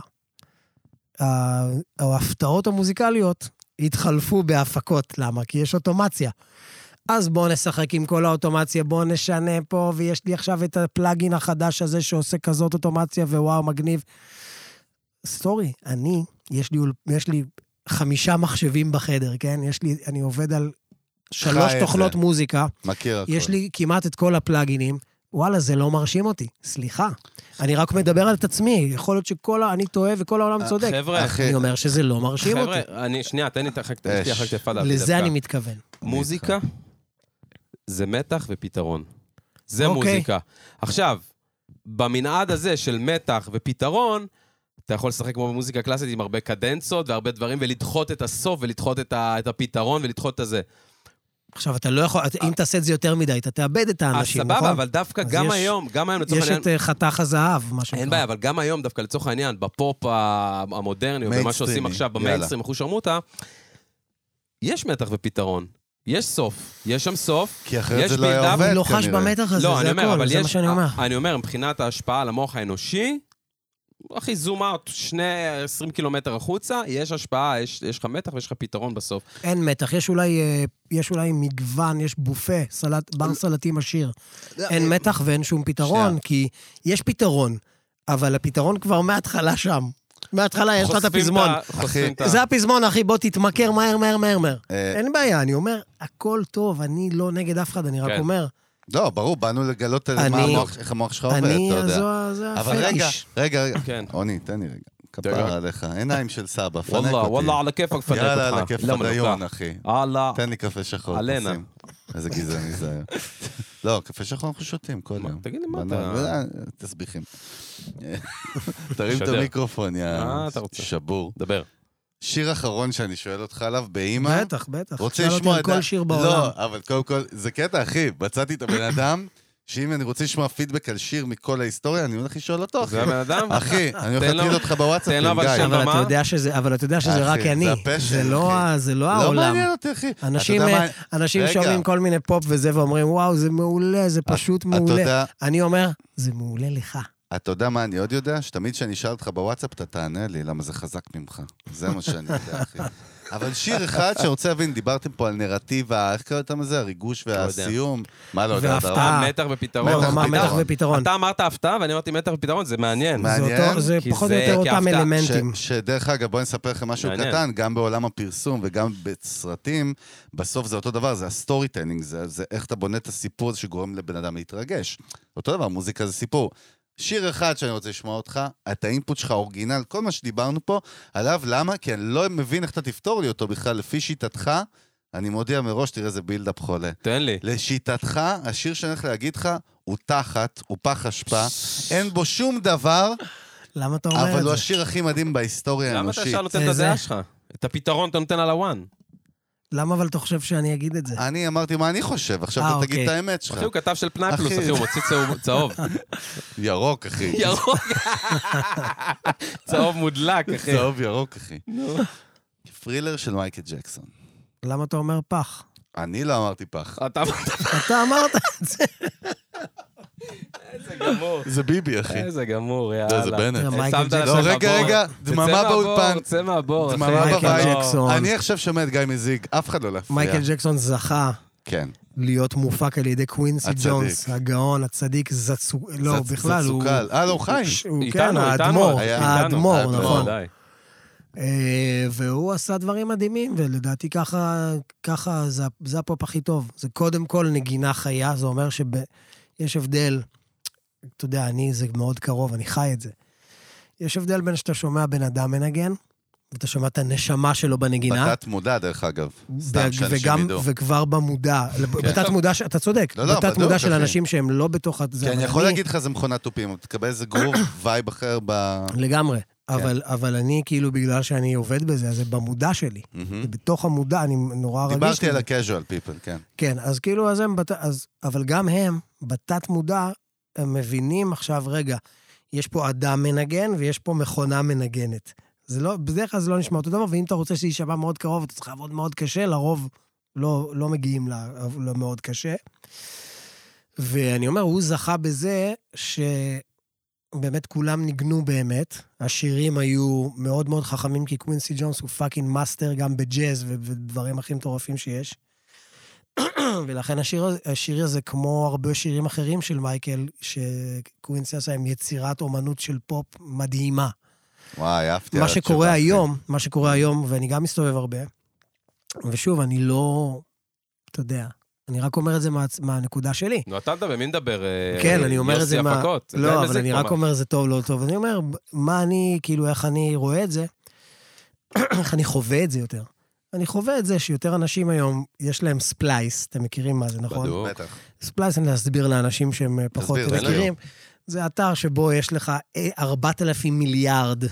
ההפתעות המוזיקליות התחלפו בהפקות. למה? כי יש אוטומציה. אז בואו נשחק עם כל האוטומציה, בואו נשנה פה, ויש לי עכשיו את הפלאגין החדש הזה שעושה כזאת אוטומציה, ווואו, מגניב. סטורי, יש לי 5 מחשבים בחדר, כן? אני עובד על 3 תוכנות מוזיקה. מכיר הכל. יש לי כמעט את כל הפלאגינים. וואלה, זה לא מרשים אותי. סליחה. אני רק מדבר על את עצמי. יכול להיות אני טועה וכל העולם צודק. חבר'ה, אני אומר שזה לא מרשים אותי. חבר'ה, שנייה, תן לי אחר כך תפדה. לזה אני מתכוון. מוזיקה זה מתח ופתרון. זה מוזיקה. עכשיו, במנעד הזה של מתח ופתרון, אתה יכול לשחק כמו במוזיקה קלאסית עם הרבה קדנצות והרבה דברים, ולדחות את הסוף, ולדחות את הפתרון, ולדחות את הזה. עכשיו, אתה לא יכול, אם תעשה את זה יותר מדי, אתה תאבד את האנשים, נכון? סבבה, אבל דווקא גם היום לצורך העניין... יש את חתך הזהב, מה שנקרא. אין בעיה, אבל גם היום, דווקא לצורך העניין, בפופ המודרני, או במה שעושים עכשיו במיינסטרים, אחו שרמוטה, יש מתח ופתרון. יש סוף, יש שם סוף. כי אחרת זה לא היה עובד, אני לא חש במתח הזה, זה הכל, זה מה שאני אומר. אני אומר, מבחינת ההשפעה על המוח האנושי, אחי, זום אאוט, 20 קילומטר החוצה, יש השפעה, יש לך מתח ויש לך פתרון בסוף. אין מתח, יש אולי מגוון, יש בופה, בר סלטים עשיר. אין מתח ואין שום פתרון, כי יש פתרון, אבל הפתרון כבר מההתחלה שם. מההתחלה יש לך את הפזמון. זה הפזמון, אחי, בוא תתמכר מהר. אין בעיה, אני אומר, הכל טוב, אני לא נגד אף אחד, אני רק אומר... לא, ברור, באנו לגלות איך המוח שלך עובד, אתה יודע. זה אבל רגע, עוני, תן לי רגע. כפרה עליך, עיניים של סבא, פנק אותי. וואלה, על הכיפק פנק אותך. יאללה, על הכיף פדיון, אחי. תן לי קפה שחור. עלינה. איזה גזעני זה היה. לא, קפה שחור אנחנו שותים כל יום. תגיד לי מה אתה... תסביכים. תרים את המיקרופון, יא שבור. דבר. שיר אחרון שאני שואל אותך עליו, באמא. בטח. רוצה לשמוע את כל שיר בעולם. לא, אבל קודם כל, זה קטע, אחי. מצאתי את הבן אדם, שאם אני רוצה לשמוע פידבק על שיר מכל ההיסטוריה, אני הולך לשאול אותו, אחי. זה הבן אדם? אחי, אני הולך להטריד אותך בוואטסאפ עם גיא. אבל אתה יודע שזה רק אני. זה לא העולם. לא מעניין אותי, אחי. אנשים שומעים כל מיני פופ וזה, ואומרים, וואו, זה מעולה, זה פשוט מעולה. אני אומר, זה מעולה לך. אתה יודע מה אני עוד יודע? שתמיד שאני אשאל אותך בוואטסאפ, אתה תענה לי, למה זה חזק ממך. זה מה שאני יודע, אחי. אבל שיר אחד שרוצה להבין, דיברתם פה על נרטיבה, איך קראתם לזה? הריגוש והסיום. מה לא יודע? והפתעה. מתח ופתרון. מתח ופתרון. אתה אמרת הפתעה, ואני אמרתי מתח ופתרון, זה מעניין. זה פחות או יותר אותם אלמנטים. שדרך אגב, בואי נספר לכם משהו קטן, גם בעולם הפרסום וגם בסרטים, בסוף זה אותו דבר, זה הסטורי טיילינג, זה איך אתה בונה את הסיפור הזה שגורם לבן אדם להתרגש. אותו דבר, מוזיקה זה סיפור. שיר אחד שאני רוצה לשמוע אותך, את האינפוט שלך אורגינל, כל מה שדיברנו פה, עליו, למה? כי אני לא מבין איך אתה תפתור לי אותו בכלל, לפי שיטתך, אני מודיע מראש, תראה איזה בילדאפ חולה. תן לי. לשיטתך, השיר שאני הולך להגיד לך, הוא תחת, הוא פח אשפה, אין בו שום דבר, למה אתה אומר את זה? אבל הוא השיר הכי מדהים בהיסטוריה האנושית. למה אתה אפשר נותן את הדעה שלך? את הפתרון אתה נותן על הוואן. למה אבל אתה חושב שאני אגיד את זה? אני אמרתי מה אני חושב, עכשיו אתה תגיד את האמת שלך. אחי, הוא כתב של פנאי פלוס, אחי, הוא מוציא צהוב. ירוק, אחי. ירוק. צהוב מודלק, אחי. צהוב ירוק, אחי. פרילר של מייקל ג'קסון. למה אתה אומר פח? אני לא אמרתי פח. אתה אמרת את זה. איזה גמור. זה ביבי, אחי. איזה גמור, יאללה. זה בנט. לא, רגע, דממה באולפן. צא מהבור, אחי. דממה בבית. אני עכשיו שומע את גיא מזיג, אף אחד לא להפריע. מייקל ג'קסון זכה. כן. להיות מופק על ידי קווינסי ג'ונס, הגאון, הצדיק, לא, בכלל, הוא... לא, הוא חי. כן, האדמו"ר, נכון. והוא עשה דברים מדהימים, ולדעתי ככה זה הפופ הכי טוב. זה קודם כל נגינה חיה, זה אומר שיש הבדל, אתה יודע, זה מאוד קרוב, אני חי את זה. יש הבדל בין שאתה שומע בן אדם מנגן, ואתה שומע את הנשמה שלו בנגינה. בתת מודע, דרך אגב. סתם שאנשים ידעו. וכבר במודע. בתת מודע, אתה צודק. בתת מודע של אנשים שהם לא בתוך... כן, אני יכול להגיד לך, זה מכונת טופים. תקבל איזה גרוב, וייב אחר לגמרי. אבל אני כאילו, בגלל שאני עובד בזה, אז זה במודע שלי. בתוך המודע, אני נורא רגיש. דיברתי על ה-casual people, כן. כן, אז כאילו, אבל גם הם, בתת מודע, הם מבינים עכשיו, רגע, יש פה אדם מנגן, ויש פה מכונה מנגנת. בדרך כלל זה לא נשמע אותו דבר, ואם אתה רוצה שזה יישמע מאוד קרוב, אתה צריך לעבוד מאוד קשה, לרוב לא מגיעים למאוד קשה. ואני אומר, הוא זכה בזה שבאמת כולם ניגנו באמת, השירים היו מאוד מאוד חכמים, כי קווינסי ג'ונס הוא פאקינג מאסטר גם בג'אז ודברים הכי מטורפים שיש. ולכן השיר הזה, כמו הרבה שירים אחרים של מייקל, שקווינסי עשה עם יצירת אומנות של פופ מדהימה. וואי, אהבתי. מה שקורה היום, ואני גם מסתובב הרבה, ושוב, אני לא, אתה יודע, אני רק אומר את זה מהנקודה שלי. נו, אתה מדבר, מי מדבר? כן, אני אומר את זה לא, אבל אני רק אומר זה טוב, לא טוב. אני אומר, מה אני, כאילו, איך אני רואה את זה, איך אני חווה את זה יותר. אני חווה את זה שיותר אנשים היום, יש להם ספלייס, אתם מכירים מה זה, נכון? בטח. ספלייס, אני להסביר לאנשים שהם פחות מכירים. זה אתר שבו יש לך 4,000 מיליארד,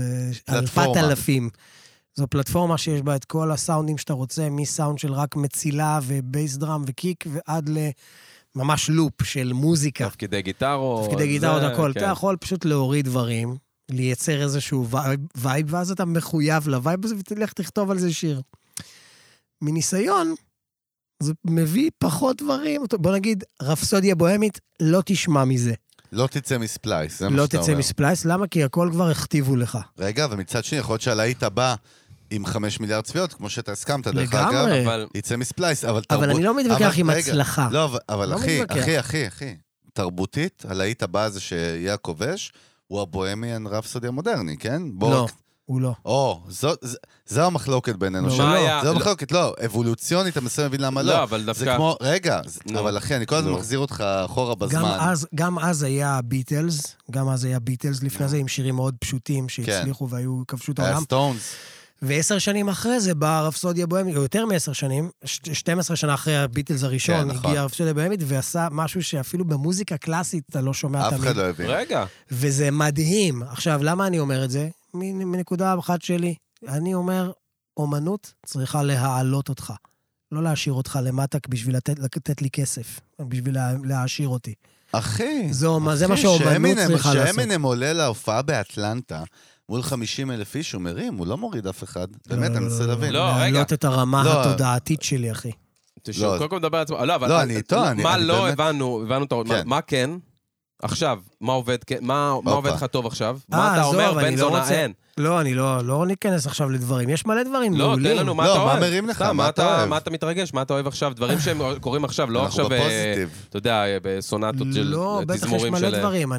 4,000. זו פלטפורמה שיש בה את כל הסאונדים שאתה רוצה, מסאונד של רק מצילה ובייס דראם וקיק, ועד לממש לופ של מוזיקה. תפקידי גיטרות. תפקידי גיטרות, הכל. אתה יכול פשוט להוריד דברים, לייצר איזשהו וייב, ואז אתה מחויב לווייב הזה, ותלך תכתוב על זה שיר. מניסיון, זה מביא פחות דברים. בוא נגיד, רפסודיה בוהמית, לא תשמע מזה. לא תצא מספלייס, זה מה שאתה אומר. לא תצא מספלייס, למה? כי הכל כבר הכתיבו לך. רגע, ומצד שני, יכול להיות שהלהיט הבא עם 5 מיליארד צפיות, כמו שאתה הסכמת, דרך אגב, יצא מספלייס, אבל אני לא מתווכח עם הצלחה. לא, אבל אחי, תרבותית, הלהיט הבא הזה שיהיה הכובש, הוא הבוהמיאן רפסודיה מודרני, כן? לא. הוא לא. זו המחלוקת בינינו. זו המחלוקת, לא, אבולוציונית, אתה מסוים מבין למה לא. לא, אבל דווקא... זה כמו, רגע, אבל אחי, אני כל הזמן מחזיר אותך אחורה בזמן. גם אז היה ביטלס, לפני זה עם שירים מאוד פשוטים שהצליחו והיו כבשו את העולם. היה סטונס. ו10 שנים אחרי זה באה רפסודיה בוהמית, או יותר מ10 שנים, 12 שנה אחרי הביטלס הראשון, הגיעה רפסודיה בוהמית, ועשה משהו שאפילו במוזיקה קלאסית אתה לא שומע תמיד. אף אחד לא הבין. רגע. וזה מדהים. עכשיו, למה אני אומר את זה? מנקודה אחת שלי. אני אומר, אומנות צריכה להעלות אותך. לא להשאיר אותך למטה בשביל לתת לי כסף, בשביל להעשיר אותי. אחי, זה מה שהאומנות צריכה לעשות. שאמינם עולה להופעה באטלנטה, מול 50,000 איש הוא מרים, הוא לא מוריד אף אחד. באמת, אני רוצה להבין. לא, רגע. להעלות את הרמה התודעתית שלי, אחי. תשאר, קודם כל מדבר על עצמו. לא, אני איתו, מה לא הבנו את הרמה, מה כן? עכשיו, מה עובד לך טוב עכשיו? מה אתה אומר, בן זונה אין? לא, אני לא ניכנס עכשיו לדברים. יש מלא דברים מעולים. לא, תן לנו, מה אתה אוהב? מה מרים לך? מה אתה אוהב? מה אתה מתרגש? מה אתה אוהב עכשיו? דברים שהם קוראים עכשיו, לא עכשיו, אתה יודע, בסונטות של תזמורים של... לא, בטח יש מלא דברים.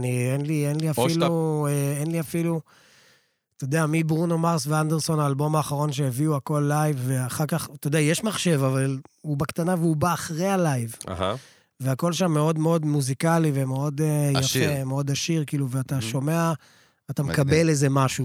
אין לי אפילו... אתה יודע, מברונו מרס ואנדרסון, האלבום האחרון שהביאו הכל לייב, ואחר כך, אתה יודע, יש מחשב, אבל הוא בקטנה והוא בא אחרי הלייב. והכל שם מאוד מאוד מוזיקלי ומאוד יפה, מאוד עשיר, כאילו, ואתה שומע, אתה מקבל איזה משהו.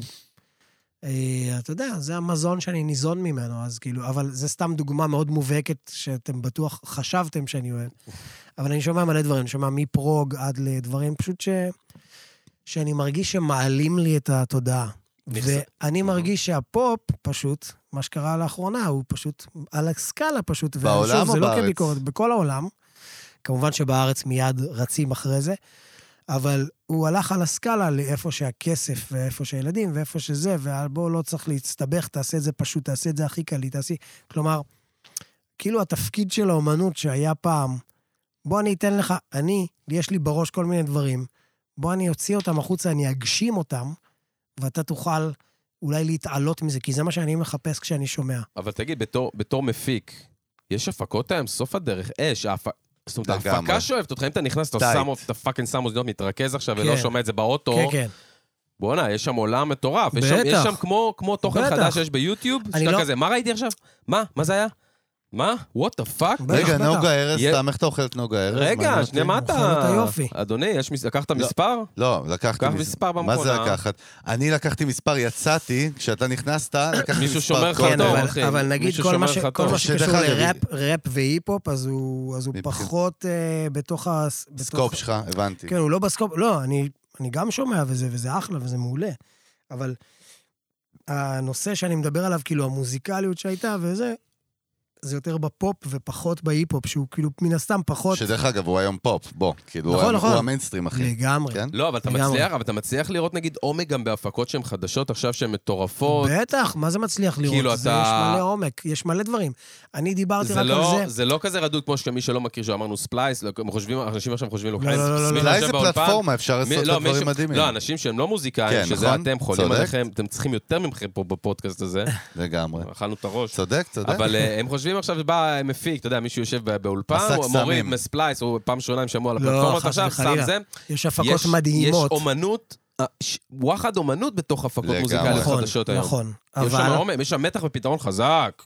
אתה יודע, זה המזון שאני ניזון ממנו, אז כאילו, אבל זה סתם דוגמה מאוד מובהקת, שאתם בטוח חשבתם שאני אוהב. אבל אני שומע מלא דברים, אני שומע מפרוג עד לדברים, פשוט שאני מרגיש שמעלים לי את התודעה. ואני מרגיש שהפופ פשוט, מה שקרה לאחרונה, הוא פשוט על הסקאלה פשוט. בעולם או זה בארץ? לא כביקורת, בכל העולם. כמובן שבארץ מיד רצים אחרי זה, אבל הוא הלך על הסקאלה לאיפה שהכסף, ואיפה שהילדים, ואיפה שזה, ובוא לא צריך להצטבח, תעשה את זה פשוט, תעשה את זה הכי קל, כלומר, כאילו התפקיד של האומנות שהיה פעם, בוא אני אתן לך, יש לי בראש כל מיני דברים, בוא אני אוציא אותם החוצה, אני אגשים אותם, ואתה תוכל אולי להתעלות מזה, כי זה מה שאני מחפש כשאני שומע. אבל תגיד, בתור מפיק, יש הפקות היום, סוף הדרך, זאת אומרת, ההפקה שואבת אותך, אם אתה נכנס, אתה פאקינג שם אוזניות, מתרכז עכשיו, ולא שומע את זה באוטו. כן, כן. בוא'נה, יש שם עולם מטורף. יש שם כמו תוכן חדש שיש ביוטיוב, שאתה כזה, מה ראיתי עכשיו? מה זה היה? מה? What the fuck? רגע, נוגה ארז, איך אתה אוכל את נוגה ארז? רגע, שנייה, מה אתה? יופי. אדוני, לקחת מספר? לא, לקחתי מספר במכונה. מה זה לקחת? אני לקחתי מספר, יצאתי, כשאתה נכנסת, לקחתי מספר. מישהו שומר לך טוב, אחי. אבל נגיד, כל מה שקשור לראפ והיפ-הופ, אז הוא פחות בתוך סקופ שלך, הבנתי. כן, הוא לא בסקופ, לא, אני גם שומע וזה אחלה וזה מעולה, אבל הנושא שאני מדבר עליו, כאילו המוזיקליות שהייתה וזה, זה יותר בפופ ופחות בהיפ-הופ, שהוא כאילו מן הסתם פחות... שדרך אגב, הוא היום פופ, בוא, כאילו, הוא המיינסטרים, אחי. לגמרי. לא, אבל אתה מצליח לראות, נגיד, עומק גם בהפקות שהן חדשות, עכשיו שהן מטורפות. בטח, מה זה מצליח לראות? יש מלא עומק, יש מלא דברים. אני דיברתי רק על זה. זה לא כזה רדוד כמו שמי שלא מכיר, שאמרנו ספלייס, אנשים עכשיו חושבים... ספלייס זה פלטפורמה, אפשר לעשות דברים מדהימים. לא, אנשים שהם לא מוזיקאים, שזה אתם חולים עליכם, אתם צריכים יותר ממכם פה בפודקאסט הזה. לגמרי. אכלנו את הראש. צודק. אבל הם חושבים עכשיו שבא מפיק, אתה יודע, מישהו יושב באולפן, הוא מוריד מספלייס, הוא פעם שונה הם שמעו על הפלטפורמות עכשיו, שם זה. יש הפקות מדהימות. יש אומנות, וואחד אומנות בתוך הפקות מוזיקליות חדשות היום. נכון. יש שם מתח ופתרון חזק.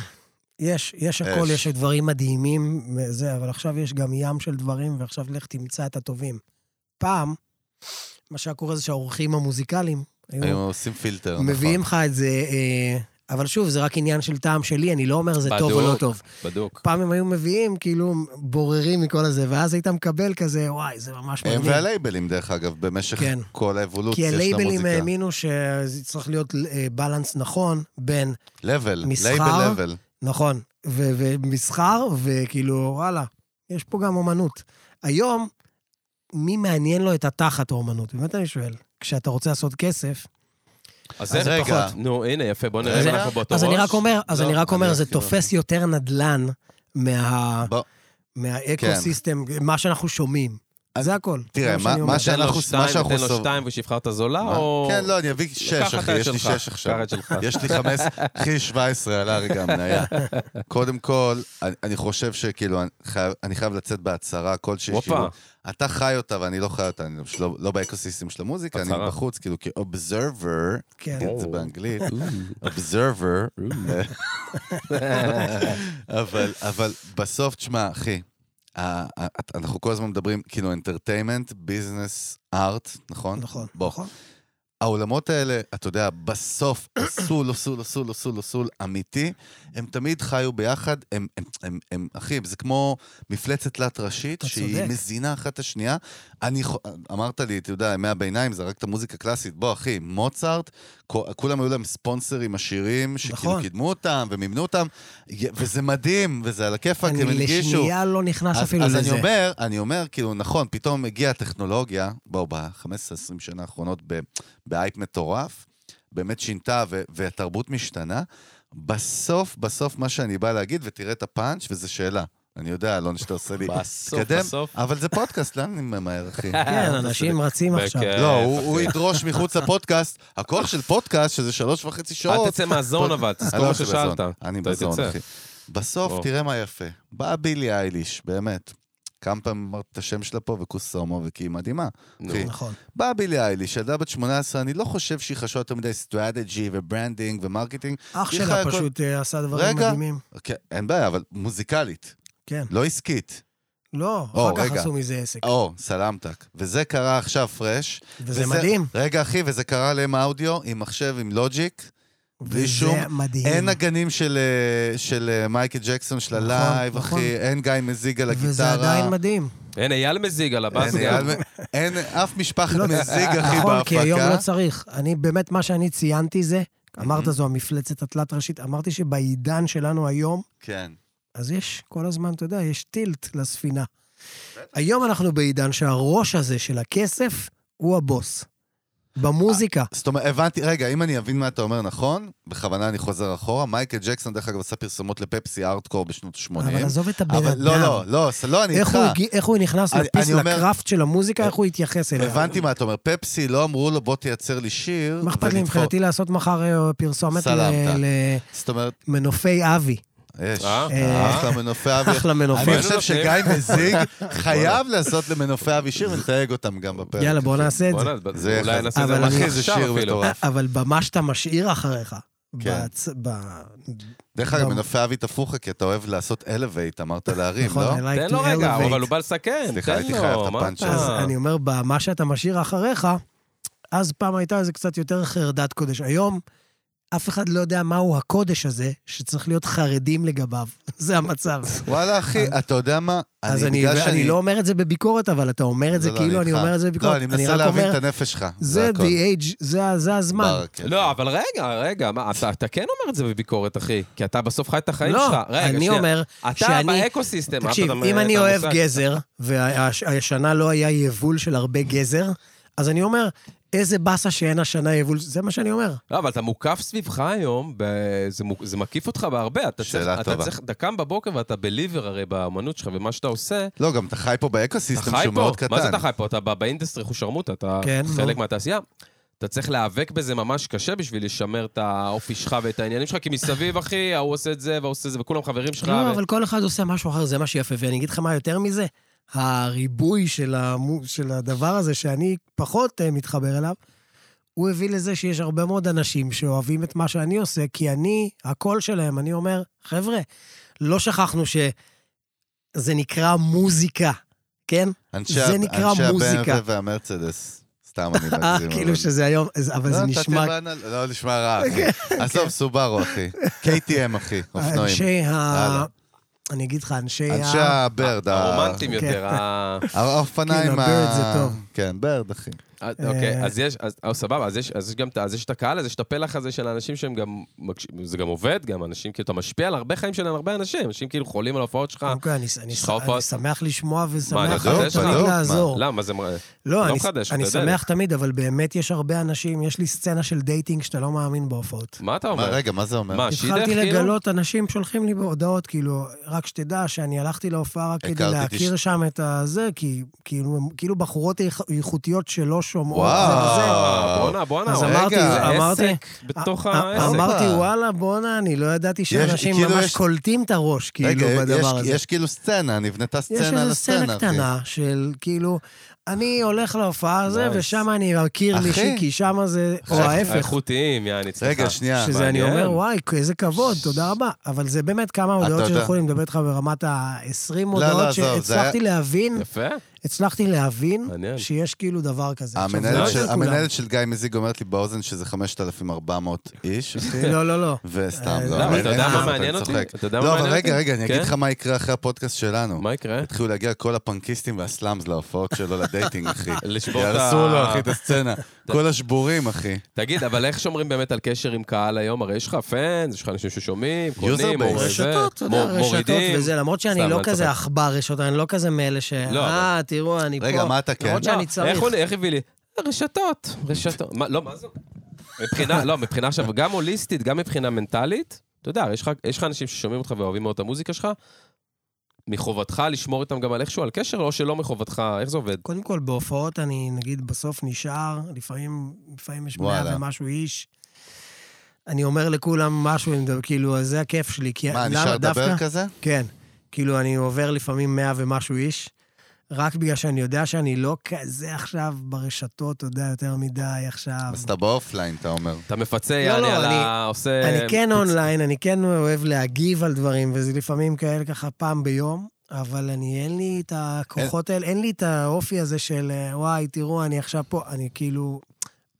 יש הכל, יש דברים מדהימים, אבל עכשיו יש גם ים של דברים, ועכשיו לך תמצא את הטובים. פעם, מה שקורה זה שהאורחים המוזיקליים, היו עושים פילטר, מביאים לך את זה... אבל שוב, זה רק עניין של טעם שלי, אני לא אומר זה טוב או לא טוב. בדוק. פעם הם היו מביאים, כאילו, בוררים מכל הזה, ואז היית מקבל כזה, וואי, זה ממש מדהים. הם והלייבלים, דרך אגב, במשך כל האבולוציה של המוזיקה. כי הלייבלים האמינו שזה צריך להיות בלנס נכון, בין מסחר, נכון, ומסחר, וכאילו, וואלה, יש פה גם אומנות. היום, מי מעניין לו את התחת האומנות? באמת אני שואל, כשאתה רוצה לעשות כסף, אז זה פחות. נו, הנה, יפה, בוא נראה אם אנחנו באותו ראש. אז אני רק אומר, זה תופס יותר נדלן מהאקוסיסטם, מה שאנחנו שומעים. זה הכל. תראה, מה שאנחנו... תן לו 2 ושיבחר את הזולה, או... כן, לא, אני אביא 6, אחי, יש לי 6 עכשיו. יש לי 5, אחי 17, עלה רגע המניה. קודם כל, אני חושב שכאילו, אני חייב לצאת בהצהרה כלשהי. אתה חי אותה ואני לא חי אותה, אני לא באקוסיסטם של המוזיקה, אני בחוץ, כאילו, כ-observer, זה באנגלית, observer, אבל בסוף, תשמע, אחי, אנחנו כל הזמן מדברים, כאילו, entertainment, business, art, נכון? נכון. העולמות האלה, אתה יודע, בסוף, סול אמיתי, הם תמיד חיו ביחד, הם אחי, זה כמו מפלצת תלת ראשית, שהיא מזינה אחת השנייה. אמרת לי, אתה יודע, ימי הביניים, זה רק את המוזיקה קלאסית, בוא אחי, מוצרט, כולם היו להם ספונסרים עשירים, שכאילו קידמו אותם ומימנו אותם, וזה מדהים, וזה על הכיפק, הם הנגישו. לשנייה לא נכנס אפילו לזה. אז אני אומר, כאילו, נכון, פתאום הגיעה הטכנולוגיה, בואו, ב-15-20 שנה האחרונות, באייפ מטורף, באמת שינתה, והתרבות משתנה. בסוף, מה שאני בא להגיד, ותראה את הפאנץ', וזו שאלה. אני יודע, לא שאתה עושה לי בסוף. אבל זה פודקאסט, לאן אני ממהר, אחי? כן, אנשים רצים עכשיו. לא, הוא ידרוש מחוץ לפודקאסט. הכוח של פודקאסט, שזה 3.5 שעות. אל תצא מהזון, אבל תזכור מה ששאלת. אני בזון, אחי. בסוף, תראה מה יפה. באה בילי אייליש, באמת. כמה פעמים אמרת את השם שלה פה, וכוס סומו, וכי היא מדהימה. נכון. באה בילי אייליש, ילדה בת 18, אני לא חושב שהיא חשבה יותר מדי סטרטג'י וברנדינג ומרקטינג. אח שלה פשוט עשה דברים מדהימים. אין בעיה, אבל מוזיקלית. כן. לא עסקית. לא, אחר כך עשו מזה עסק. סלמתק. וזה קרה עכשיו פרש. וזה מדהים. רגע, אחי, וזה קרה להם האודיו, עם מחשב, עם לוג'יק. בלי שום, אין הגנים של מייקל ג'קסון של הלייב, אחי, אין גיא מזיג על הגיטרה. וזה עדיין מדהים. אין אייל מזיג על הבאס. אין אף משפחת מזיג, אחי, בהפקה. נכון, כי היום לא צריך. אני באמת, מה שאני ציינתי זה, אמרת זו המפלצת התלת ראשית, אמרתי שבעידן שלנו היום, כן. אז יש כל הזמן, אתה יודע, יש טילט לספינה. היום אנחנו בעידן שהראש הזה של הכסף הוא הבוס. במוזיקה. זאת אומרת, הבנתי, רגע, אם אני אבין מה אתה אומר נכון, בכוונה אני חוזר אחורה, מייקל ג'קסון דרך אגב עשה פרסומות לפפסי ארטקור בשנות ה-80. אבל עזוב את הבן אדם. לא, אני איתך. איך הוא נכנס לקראפט של המוזיקה, איך הוא התייחס אליה. הבנתי מה אתה אומר, פפסי לא אמרו לו בוא תייצר לי שיר. מה אכפת לי מבחינתי לעשות מחר פרסומת למנופי אבי. יש, אחלה מנופי אבי. אחלה מנופי. אני חושב שגיא מזיג חייב לעשות למנופי אבי שיר ונתייג אותם גם בפרק. יאללה, בוא נעשה את זה. אולי נעשה את זה אחי, זה שיר מטורף. אבל במה שאתה משאיר אחריך. דרך אגב, מנופי אבי תפוך, כי אתה אוהב לעשות אלווייט, אמרת להרים, לא? תן לו רגע, אבל הוא בא לסכן. סליחה, הייתי חייב את הפאנץ' הזה. אני אומר, במה שאתה משאיר אחריך, אז פעם הייתה איזה קצת יותר חרדת קודש. היום, אף אחד לא יודע מהו הקודש הזה, שצריך להיות חרדים לגביו. זה המצב. וואלה, אחי, אתה יודע מה? אז אני לא אומר את זה בביקורת, אבל אתה אומר את זה כאילו אני אומר את זה בביקורת. לא, אני מנסה להבין את הנפש שלך. זה the age, זה הזמן. לא, אבל רגע, אתה כן אומר את זה בביקורת, אחי, כי אתה בסוף חי את החיים שלך. לא, אני אומר אתה באקוסיסטם. תקשיב, אם אני אוהב גזר, והשנה לא היה יבול של הרבה גזר, אז אני אומר, איזה בסה שאין השנה יבול, זה מה שאני אומר. לא, אבל אתה מוקף סביבך היום, זה מקיף אותך בהרבה. אתה קם בבוקר ואתה בליבר הרי באמנות שלך, ומה שאתה עושה... לא, גם אתה חי פה באקוסיסטם שהוא מאוד קטן. מה זה אתה חי פה? אתה באינדסטרי חושרמוט, אתה חלק מהתעשייה. אתה צריך להיאבק בזה ממש קשה בשביל לשמר את האופי שלך ואת העניינים שלך, כי מסביב, אחי, הוא עושה את זה ועושה את זה, וכולם חברים שלך. לא, אבל כל אחד עושה משהו אחר, זה מה שיפה, ואני אגיד לך מה יותר מזה. הריבוי של הדבר הזה שאני פחות מתחבר אליו, הוא הביא לזה שיש הרבה מאוד אנשים שאוהבים את מה שאני עושה, כי הקול שלהם, אני אומר, חבר'ה, לא שכחנו שזה נקרא מוזיקה, כן? זה נקרא מוזיקה. אנשי ה-BMW והמרצדס, סתם אני מגזים. כאילו שזה היום, אבל זה נשמע... לא, נשמע רע, אחי. עזוב, סובארו, אחי. KTM, אחי, אופנועים. אנשי אני אגיד לך, אנשי הברד. הרומנטים יותר. האופניים. כן, הברד זה טוב. כן, ברד, אחי. אוקיי, אז יש, סבבה, אז יש את הקהל הזה, יש את הפלח הזה של האנשים שהם גם, זה גם עובד, גם אנשים, כאילו, אתה משפיע על הרבה חיים של הרבה אנשים, אנשים כאילו חולים על ההופעות שלך. אני שמח לשמוע ושמח לעזור. למה? זה לא מחדש, אני שמח תמיד, אבל באמת יש הרבה אנשים, יש לי סצנה של דייטינג שאתה לא מאמין בהופעות. מה אתה אומר? רגע, מה זה אומר? התחלתי לגלות, אנשים שולחים לי בהודעות, כאילו, רק שתדע שאני הלכתי להופעה רק כדי להכיר שם את הזה, כי כאילו בחורות איכותיות שלא שומעות. בואנה, אז אמרתי, וואלה, בואנה, אני לא ידעתי שאנשים ממש קולטים את הראש, כאילו, בדבר הזה. יש כאילו סצנה, נבנתה סצנה על הסצנה. יש איזו סצנה קטנה של, כאילו, אני הולך להופעה הזה, ושם אני מכיר מישהי, כי שם זה, או ההפך. איכותיים, יעני, צריכה. רגע, שנייה. שזה אני אומר, וואי, איזה כבוד, תודה רבה. אבל זה באמת כמה הודעות שיכולים לדבר איתך ברמת ה-20 הודעות שהצלחתי להבין. יפה. הצלחתי להבין שיש כאילו דבר כזה. המנהלת של גיא מזיג אומרת לי באוזן שזה 5,400 איש. לא. וסתם, לא. אתה יודע מה מעניין אותי? לא, אבל רגע, אני אגיד לך מה יקרה אחרי הפודקאסט שלנו. מה יקרה? התחילו להגיע כל הפנקיסטים והסלאמס להופעות שלו לדייטינג, אחי. לשבור את ירסו לו, אחי, את הסצנה. כל השבורים, אחי. תגיד, אבל איך שומרים באמת על קשר עם קהל היום? הרי יש לך פאנס, יש לך אנשים ששומעים, קונים, רשתות וזה, למרות שאני לא כזה אכבר רשתות, אני לא כזה מאלה תראו, אני פה. רגע, מה אתה כן? למרות שאני צריך. איך הביא לי? רשתות. לא, מה זה? מבחינה עכשיו, גם הוליסטית, גם מבחינה מנטלית, אתה יודע, יש לך אנשים ששומעים אותך ואוהבים מאוד את המוזיקה שלך, מחובתך לשמור איתם גם על איכשהו על קשר, או שלא מחובתך, איך זה עובד? קודם כל, בהופעות אני, נגיד, בסוף נשאר, לפעמים יש 100 ומשהו איש, אני אומר לכולם משהו, כאילו, זה הכיף שלי. מה, נשאר לדבר כזה? כן. כאילו, אני עובר לפעמים 100 ומשהו איש, רק בגלל שאני יודע שאני לא כזה עכשיו ברשתות, אתה יודע, יותר מדי עכשיו. אז אתה באופליין, אתה אומר. אתה מפצה, יעני, על עושה... אני כן אונליין, אני כן אוהב להגיב על דברים, וזה לפעמים כאלה ככה פעם ביום, אבל אין לי את הכוחות האלה, אין לי את האופי הזה של, וואי, תראו, אני עכשיו פה, אני כאילו...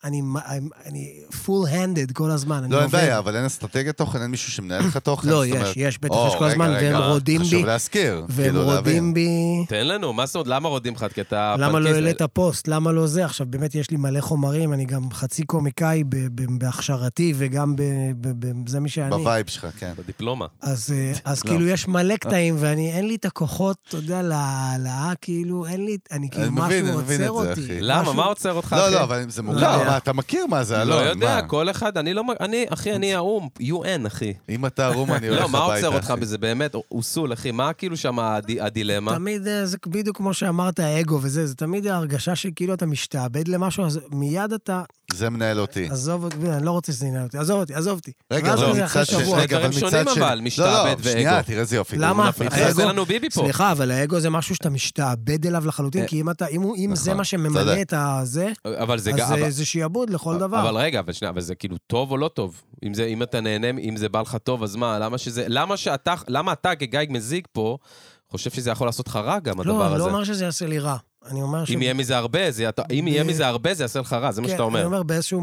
אני full-handed כל הזמן. לא, אין בעיה, אבל אין אסטרטגיית תוכן, אין מישהו שמנהל לך תוכן. לא, יש, בטח, יש כל הזמן, והם רודים בי. חשוב להזכיר. והם רודים בי. תן לנו, מה זאת אומרת, למה רודים לך? למה לא העלית פוסט? למה לא זה? עכשיו, באמת יש לי מלא חומרים, אני גם חצי קומיקאי בהכשרתי, וגם זה מי שאני. בווייב שלך, כן. בדיפלומה. אז כאילו יש מלא קטעים, ואין לי את הכוחות, אתה יודע, להעלאה, כאילו, אין לי, אני כאילו משהו עוצר אותי. למה? מה עוצר אותך? לא, אבל זה מוכר, אתה מכיר מה זה, לא יודע, כל אחד, אחי, אני האום, UN, אחי. אם אתה האום, אני הולך הביתה, לא, מה עוצר אותך בזה, באמת, אוסול, אחי, מה כאילו שם הדילמה? תמיד, זה בדיוק כמו שאמרת, האגו וזה, זה תמיד ההרגשה שכאילו אתה משתעבד למשהו, אז מיד אתה... זה מנהל אותי. עזוב אותי, אני לא רוצה שזה ינהל אותי, עזוב אותי. רגע, אבל מצד זה דברים שונים אבל, משתעבד ואגו. שנייה, תראה איזה יופי. למה? זה לנו ביבי פה. סליחה, אבל האגו זה משהו שאתה משתעבד אליו לחלוטין, כי אם זה מה שממלא את הזה, אז זה שיעבוד לכל דבר. אבל רגע, אבל זה כאילו טוב או לא טוב? אם אתה נהנה, אם זה בא לך טוב, אז מה? למה אתה כגייג מזיג פה, חושב שזה יכול לעשות לך רע גם, הדבר הזה? לא, אני לא אומר שזה יעשה לי רע. אם יהיה מזה הרבה, זה יעשה לך רע, זה מה שאתה אומר. אני אומר, באיזשהו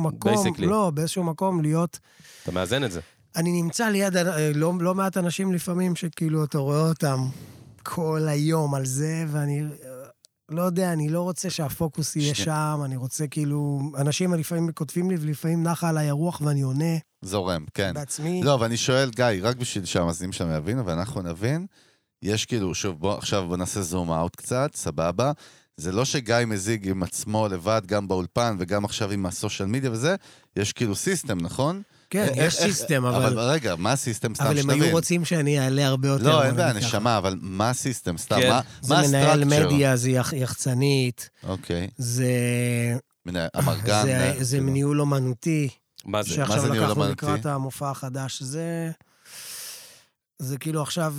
מקום להיות... אתה מאזן את זה. אני נמצא ליד לא מעט אנשים לפעמים שכאילו אתה רואה אותם כל היום על זה, ואני לא יודע, אני לא רוצה שהפוקוס יהיה שם, אני רוצה כאילו... אנשים לפעמים כותבים לי ולפעמים נחה עליי הרוח ואני עונה. זורם, כן. בעצמי. לא, ואני שואל, גיא, רק בשביל שהמאזינים שם יבינו, ואנחנו נבין, יש כאילו, שוב, עכשיו בוא נעשה זום אאוט קצת, סבבה. זה לא שגיא מזיג עם עצמו לבד, גם באולפן וגם עכשיו עם הסושיאל מדיה וזה, יש כאילו סיסטם, נכון? כן, יש סיסטם, אבל... רגע, מה הסיסטם? סתם שתבין. אבל הם היו רוצים שאני אעלה הרבה יותר. לא, אין בעיה, נשמה, אבל מה הסיסטם? סתם, מה הסטרקצ'ר? זה מנהל מדיה, זה יחצנית. אוקיי. זה... המרגן. זה ניהול אומנותי. מה זה? שעכשיו לקחנו לקראת המופע החדש. זה כאילו עכשיו...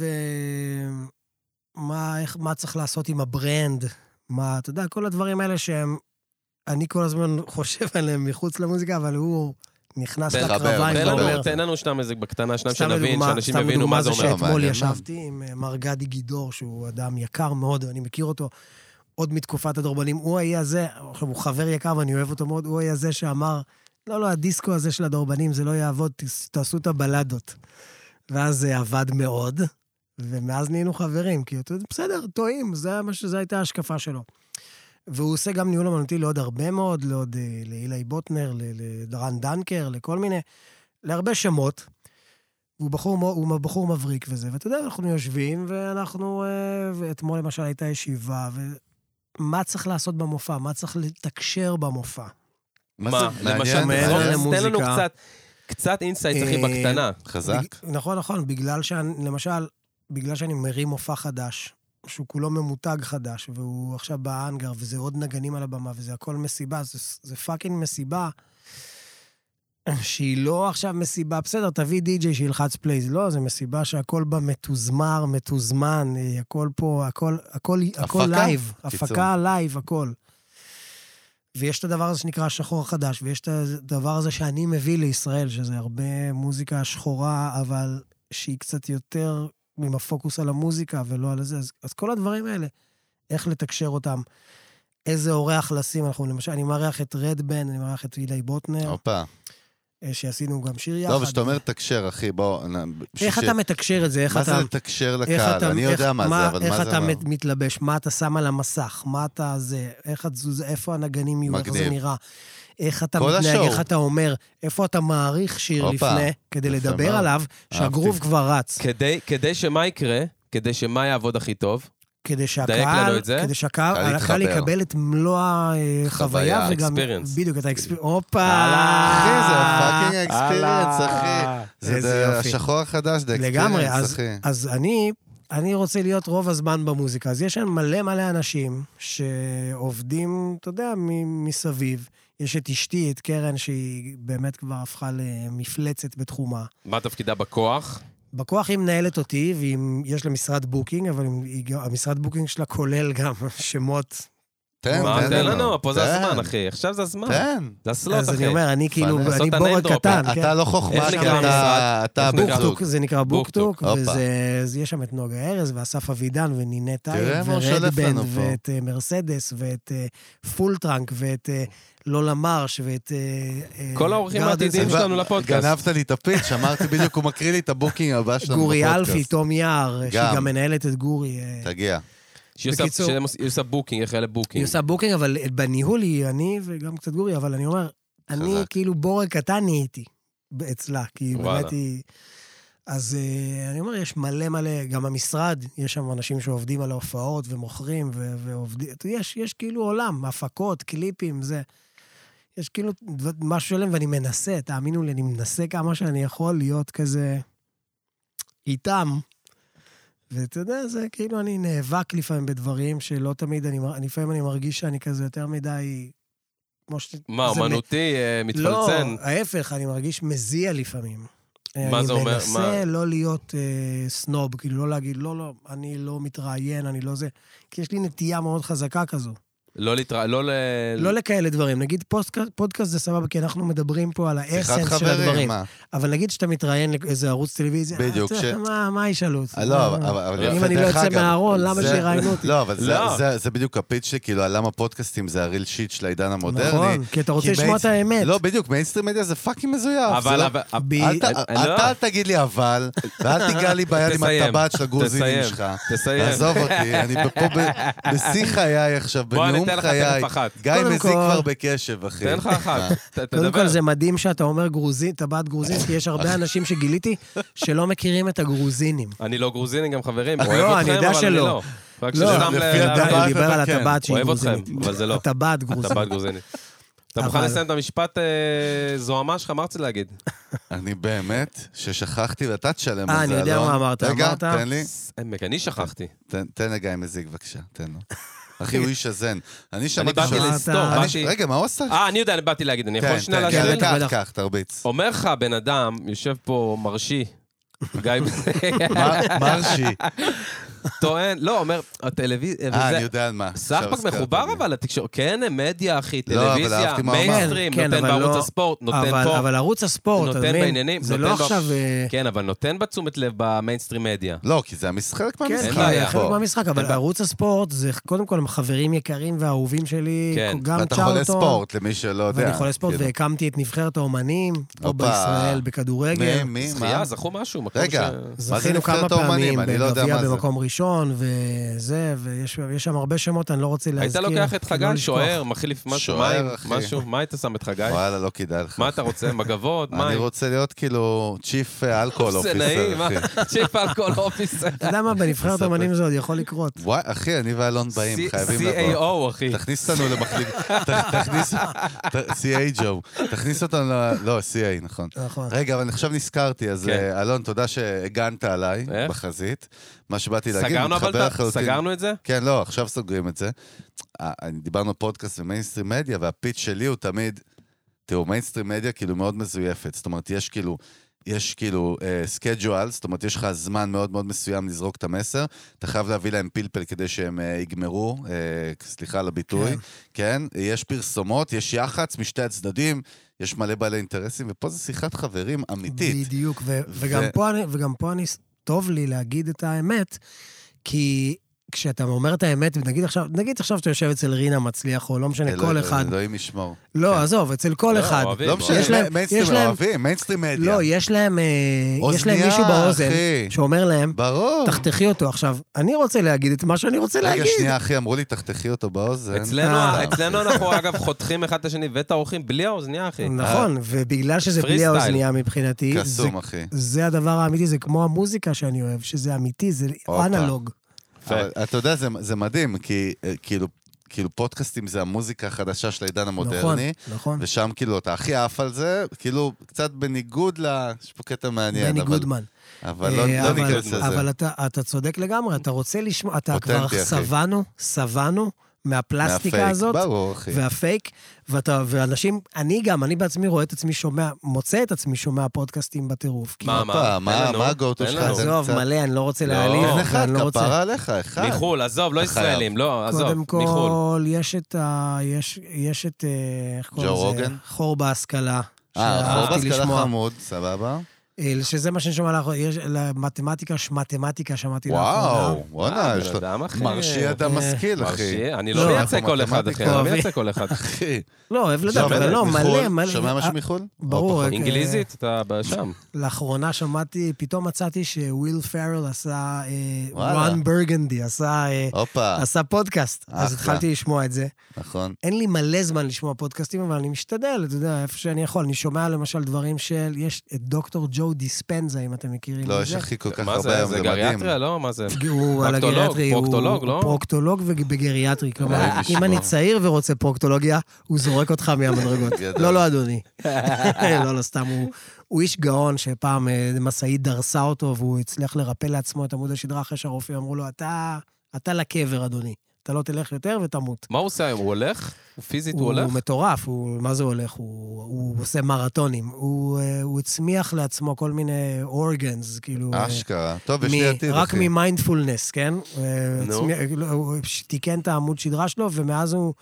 מה צריך לעשות עם הברנד? מה, אתה יודע, כל הדברים האלה שהם... אני כל הזמן חושב עליהם מחוץ למוזיקה, אבל הוא נכנס לקרביים ואומר... תן לנו שתם איזה בקטנה, שניים שנבין, שאנשים יבינו מה זה אומר. שאתמול ישבתי עם מר גדי גידור, שהוא אדם יקר מאוד, ואני מכיר אותו עוד מתקופת הדורבנים. הוא היה זה, עכשיו הוא חבר יקר ואני אוהב אותו מאוד, הוא היה זה שאמר, לא, הדיסקו הזה של הדורבנים, זה לא יעבוד, תעשו את הבלדות. ואז זה עבד מאוד, ומאז נהיינו חברים, כי בסדר, טועים, זה הייתה ההשקפה שלו. והוא עושה גם ניהול אומנותי לעוד הרבה מאוד, לאילי בוטנר, לדרן דנקר, לכל מיני, להרבה שמות. הוא בחור מבריק וזה, ואתה יודע, אנחנו יושבים, ואתמול למשל הייתה ישיבה, ומה צריך לעשות במופע? מה צריך לתקשר במופע? מה? למשל, תן לנו קצת אינסייט, אחי, בקטנה. חזק. נכון, בגלל שאני מרים מופע חדש, שהוא כולו ממותג חדש, והוא עכשיו באנגר, וזה עוד נגנים על הבמה, וזה הכל מסיבה, זה פאקינג מסיבה, שהיא לא עכשיו מסיבה, בסדר, תביא די-ג'יי שילחץ פלייז, לא, זה מסיבה שהכל בה מתוזמר, מתוזמן, הכל פה, הכל לייב, הפקה לייב, הכל. ויש את הדבר הזה שנקרא השחור החדש, ויש את הדבר הזה שאני מביא לישראל, שזה הרבה מוזיקה שחורה, אבל שהיא קצת יותר... עם הפוקוס על המוזיקה ולא על זה. אז כל הדברים האלה, איך לתקשר אותם, איזה אורח לשים, למשל, אני מארח את רדבן, אני מארח את אילי בוטנר. אופה. שעשינו גם שיר יחד. לא, ושאתה אומר תקשר, אחי, בוא... איך אתה מתקשר את זה? מה זה לתקשר לקהל? אני יודע מה זה, אבל מה זה... איך אתה מתלבש? מה אתה שם על המסך? מה אתה זה? איך התזוזה? איפה הנגנים יהיו? איך זה נראה? איך אתה מתנהג, איך אתה אומר, איפה אתה מעריך שיר לפני, כדי לדבר עליו, שהגרוב כבר רץ. כדי שמה יקרה, כדי שמה יעבוד הכי טוב, כדי שהקהל יקבל את מלוא החוויה, וגם בדיוק את האקספיריאנס. הופה! אחי, זה הפאקינג האקספיריאנס, אחי. זה השחור החדש, זה האקספיריאנס, אחי. אז אני רוצה להיות רוב הזמן במוזיקה, אז יש שם מלא אנשים שעובדים, אתה יודע, מסביב. יש את אשתי, את קרן, שהיא באמת כבר הפכה למפלצת בתחומה. מה תפקידה בכוח? בכוח היא מנהלת אותי, ויש לה משרד בוקינג, אבל המשרד בוקינג שלה כולל גם שמות תן לנו, פה זה הזמן, אחי. עכשיו זה הזמן. תן. זה הסלוט, אחי. אז אני אומר, אני כאילו, אני בורג קטן. אתה לא חוכמה, כי אתה בוקטוק. זה נקרא בוקטוק, ויש שם את נוגה ארז, ואסף אבידן, ונינט טייב, ורדבנד, ואת מרסדס, ואת פולטרנק, ואת לולה מרש, ואת... כל האורחים העתידיים שלנו לפודקאסט. גנבת לי את הפיץ', אמרתי בדיוק, הוא מקריא לי את הבוקינג הבא שלנו גורי אלפי, תום יער, שהיא גם מנהלת את גורי. תגיע. שהיא עושה בוקינג, איך אלה בוקינג. היא עושה בוקינג, אבל בניהול היא אני וגם קצת גורי, אבל אני אומר, אני כאילו בורג קטן נהייתי אצלה, כי באמת היא... אז אני אומר, יש מלא, גם המשרד, יש שם אנשים שעובדים על ההופעות ומוכרים ועובדים, יש כאילו עולם, הפקות, קליפים, זה... יש כאילו משהו שלם, ואני מנסה, תאמינו לי, אני מנסה כמה שאני יכול להיות כזה איתם, ואתה יודע, זה כאילו אני נאבק לפעמים בדברים שלא תמיד, לפעמים אני מרגיש שאני כזה יותר מדי... מה, אומנותי, מתפלצן? לא, ההפך, אני מרגיש מזיע לפעמים. מה זה אומר? אני מנסה לא להיות סנוב, כאילו לא להגיד, לא, אני לא מתראיין, אני לא זה, כי יש לי נטייה מאוד חזקה כזו. לא לכאלה דברים. נגיד פודקאסט זה סבבה, כי אנחנו מדברים פה על האסנס של הדברים. אבל נגיד שאתה מתראיין לאיזה ערוץ טלוויזיה, מה ישאלו אותי? אם אני לא יוצא מהארון, למה שיראיינו אותי? לא, אבל זה בדיוק הפיץ' שלי, כאילו, למה פודקאסטים זה הריל שיט של העידן המודרני. נכון, כי אתה רוצה לשמוע את האמת. לא, בדיוק, מיינסטרים מדיה זה פאקינג מזויף. אל תגיד לי אבל, ואל תיגע לי ביד עם הטבעת של הגרוזינים שלך. עזוב אותי, אני פה בשיא חיי עכשיו, בנאום חיי. גיא מזיק כבר בקשב, אחי. תן לך אחת. קודם כל זה מדהים שאתה אומר גרוזין, טבעת גרוזין, כי יש הרבה אנשים שגיליתי שלא מכירים את הגרוזינים. אני לא גרוזיני, גם חברים. לא, אני יודע שלא. לא, הוא דיבר על הטבעת שהיא גרוזינית. אוהב אתכם, אבל זה לא. הטבעת גרוזינית. אתה מוכן לסיים את המשפט זוהמה שלך, מה רציתי להגיד? אני באמת ששכחתי ואתה תשלם על זה, אני יודע מה אמרת. רגע, תן לי. אני שכחתי. תן לגיא מזיק, בבקשה, תן לו. אחי, הוא איש הזן. אני באתי לסתור. רגע, מה הוא עשה? אני יודע, אני באתי להגיד, אני יכול שנייה להגיד. כך, תרביץ. אומר לך, בן אדם, יושב פה מרשי, גיא... מרשי. טוען, לא, אומר, הטלוויזיה... אני יודע על מה. סחבק מחובר אבל לתקשורת, כן, מדיה, אחי, טלוויזיה, מיינסטרים, נותן בערוץ הספורט, נותן פה. אבל ערוץ הספורט, נותן בעניינים, זה לא עכשיו... כן, אבל נותן בתשומת לב במיינסטרים מדיה. לא, כי זה חלק מהמשחק. כן, חלק מהמשחק, אבל בערוץ הספורט זה קודם כל הם חברים יקרים והאהובים שלי, גם צ'ארלטון. אתה חולה ספורט, למי שלא יודע. ואני חולה ספורט, והקמתי את נבחרת האומנים, פה בישראל, בכדורגל. זכייה, זכו משהו. רגע, זכינו כמה פעמים בגביע במקום ראשון, וזה, ויש שם הרבה שמות, אני לא רוצה להזכיר. היית לוקח את חגי, שוער, מחליף משהו, מה היית שם את חגי? וואלה, לא כדאי לך. מה אתה רוצה? מגבות? מים? אני רוצה להיות כאילו צ'יפ אלכוהול אופיסר. זה נעים, צ'יפ אלכוהול אופיסר. אתה יודע מה, בנבחרת אמנים זה עוד יכול לקרות. וואי, אחי, אני ואלון באים, חייבים CAO, אחי. תכניס אותנו למחליק, תכניס אותנו, לא, CA, נכון. רגע, אבל עכשיו נזכרתי, אז אלון, תודה שהגנת עליי בחזית. מה שבאתי להגיד, סגרנו את זה? כן, לא, עכשיו סוגרים את זה. דיברנו פודקאסט ומיינסטרים מדיה, והפיץ שלי הוא תמיד, תראו, מיינסטרים מדיה כאילו מאוד מזויפת. זאת אומרת, יש כאילו סקייג'ואל, זאת אומרת, יש לך זמן מאוד מאוד מסוים לזרוק את המסר, אתה חייב להביא להם פלפל כדי שהם יגמרו, סליחה על הביטוי, כן? יש פרסומות, יש יחץ משתי הצדדים, יש מלא בעלי אינטרסים, ופה זה שיחת חברים אמיתית. בדיוק, וגם פה אני... טוב לי להגיד את האמת, כי כשאתה אומר את האמת, נגיד עכשיו שאתה יושב אצל רינה מצליח, או לא משנה, כל אחד... אלוהים ישמור. לא, עזוב, אצל כל אחד. לא משנה, מיינסטרים אוהבים, מיינסטרים מדיה. לא, יש להם מישהו באוזן, שאומר להם, תחתכי אותו. עכשיו, אני רוצה להגיד את מה שאני רוצה להגיד. רגע, שנייה, אחי, אמרו לי, תחתכי אותו באוזן. אצלנו אנחנו, אגב, חותכים אחד את השני, ואת האורחים בלי האוזניה, אחי. נכון, ובגלל שזה בלי האוזניה מבחינתי, זה הדבר האמיתי, זה כמו המוזיקה שאני אוהב, שזה אמיתי, זה אנלוג. אתה יודע, זה מדהים, כי כאילו פודקאסטים זה המוזיקה החדשה של העידן המודרני, ושם כאילו אתה הכי עף על זה, כאילו קצת בניגוד יש פה קטע מעניין. בניגודמן. אבל לא ניכנס לזה. אבל אתה צודק לגמרי, אתה רוצה לשמוע, אתה כבר שבענו מהפלסטיקה הזאת, ברור, אחי. והפייק, ואנשים, אני בעצמי רואה את עצמי שומע, מוצא את עצמי שומע פודקאסטים בטירוף. מה הגוטו שלך? עזוב, מלא, אני לא רוצה להעליב. אין לך, כפרה עליך, אחד. מחול, עזוב, לא ישראלים, לא, עזוב, קודם כל, יש את, איך קוראים לזה? חור בהשכלה. חור בהשכלה חמוד, סבבה. שזה מה שאני שומע לך, יש מתמטיקה, שמעתי לאחרונה. וואו, מרשי אתה משכיל, אחי. אני לא מייצא כל אחד, אחי. לא מייצא כל אחד, אחי. לא, אוהב לדבר, לא, מלא. שומע משהו מחול? ברור. אנגליזית, אתה שם. לאחרונה שמעתי, פתאום מצאתי שוויל פרל עשה, רון ברגנדי עשה פודקאסט, אז התחלתי לשמוע את זה. נכון. אין לי מלא זמן לשמוע פודקאסטים, אבל אני משתדל, אתה יודע, איפה שאני יכול. אני שומע למשל דברים של, יש את דוקטור ג'ו דיספנזה, אם אתם מכירים. לא, יש הכי כל כך מה הרבה, זה? זה גריאטריה, לא? מה זה? הוא על הגריאטרי, פרוקטולוג, לא? הוא פרוקטולוג ובגריאטרי. כלומר, אם אני צעיר ורוצה פרוקטולוגיה, הוא זורק אותך מהמדרגות. לא, אדוני. לא, סתם, הוא איש גאון שפעם מסעית דרסה אותו, והוא הצליח לרפא לעצמו את עמוד השדרה אחרי שהרופאים אמרו לו, אתה לקבר, אדוני. אתה לא תלך יותר ותמות. מה הוא עושה היום? הוא הולך? פיזית הוא הולך? הוא מטורף, מה זה הולך? הוא עושה מרתונים. הוא הצמיח לעצמו כל מיני אורגנס, כאילו... אשכרה. טוב, יש לי עתיד, אחי. רק ממיינדפולנס, כן? הוא תיקן את העמוד שדרה שלו, ומאז הוא...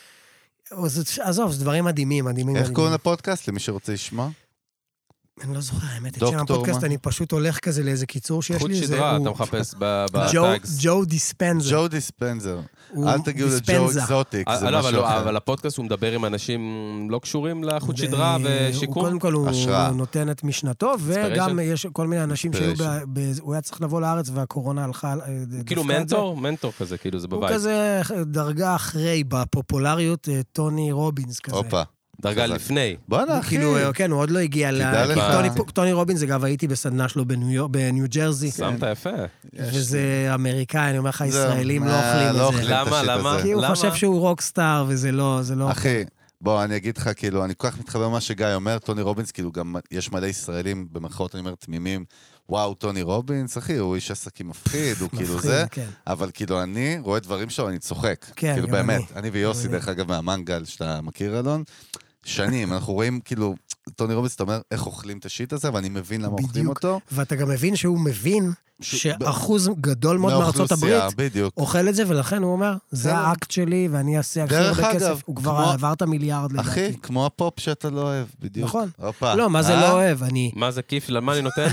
עזוב, זה דברים מדהימים. איך קוראים לפודקאסט, למי שרוצה לשמוע? אני לא זוכר, האמת, את שם הפודקאסט, אני פשוט הולך כזה לאיזה קיצור שיש לי. חוט שדרה, אתה מחפש בטאגס. ג'ו דיספנזר. ג'ו דיספנזר. אל תגיעו לג'ו אקזוטיק, זה משהו אחר. אבל הפודקאסט הוא מדבר עם אנשים לא קשורים לחוט שדרה ושיקום. קודם כל הוא נותן את משנתו, וגם יש כל מיני אנשים שהוא היה צריך לבוא לארץ והקורונה הלכה... כאילו מנטור כזה, כאילו זה בבית. הוא כזה דרגה אחרי, בפופולריות, טוני רובינס כזה. הופה. דרגה לפני. בוא'נה, אחי. כאילו, כן, הוא עוד לא הגיע טוני רובינס, אגב, הייתי בסדנה שלו בניו ג'רזי. שמת יפה. וזה אמריקאי, אני אומר לך, ישראלים לא אוכלים את זה. למה? כי הוא חושב שהוא רוקסטאר, וזה לא... אחי, בוא, אני אגיד לך, כאילו, אני כל כך מתחבר מה שגיא אומר, טוני רובינס, כאילו, גם יש מלא ישראלים, במרכאות, אני אומר, תמימים, וואו, טוני רובינס, אחי, הוא איש עסקים מפחיד, הוא כאילו זה, אבל כאילו, אני רואה דברים שלו, אני צוחק. כאילו, באמת, אני ויוסי, דרך אגב, מהמנגל, שאתה מכיר, אלון, שנים, אנחנו רואים, כאילו, טוני רובינס, אתה אומר, איך אוכלים את השיט הזה, ואני מבין למה אוכלים אותו. ואתה גם מבין שהוא מבין שאחוז גדול מאוד מארצות הברית אוכל את זה, ולכן הוא אומר, זה האקט שלי, ואני אעשה הכי הרבה כסף. הוא כבר עבר את המיליארד לדעתי. אחי, כמו הפופ שאתה לא אוהב, בדיוק. נכון. לא, מה זה לא אוהב? מה זה כיף? למה אני נותן?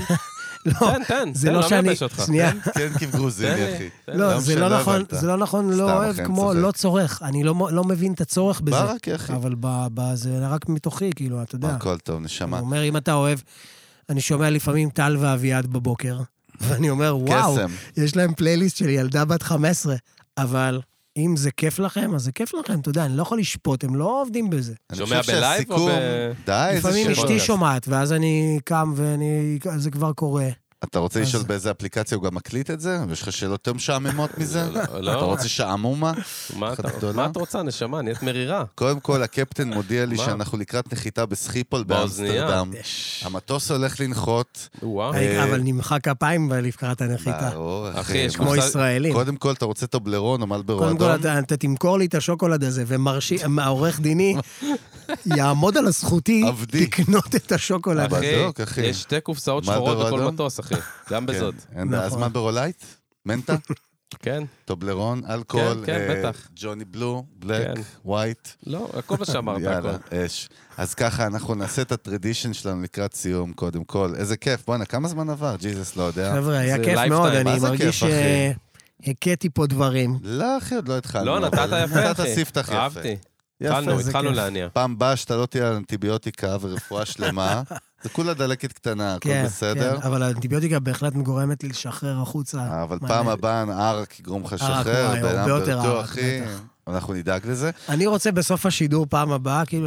תן, זה לא שאני... שנייה. כן, כיף גרוזיני, אחי. לא, זה לא נכון, לא אוהב כמו לא צורך. אני לא מבין את הצורך בזה. ברק, אחי. אבל זה רק מתוכי, כאילו, אתה יודע. הכל טוב, נשמה. הוא אומר, אם אתה אוהב, אני שומע לפעמים טל ואביעד בבוקר, ואני אומר, וואו, יש להם פלייליסט של ילדה בת 15, אבל... אם זה כיף לכם, אז זה כיף לכם, אתה יודע, אני לא יכול לשפוט, הם לא עובדים בזה. שומע בלייב או לפעמים אשתי שומעת, ואז אני קם וזה כבר קורה. אתה רוצה לשאול באיזה אפליקציה הוא גם מקליט את זה? ויש לך שאלות יותר משעממות מזה? אתה רוצה שעמומה? מה את רוצה, נשמה? נהיית מרירה. קודם כל, הקפטן מודיע לי שאנחנו לקראת נחיתה בסחיפול באמסטרדם. המטוס הולך לנחות. אבל נמחא כפיים לקראת הנחיתה. ברור, אחי. כמו ישראלים. קודם כל, אתה רוצה טובלרון או מלברו אדום? קודם כל, אתה תמכור לי את השוקולד הזה, והעורך דיני יעמוד על הזכותי לקנות את השוקולד. אחי, יש שתי קופסאות שחורות בכל מטוס, אחי. גם בזאת. אז מה ברולייט? מנטה? כן. טובלרון, אלכוהול, ג'וני בלו, בלק, ווייט. לא, הכל מה שאמרת. יאללה, אש. אז ככה, אנחנו נעשה את הטרדישן שלנו לקראת סיום, קודם כל. איזה כיף, בוא'נה, כמה זמן עבר? ג'יזוס, לא יודע. חבר'ה, היה כיף מאוד, אני מרגיש שהכיתי פה דברים. לא, אחי, עוד לא התחלנו. לא, נתת יפה, אחי. נתת ספתח יפה. אהבתי. התחלנו להניע. פעם באה שאתה לא תהיה על אנטיביוטיקה ורפואה שלמה, זה כולה דלקת קטנה, הכל בסדר. כן, אבל האנטיביוטיקה בהחלט גורמת לי לשחרר החוצה. אבל פעם הבאה הערק יגרום לך לשחרר, בנם ברטו, אחי, אנחנו נדאג לזה. אני רוצה בסוף השידור פעם הבאה, כאילו,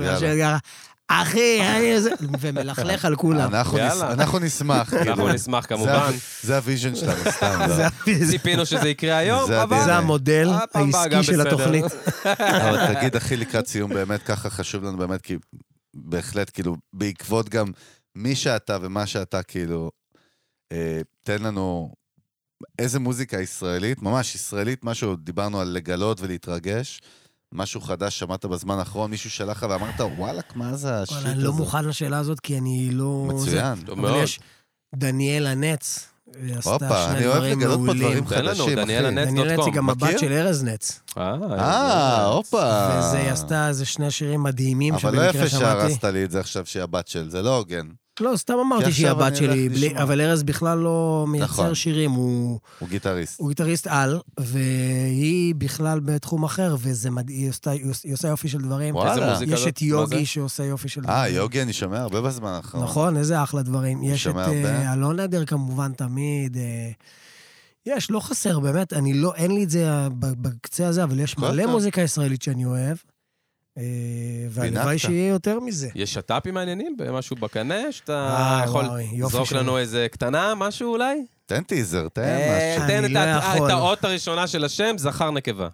אחי, ומלכלך על כולם. אנחנו נשמח. אנחנו נשמח כמובן. זה הוויז'ן שלנו, סתם. ציפינו שזה יקרה היום, אבל... זה המודל העסקי של התוכנית. אבל תגיד, אחי, לקראת סיום, באמת ככה חשוב לנו, באמת, כי בהחלט, כאילו, בעקבות גם מי שאתה ומה שאתה, כאילו, תן לנו איזה מוזיקה ישראלית, ממש ישראלית, משהו, דיברנו על לגלות ולהתרגש, משהו חדש שמעת בזמן האחרון, מישהו שלח לך ואמרת, וואלק, מה זה השיט הזה? אני לא מוכן לשאלה הזאת, כי אני לא... מצוין. אבל יש דניאל הנץ, הופה, אני אוהב לגלות פה דברים חדשים, דניאל הנץ היא גם הבת של ארז נץ. הופה. וזה עשתה איזה שני שירים מדהימים, אבל לא יפה שהרסת לי את זה עכשיו שהיא הבת של, זה לא הוגן. לא, סתם אמרתי שהיא הבת שלי, אבל ארז בכלל לא מייצר שירים, הוא גיטריסט. הוא גיטריסט על, והיא בכלל בתחום אחר, היא עושה יופי של דברים. יש את יוגי שעושה יופי של דברים. יוגי אני שומע הרבה בזמן האחרון. נכון, איזה אחלה דברים. יש את אלון נדר כמובן תמיד. יש, לא חסר, באמת, אין לי את זה בקצה הזה, אבל יש מלא מוזיקה ישראלית שאני אוהב. והלוואי שיהיה יותר מזה. יש שטאפים מעניינים במשהו בקנה, שאתה יכול לזרוק לנו איזה קטנה, משהו אולי? תן טיזר, תן משהו. תן את האות הראשונה של השם, זכר נקבה.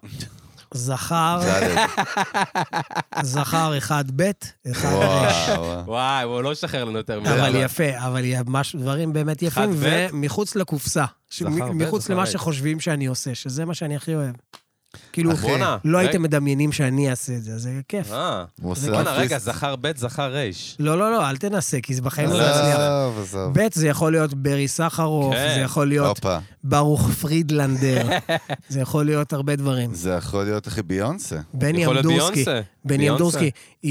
זכר אחד בית, אחד רש. וואי, הוא לא שחרר לנו יותר מזה. אבל יפה, אבל דברים באמת יפים, ומחוץ לקופסה. מחוץ למה שחושבים שאני עושה, שזה מה שאני הכי אוהב. כאילו, לא הייתם מדמיינים שאני אעשה את זה, אז זה כיף. רגע, זכר ב' זכר רש. לא, אל תנסה, כי זה בחיים לא יצליח. ב' זה יכול להיות ברי סחרוף, זה יכול להיות ברוך פרידלנדר, זה יכול להיות הרבה דברים. זה יכול להיות אחי ביונסה. בני אמדורסקי,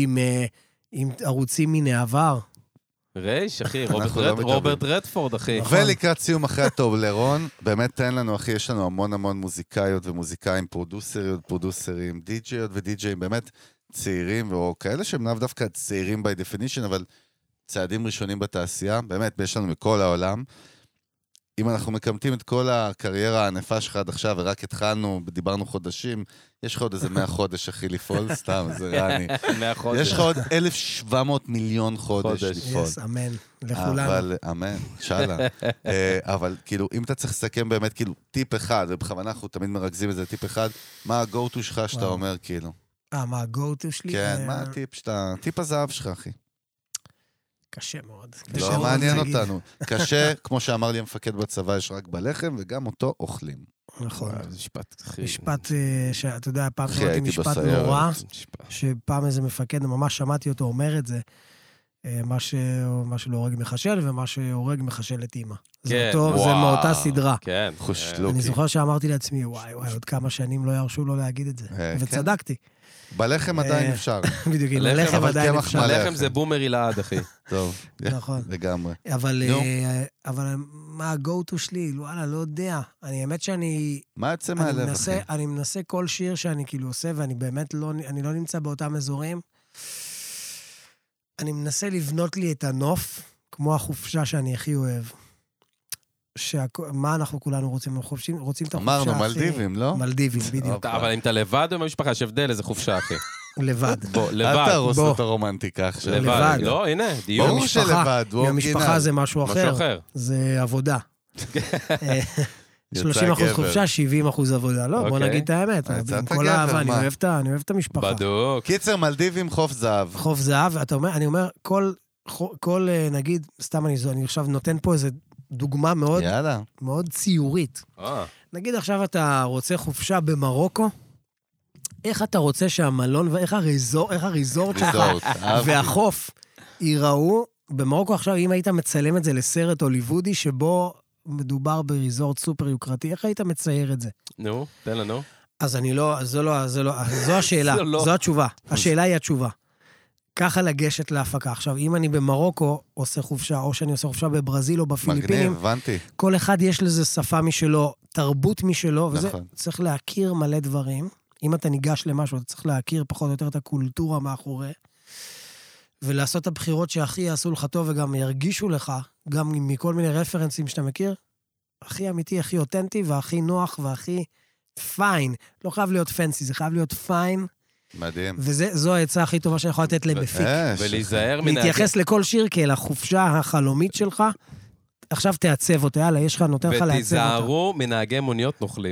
עם ערוצים מן העבר. רייש, אחי, רוברט רדפורד, אחי. ולקראת סיום אחרי הטובלרון, באמת תן לנו, אחי, יש לנו המון המון מוזיקאיות ומוזיקאים, פרודוסרים, די-ג'יות ודי-ג'יים, באמת צעירים, או כאלה שהם לאו דווקא צעירים by definition, אבל צעדים ראשונים בתעשייה, באמת, יש לנו מכל העולם. אם אנחנו מקמטים את כל הקריירה הענפה שלך עד עכשיו, ורק התחלנו, דיברנו חודשים, יש לך עוד איזה 100 חודש, אחי, לפעול, סתם, זה רעני. 100 חודש. יש לך עוד 1,700 מיליון חודש לפעול. יס, אמן, לכולנו. אבל, אמן, שאלה. אבל, כאילו, אם אתה צריך לסכם באמת, כאילו, טיפ אחד, ובכוונה אנחנו תמיד מרכזים את זה, טיפ אחד, מה ה-go-to שלך שאתה אומר, כאילו? מה ה-go-to שלי? כן, מה הטיפ שאתה, טיפ הזהב שלך, אחי? קשה מאוד. לא מעניין אותנו. קשה, כמו שאמר לי המפקד בצבא, יש רק בלחם, וגם אותו אוכלים. נכון. משפט, שאתה יודע, פעם שמעתי משפט נורא, שפעם איזה מפקד, ממש שמעתי אותו אומר את זה, מה שלא הורג מחשל, ומה שהורג מחשל את אימא. זה מאותה סדרה. כן. אני זוכר שאמרתי לעצמי, וואי, עוד כמה שנים לא ירשו לו להגיד את זה. וצדקתי. בלחם עדיין אפשר. בדיוק, בלחם עדיין אפשר. בלחם זה בומרי לעד, אחי. טוב, לגמרי. אבל מה ה-go-to שלי? וואלה, לא יודע. האמת שאני... מה יוצא מהלב, אחי? אני מנסה כל שיר שאני כאילו עושה, ואני באמת לא נמצא באותם אזורים. אני מנסה לבנות לי את הנוף, כמו החופשה שאני הכי אוהב. מה אנחנו כולנו רוצים? אנחנו רוצים את החופשה, אחי. אמרנו, מלדיבים, לא? מלדיבים, בדיוק. אבל אם אתה לבד או במשפחה, יש הבדל, איזה חופשה, אחי. לבד. לבד. אל תהרוס את הרומנטיקה עכשיו. לבד. לא, הנה, דיוק. ברור שלבד, עם המשפחה זה משהו אחר. זה עבודה. 30% חופשה, 70% עבודה. לא, בוא נגיד את האמת. עם כל האהבה, אני אוהב את המשפחה. בדוק. קיצר, מלדיבים, חוף זהב. חוף זהב, אני אומר, כל, נגיד, סתם אני עכשיו נותן פה איזה דוגמה מאוד ציורית. נגיד עכשיו אתה רוצה חופשה במרוקו, איך אתה רוצה שהמלון, ואיך הריזורט שלך והחוף ייראו, במרוקו עכשיו, אם היית מצלם את זה לסרט הוליוודי, שבו מדובר בריזורט סופר יוקרתי, איך היית מצייר את זה? נו, תן לנו. אז אני לא, זו השאלה, זו התשובה. השאלה היא התשובה. ככה לגשת להפקה. עכשיו, אם אני במרוקו עושה חופשה, או שאני עושה חופשה בברזיל או בפיליפינים, מגניב, הבנתי. כל אחד יש לזה שפה משלו, תרבות משלו, וזה צריך להכיר מלא דברים. אם אתה ניגש למשהו, אתה צריך להכיר פחות או יותר את הקולטורה מאחורי, ולעשות את הבחירות שהכי יעשו לך טוב, וגם ירגישו לך, גם מכל מיני רפרנסים שאתה מכיר, הכי אמיתי, הכי אותנטי, והכי נוח, והכי פיין. לא חייב להיות פנסי, זה חייב להיות פיין. מדהים. וזו העצה הכי טובה שאני יכול לתת למפיק. ולהיזהר מנהגי... להתייחס לכל שיר כאל החופשה החלומית שלך, עכשיו תעצב אותה, יאללה, יש לך, נותן לך לעצב אותה. ותיזהרו מנהגי מוניות נוכלים.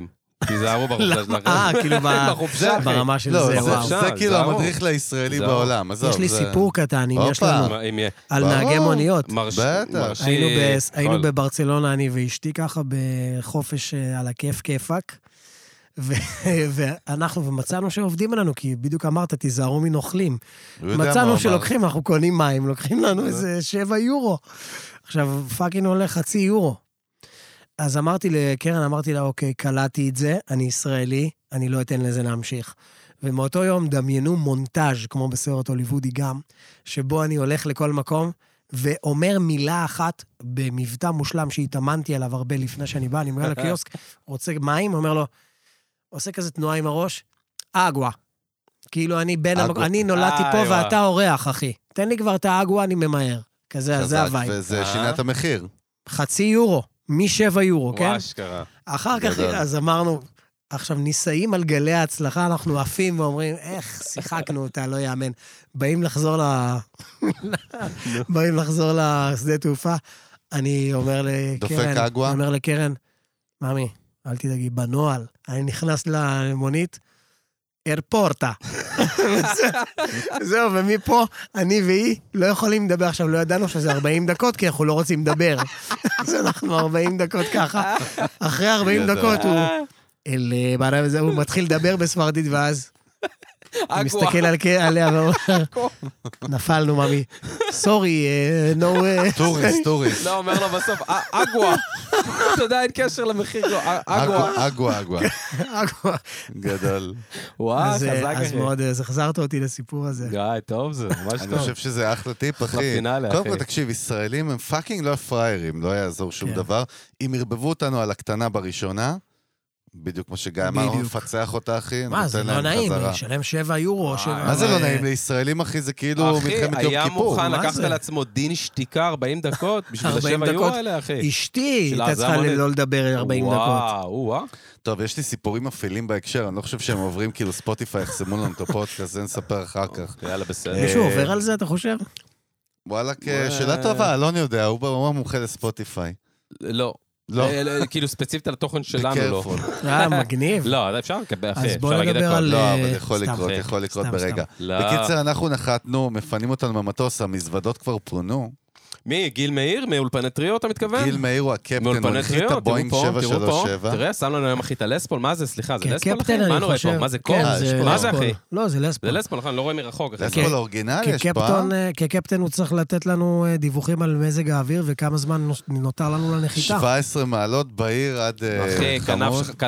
תיזהרו בחופשה שלכם. כאילו ברמה של זה, וואו. זה כאילו המדריך לישראלי בעולם. יש לי סיפור קטן, אם יש לנו, על נהגי מוניות. בטח. היינו בברצלונה, אני ואשתי ככה, בחופש על הכיף כיפק, ואנחנו, ומצאנו שעובדים עלינו, כי בדיוק אמרת, תיזהרו מנוכלים. מצאנו שלוקחים, אנחנו קונים מים, לוקחים לנו איזה 7 יורו. עכשיו, פאקינג הולך 0.5 יורו. אז אמרתי לקרן, אמרתי לה, אוקיי, קלטתי את זה, אני ישראלי, אני לא אתן לזה להמשיך. ומאותו יום דמיינו מונטאז' כמו בסרט הוליוודי גם, שבו אני הולך לכל מקום, ואומר מילה אחת במבטא מושלם שהתאמנתי עליו הרבה לפני שאני בא, אני אומר לקיוסק, רוצה מים? אומר לו, עושה כזה תנועה עם הראש, אגווה. כאילו אני נולדתי פה ואתה אורח, אחי. תן לי כבר את האגווה, אני ממהר. כזה, זה הווי. וזה שינה את המחיר. 0.5 יורו, מ7 יורו, כן? וואש קרה. אחר כך, אז אמרנו, עכשיו ניסאים על גלי ההצלחה, אנחנו עפים ואומרים, איך שיחקנו אותה, לא יאמן. באים לחזור לשדה תעופה, אני אומר לקרן, ממי, אל תדאגי, בנועל, אני נכנס למונית, ארפורטה. זהו, ומפה, אני והיא לא יכולים לדבר. עכשיו, לא ידענו שזה 40 דקות, כי אנחנו לא רוצים לדבר. אז אנחנו 40 דקות ככה. אחרי 40 דקות הוא מתחיל לדבר בספרדית, ואז הוא מסתכל עליה ואומר, נפלנו, ממי. סורי, נו... טוריסט. לא, אומר לו בסוף, אגווה. אתה יודע, אין קשר למחיר, אגווה. אגווה. גדול. וואו, חזק אחי. אז מאוד, אז החזרת אותי לסיפור הזה. גיא, טוב זה, ממש טוב. אני חושב שזה אחלה טיפ, אחי. קודם כל, תקשיב, ישראלים הם פאקינג לא פריירים, לא יעזור שום דבר. אם ירבבו אותנו על הקטנה בראשונה, בדיוק כמו שגיא אמר, הוא מפצח אותה, אחי. מה, זה לא נעים, שלם 7 יורו. מה זה לא נעים? לישראלים, אחי, זה כאילו מלחמת יום כיפור. אחי, היה מוכן לקחת לעצמו דין שתיקה 40 דקות, בשביל 7 יורו האלה, אחי. אשתי הייתה צריכה לא לדבר 40 דקות. וואו. טוב, יש לי סיפורים אפלים בהקשר, אני לא חושב שהם עוברים כאילו ספוטיפיי, יחסמו לנו את הפודקאסט, זה נספר אחר כך. יאללה, בסדר. מישהו עובר על זה, אתה חושב? וואלה, שאלה טובה, לא אני יודע, הוא מומחה לספוטיפיי. לא. כאילו ספציפית על התוכן שלנו לא. מגניב. לא, אפשר לקבל אחי. אז בוא נדבר על... לא, אבל יכול לקרות ברגע. בקיצר, אנחנו נחתנו, מפנים אותנו במטוס, המזוודות כבר פרונו. מי? גיל מאיר? מאולפני טריו, אתה מתכוון? גיל מאיר הוא הקפטן, הוא הנחית את הבוינג 737. תראה, שם לנו היום אחי את הלספול, מה זה? סליחה, זה לספול אחי? קפטן, מה אני נורא חושב. פה? מה זה קור? מה זה אחי? לא, זה לספול. זה לספול, נכון, לא רואה מרחוק. לספול אורגינלי, יש פעם? כקפטן הוא צריך לתת לנו דיווחים על מזג האוויר וכמה זמן נותר לנו לנחיתה. 17 מעלות בעיר עד חמור. אחי,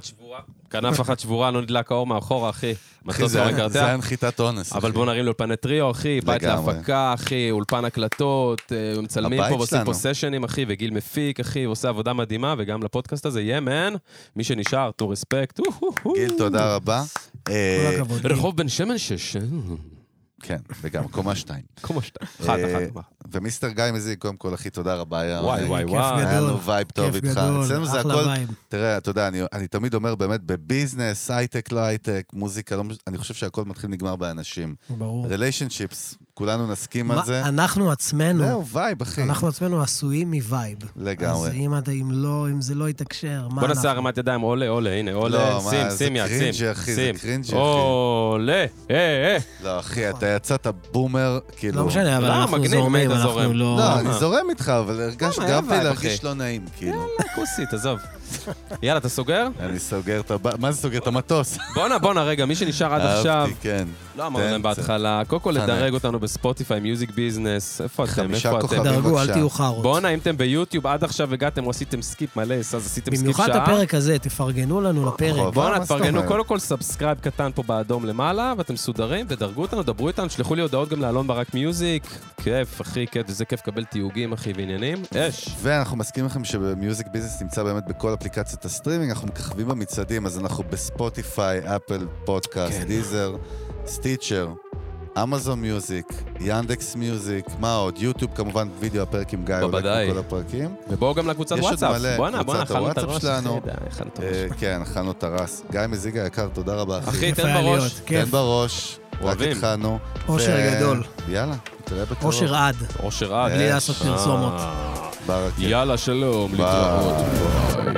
כנף אחת שבורה, לא נדלק האור מאחורה, אחי. זה היה נחיתת אונס. אבל בואו נרים לאולפני טריו, אחי, בית להפקה, אחי, אולפן הקלטות, מצלמים פה ועושים פה סשנים, אחי, וגיל מפיק, אחי, ועושה עבודה מדהימה, וגם לפודקאסט הזה, ימן, מי שנשאר, תנו רספקט. גיל, תודה רבה. רחוב בן שמן 6. כן, וגם קומה 2. קומה 2. אחת. ומיסטר גיא מזיג, קודם כל, אחי, תודה רבה. וואי. היה לנו וייב טוב איתך. אצלנו זה הכל, וייב. תראה, אתה יודע, אני תמיד אומר באמת, בביזנס, הייטק, לא הייטק, מוזיקה, אני חושב שהכל מתחיל נגמר באנשים. ברור. ריליישנשיפס, כולנו נסכים על זה. אנחנו עצמנו, זהו, וייב, אחי. אנחנו עצמנו עשויים מווייב. לגמרי. אז אם זה לא יתקשר, מה אנחנו? בוא נעשה הרמת ידיים, עולה, הנה, עולה, שים יד, זה קרינג'י, אחי. עולה, לא, אחי, אתה יצאת בומר, כאילו... לא משנה, אבל אנחנו זורמים, אנחנו לא... לא, אני זורם איתך, אבל גרמתי להרגיש לא נעים, כאילו. יאללה, כוסית, עזוב. יאללה, אתה סוגר? אני סוגר את... מה זה סוגר? את המטוס. בואנה, רגע, מי שנשאר עד עכשיו... אהבתי, כן. לא אמרנו להם בהתחלה. קודם כל לדרג אותנו בספוטיפיי, מיוזיק ביזנס. איפה אתם? 5 כוכבים, דרגו, אל תהיו חרות. בואנה, אם אתם ביוטיוב עד עכשיו הגעתם או עשיתם סקיפ מלא, אז עשיתם סקיפ שעה. במיוחד הפרק הזה, תפרגנו לנו לפרק. בואנה, תפרגנו, קודם כל סאבסקרייב קטן פה באדום למעלה, ואתם מסודרים, ודרגו אותנו, דברו איתנו, שלחו לי הודעות גם לאלון ברק מיוזיק. כיף, אחי, כיף, וזה כיף לקבל תיוגים, אחי, ועניינים. ואנחנו מסכימים לכם שבמיוזיק ביזנס נמצא באמת בכל אפליקציות הסטרימינג, אנחנו מככבים במצעדים, אז אנחנו בספוטיפיי, אפל פודקאסט, דיזר, סטיצ'ר, אמזון מיוזיק, ינדקס מיוזיק, מה עוד? יוטיוב כמובן, וידאו הפרק עם גיא הולך בכל הפרקים. ובואו גם לקבוצת וואטסאפ. בואנה, אכלנו את הראש. כן, אכלנו את הראש. גיא מזיג היקר, תודה רבה. אחי, תן בראש. תן בראש. רק התחלנו. אושר גדול. יאללה, תראה בקרוב. אושר עד. אושר עד. בלי לעשות פרסומות. יאללה, שלום. להתראות.